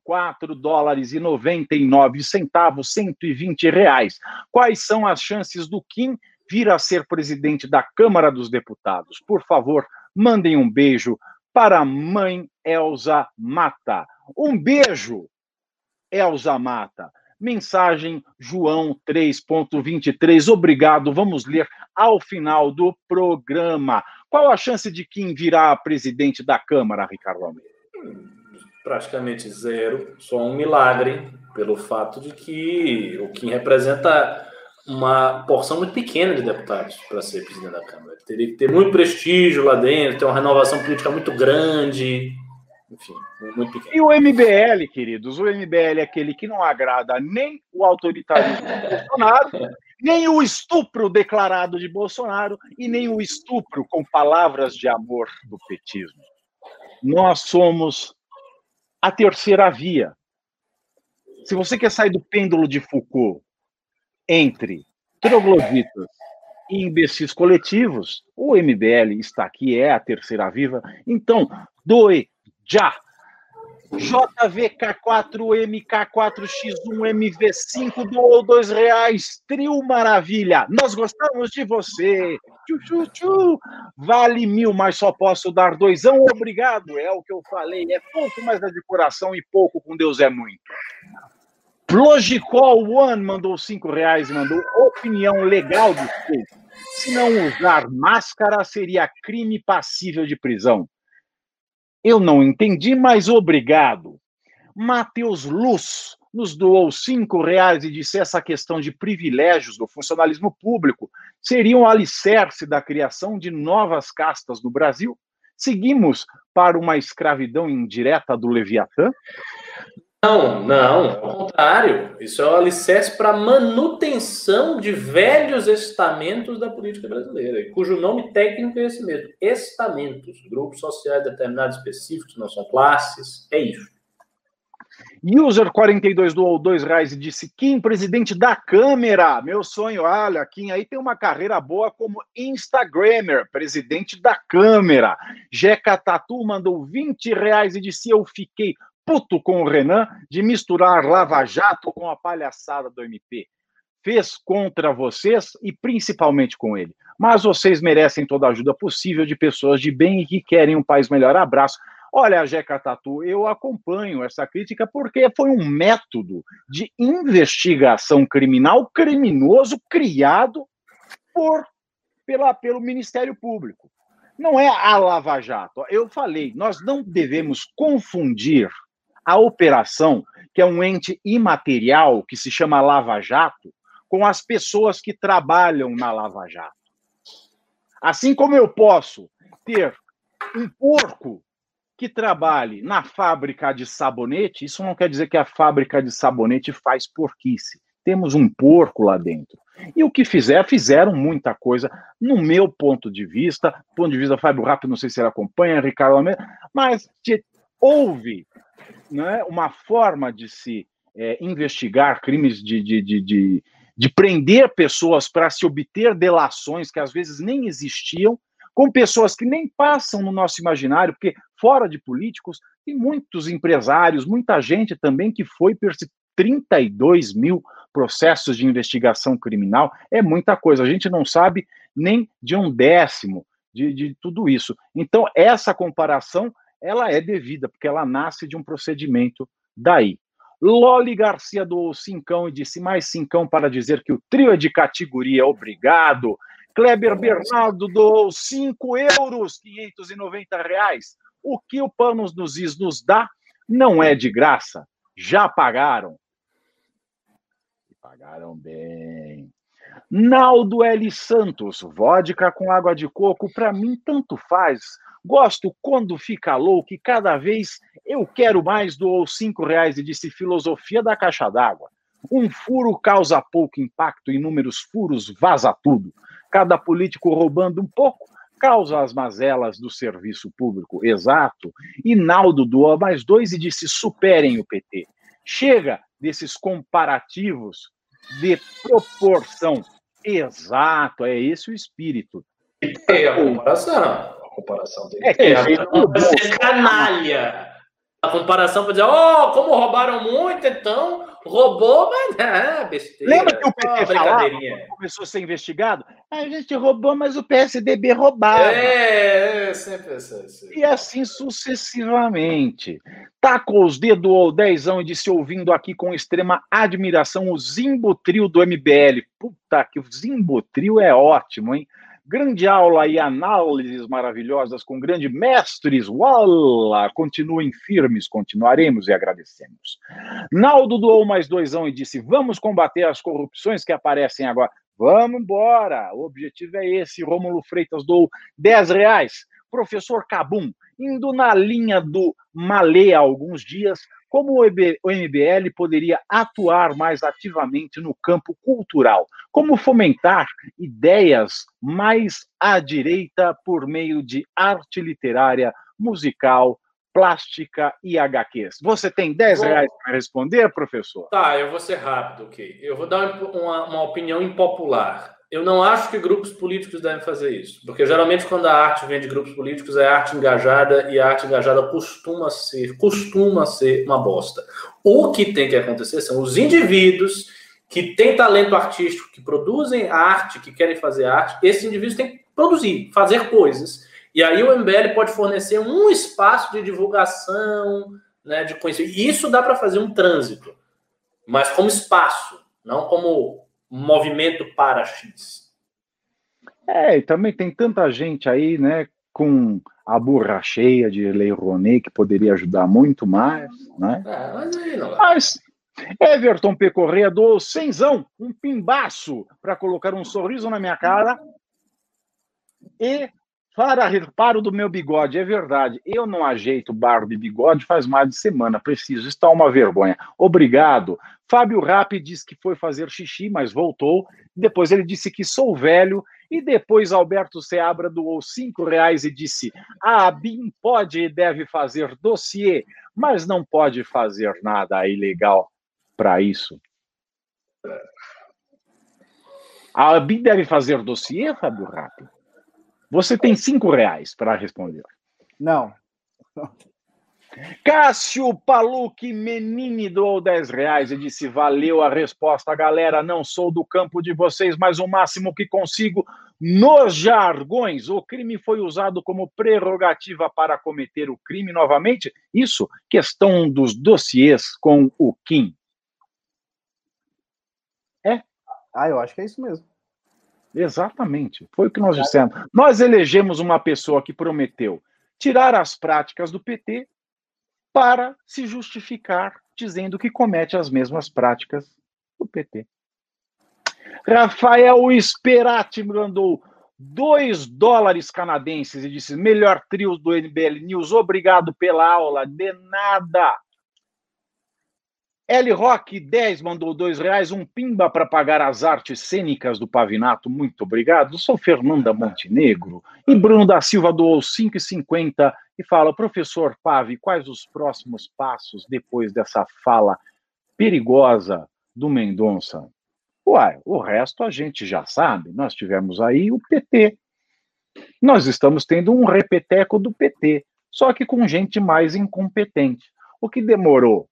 $4,99, R$120. Quais são as chances do Kim vir a ser presidente da Câmara dos Deputados? Por favor, mandem um beijo para a mãe Elza Mata. Um beijo, Elza Mata. Mensagem João 3.23. Obrigado. Vamos ler ao final do programa. Qual a chance de Kim virar presidente da Câmara, Ricardo Almeida?
Praticamente zero. Só um milagre, pelo fato de que o Kim representa uma porção muito pequena de deputados para ser presidente da Câmara. Ele teria que ter muito prestígio lá dentro, ter uma renovação política muito grande. Enfim, muito pequeno.
E o MBL, queridos? O MBL é aquele que não agrada nem o autoritarismo de Bolsonaro, nem o estupro declarado de Bolsonaro e nem o estupro com palavras de amor do petismo. Nós somos a terceira via. Se você quer sair do pêndulo de Foucault entre trogloditas e imbecis coletivos, o MBL está aqui, é a terceira via. Então, doe já. JVK4MK4X1MV5 doou R$2. Trio Maravilha. Nós gostamos de você. Tchu, tchu, tchu. Vale 1.000, mas só posso dar R$2. Obrigado. É o que eu falei. É pouco, mas é de coração e pouco com Deus é muito. Plogicol One mandou R$5 e mandou opinião legal do feito. Se não usar máscara, seria crime passível de prisão. Eu não entendi, mas obrigado. Matheus Luz nos doou R$5 e disse essa questão de privilégios do funcionalismo público seria um alicerce da criação de novas castas no Brasil? Seguimos para uma escravidão indireta do Leviatã?
Não, ao contrário. Isso é um alicerce para a manutenção de velhos estamentos da política brasileira, cujo nome técnico é esse mesmo, estamentos, grupos sociais determinados específicos, não são classes, é isso.
User 42 doou R$2 e disse Kim, presidente da Câmara, meu sonho, olha, Kim aí tem uma carreira boa como Instagrammer, presidente da Câmara. Jeca Tatu mandou R$20 e disse eu fiquei puto com o Renan de misturar Lava Jato com a palhaçada do MP. Fez contra vocês e principalmente com ele. Mas vocês merecem toda a ajuda possível de pessoas de bem e que querem um país melhor. Abraço. Olha, Jeca Tatu, eu acompanho essa crítica porque foi um método de investigação criminal criminoso criado pelo Ministério Público. Não é a Lava Jato. Eu falei, nós não devemos confundir a operação, que é um ente imaterial, que se chama Lava Jato, com as pessoas que trabalham na Lava Jato. Assim como eu posso ter um porco que trabalhe na fábrica de sabonete, isso não quer dizer que a fábrica de sabonete faz porquice. Temos um porco lá dentro. E o que fizeram muita coisa, no meu ponto de vista Fábio Rapp, não sei se ele acompanha, Ricardo Almeida, mas houve, né, uma forma de se investigar crimes de prender pessoas para se obter delações que às vezes nem existiam, com pessoas que nem passam no nosso imaginário, porque fora de políticos tem muitos empresários, muita gente também que foi 32 mil processos de investigação criminal, é muita coisa, a gente não sabe nem de um décimo de tudo isso. Então, essa comparação, ela é devida, porque ela nasce de um procedimento daí. Loli Garcia doou 5 e disse mais 5 para dizer que o trio é de categoria, obrigado. Kleber Bernardo doou 5 euros, R$590. O que o Panos nos Is nos dá não é de graça. Já pagaram. Pagaram bem. Naldo L. Santos, vodka com água de coco, para mim tanto faz. Gosto quando fica louco e cada vez eu quero mais, doou R$5 e disse filosofia da caixa d'água. Um furo causa pouco impacto, inúmeros furos vaza tudo. Cada político roubando um pouco causa as mazelas do serviço público. Exato. E Naldo doou mais 2 e disse superem o PT. Chega desses comparativos de proporção. Exato, é esse o espírito.
É a comparação. A comparação tem que ter. É canalha. A comparação para dizer, como roubaram muito, então roubou, mas não, besteira.
Lembra que o PT falava, começou a ser investigado? A gente roubou, mas o PSDB roubava.
Sempre assim.
E assim sucessivamente. Tacou os dedos ou 10 e disse, ouvindo aqui com extrema admiração, o Zimbotril do MBL. Puta, que o Zimbotril é ótimo, hein? Grande aula e análises maravilhosas com grandes mestres. Uala! Continuem firmes, continuaremos e agradecemos. Naldo doou mais 2 e disse, vamos combater as corrupções que aparecem agora. Vamos embora, o objetivo é esse. Rômulo Freitas doou R$10. Professor Cabum, indo na linha do Malê há alguns dias, como o MBL poderia atuar mais ativamente no campo cultural? Como fomentar ideias mais à direita por meio de arte literária, musical, plástica e HQs? Você tem R$10 para responder, professor?
Tá, eu vou ser rápido, ok. Eu vou dar uma opinião impopular. Eu não acho que grupos políticos devem fazer isso, porque geralmente quando a arte vem de grupos políticos é arte engajada, e a arte engajada costuma ser uma bosta. O que tem que acontecer são os indivíduos que têm talento artístico, que produzem arte, que querem fazer arte. Esses indivíduos têm que produzir, fazer coisas. E aí o MBL pode fornecer um espaço de divulgação, né, de conhecimento. Isso dá para fazer um trânsito, mas como espaço, não como movimento para X.
E também tem tanta gente aí, né, com a burra cheia de Lei Rouanet, que poderia ajudar muito mais, né?
Mas aí não vai.
Mas Everton P. Correia doou 100, um pimbaço, para colocar um sorriso na minha cara e para reparo do meu bigode. É verdade, eu não ajeito barba e bigode faz mais de semana, preciso, está uma vergonha. Obrigado. Fábio Rapp disse que foi fazer xixi, mas voltou. Depois ele disse que sou velho. E depois Alberto Seabra doou R$5 e disse, a BIM pode e deve fazer dossiê, mas não pode fazer nada ilegal para isso. A BIM deve fazer dossiê, Fábio Rapp? Você tem R$5 para responder.
Não.
Cássio Paluque Menini doou R$10 e disse, valeu a resposta, galera, não sou do campo de vocês, mas o máximo que consigo nos jargões. O crime foi usado como prerrogativa para cometer o crime novamente? Isso, questão dos dossiês com o Kim.
Eu acho que é isso mesmo.
Exatamente, foi o que nós dissemos. Nós elegemos uma pessoa que prometeu tirar as práticas do PT para se justificar dizendo que comete as mesmas práticas do PT. Rafael Sperati mandou $2 canadenses e disse, melhor trio do NBL News, obrigado pela aula, de nada. L. Rock 10 mandou R$2, um pimba para pagar as artes cênicas do Pavinato, muito obrigado. Sou Fernanda Montenegro. E Bruno da Silva doou R$5,50 e fala, professor Pavi, quais os próximos passos depois dessa fala perigosa do Mendonça? Uai, o resto a gente já sabe. Nós tivemos aí o PT. Nós estamos tendo um repeteco do PT, só que com gente mais incompetente. O que demorou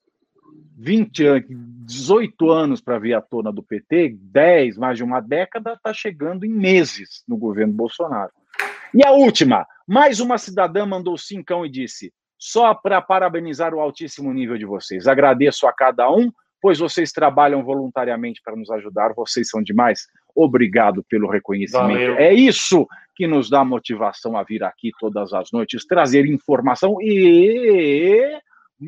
18 anos para vir à tona do PT, 10, mais de uma década, está chegando em meses no governo Bolsonaro. E a última, mais uma cidadã mandou 5 e disse: só para parabenizar o altíssimo nível de vocês. Agradeço a cada um, pois vocês trabalham voluntariamente para nos ajudar, vocês são demais. Obrigado pelo reconhecimento. Valeu. É isso que nos dá motivação a vir aqui todas as noites, trazer informação e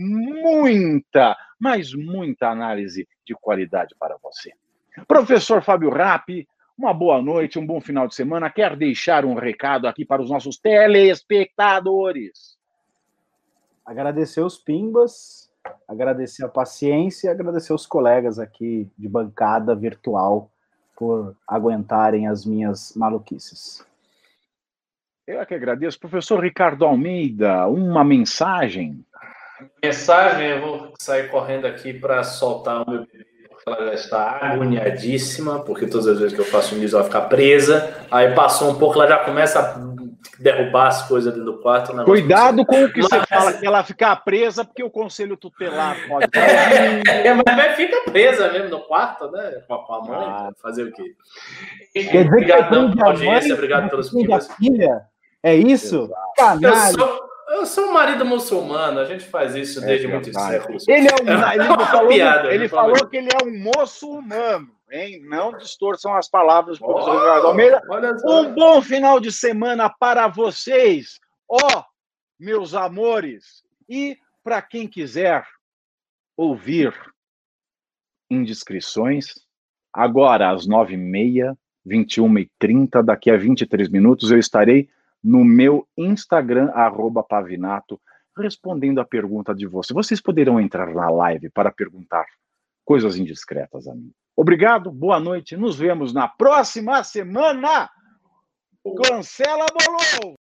muita, mas muita análise de qualidade para você. Professor Fábio Rappi, uma boa noite, um bom final de semana. Quer deixar um recado aqui para os nossos telespectadores?
Agradecer os pimbas, agradecer a paciência, agradecer os colegas aqui de bancada virtual por aguentarem as minhas maluquices.
Eu é que agradeço. Professor Ricardo Almeida, uma mensagem?
Mensagem, eu vou sair correndo aqui para soltar o meu bebê, porque ela já está agoniadíssima, porque todas as vezes que eu faço isso ela fica presa, aí passou um pouco, ela já começa a derrubar as coisas dentro do quarto.
Cuidado com o que você fala, que ela fica presa, porque o conselho tutelar pode...
Mas fica presa mesmo no quarto, né? Com a mãe, fazer o quê?
Obrigado pela audiência, obrigado pelos pimbas. É isso? Canalha!
Eu sou um marido muçulmano, a gente faz isso desde muitos séculos.
Ele falou que ele é um moço humano, hein? Não distorçam as palavras do professor Ricardo Almeida. Um bom final de semana para vocês, meus amores. E para quem quiser ouvir indiscrições, agora às 9h30, 21h30, daqui a 23 minutos, eu estarei no meu Instagram, @Pavinato, respondendo a pergunta de vocês. Vocês poderão entrar na live para perguntar coisas indiscretas a mim. Obrigado, boa noite, nos vemos na próxima semana. Cancela, bolou!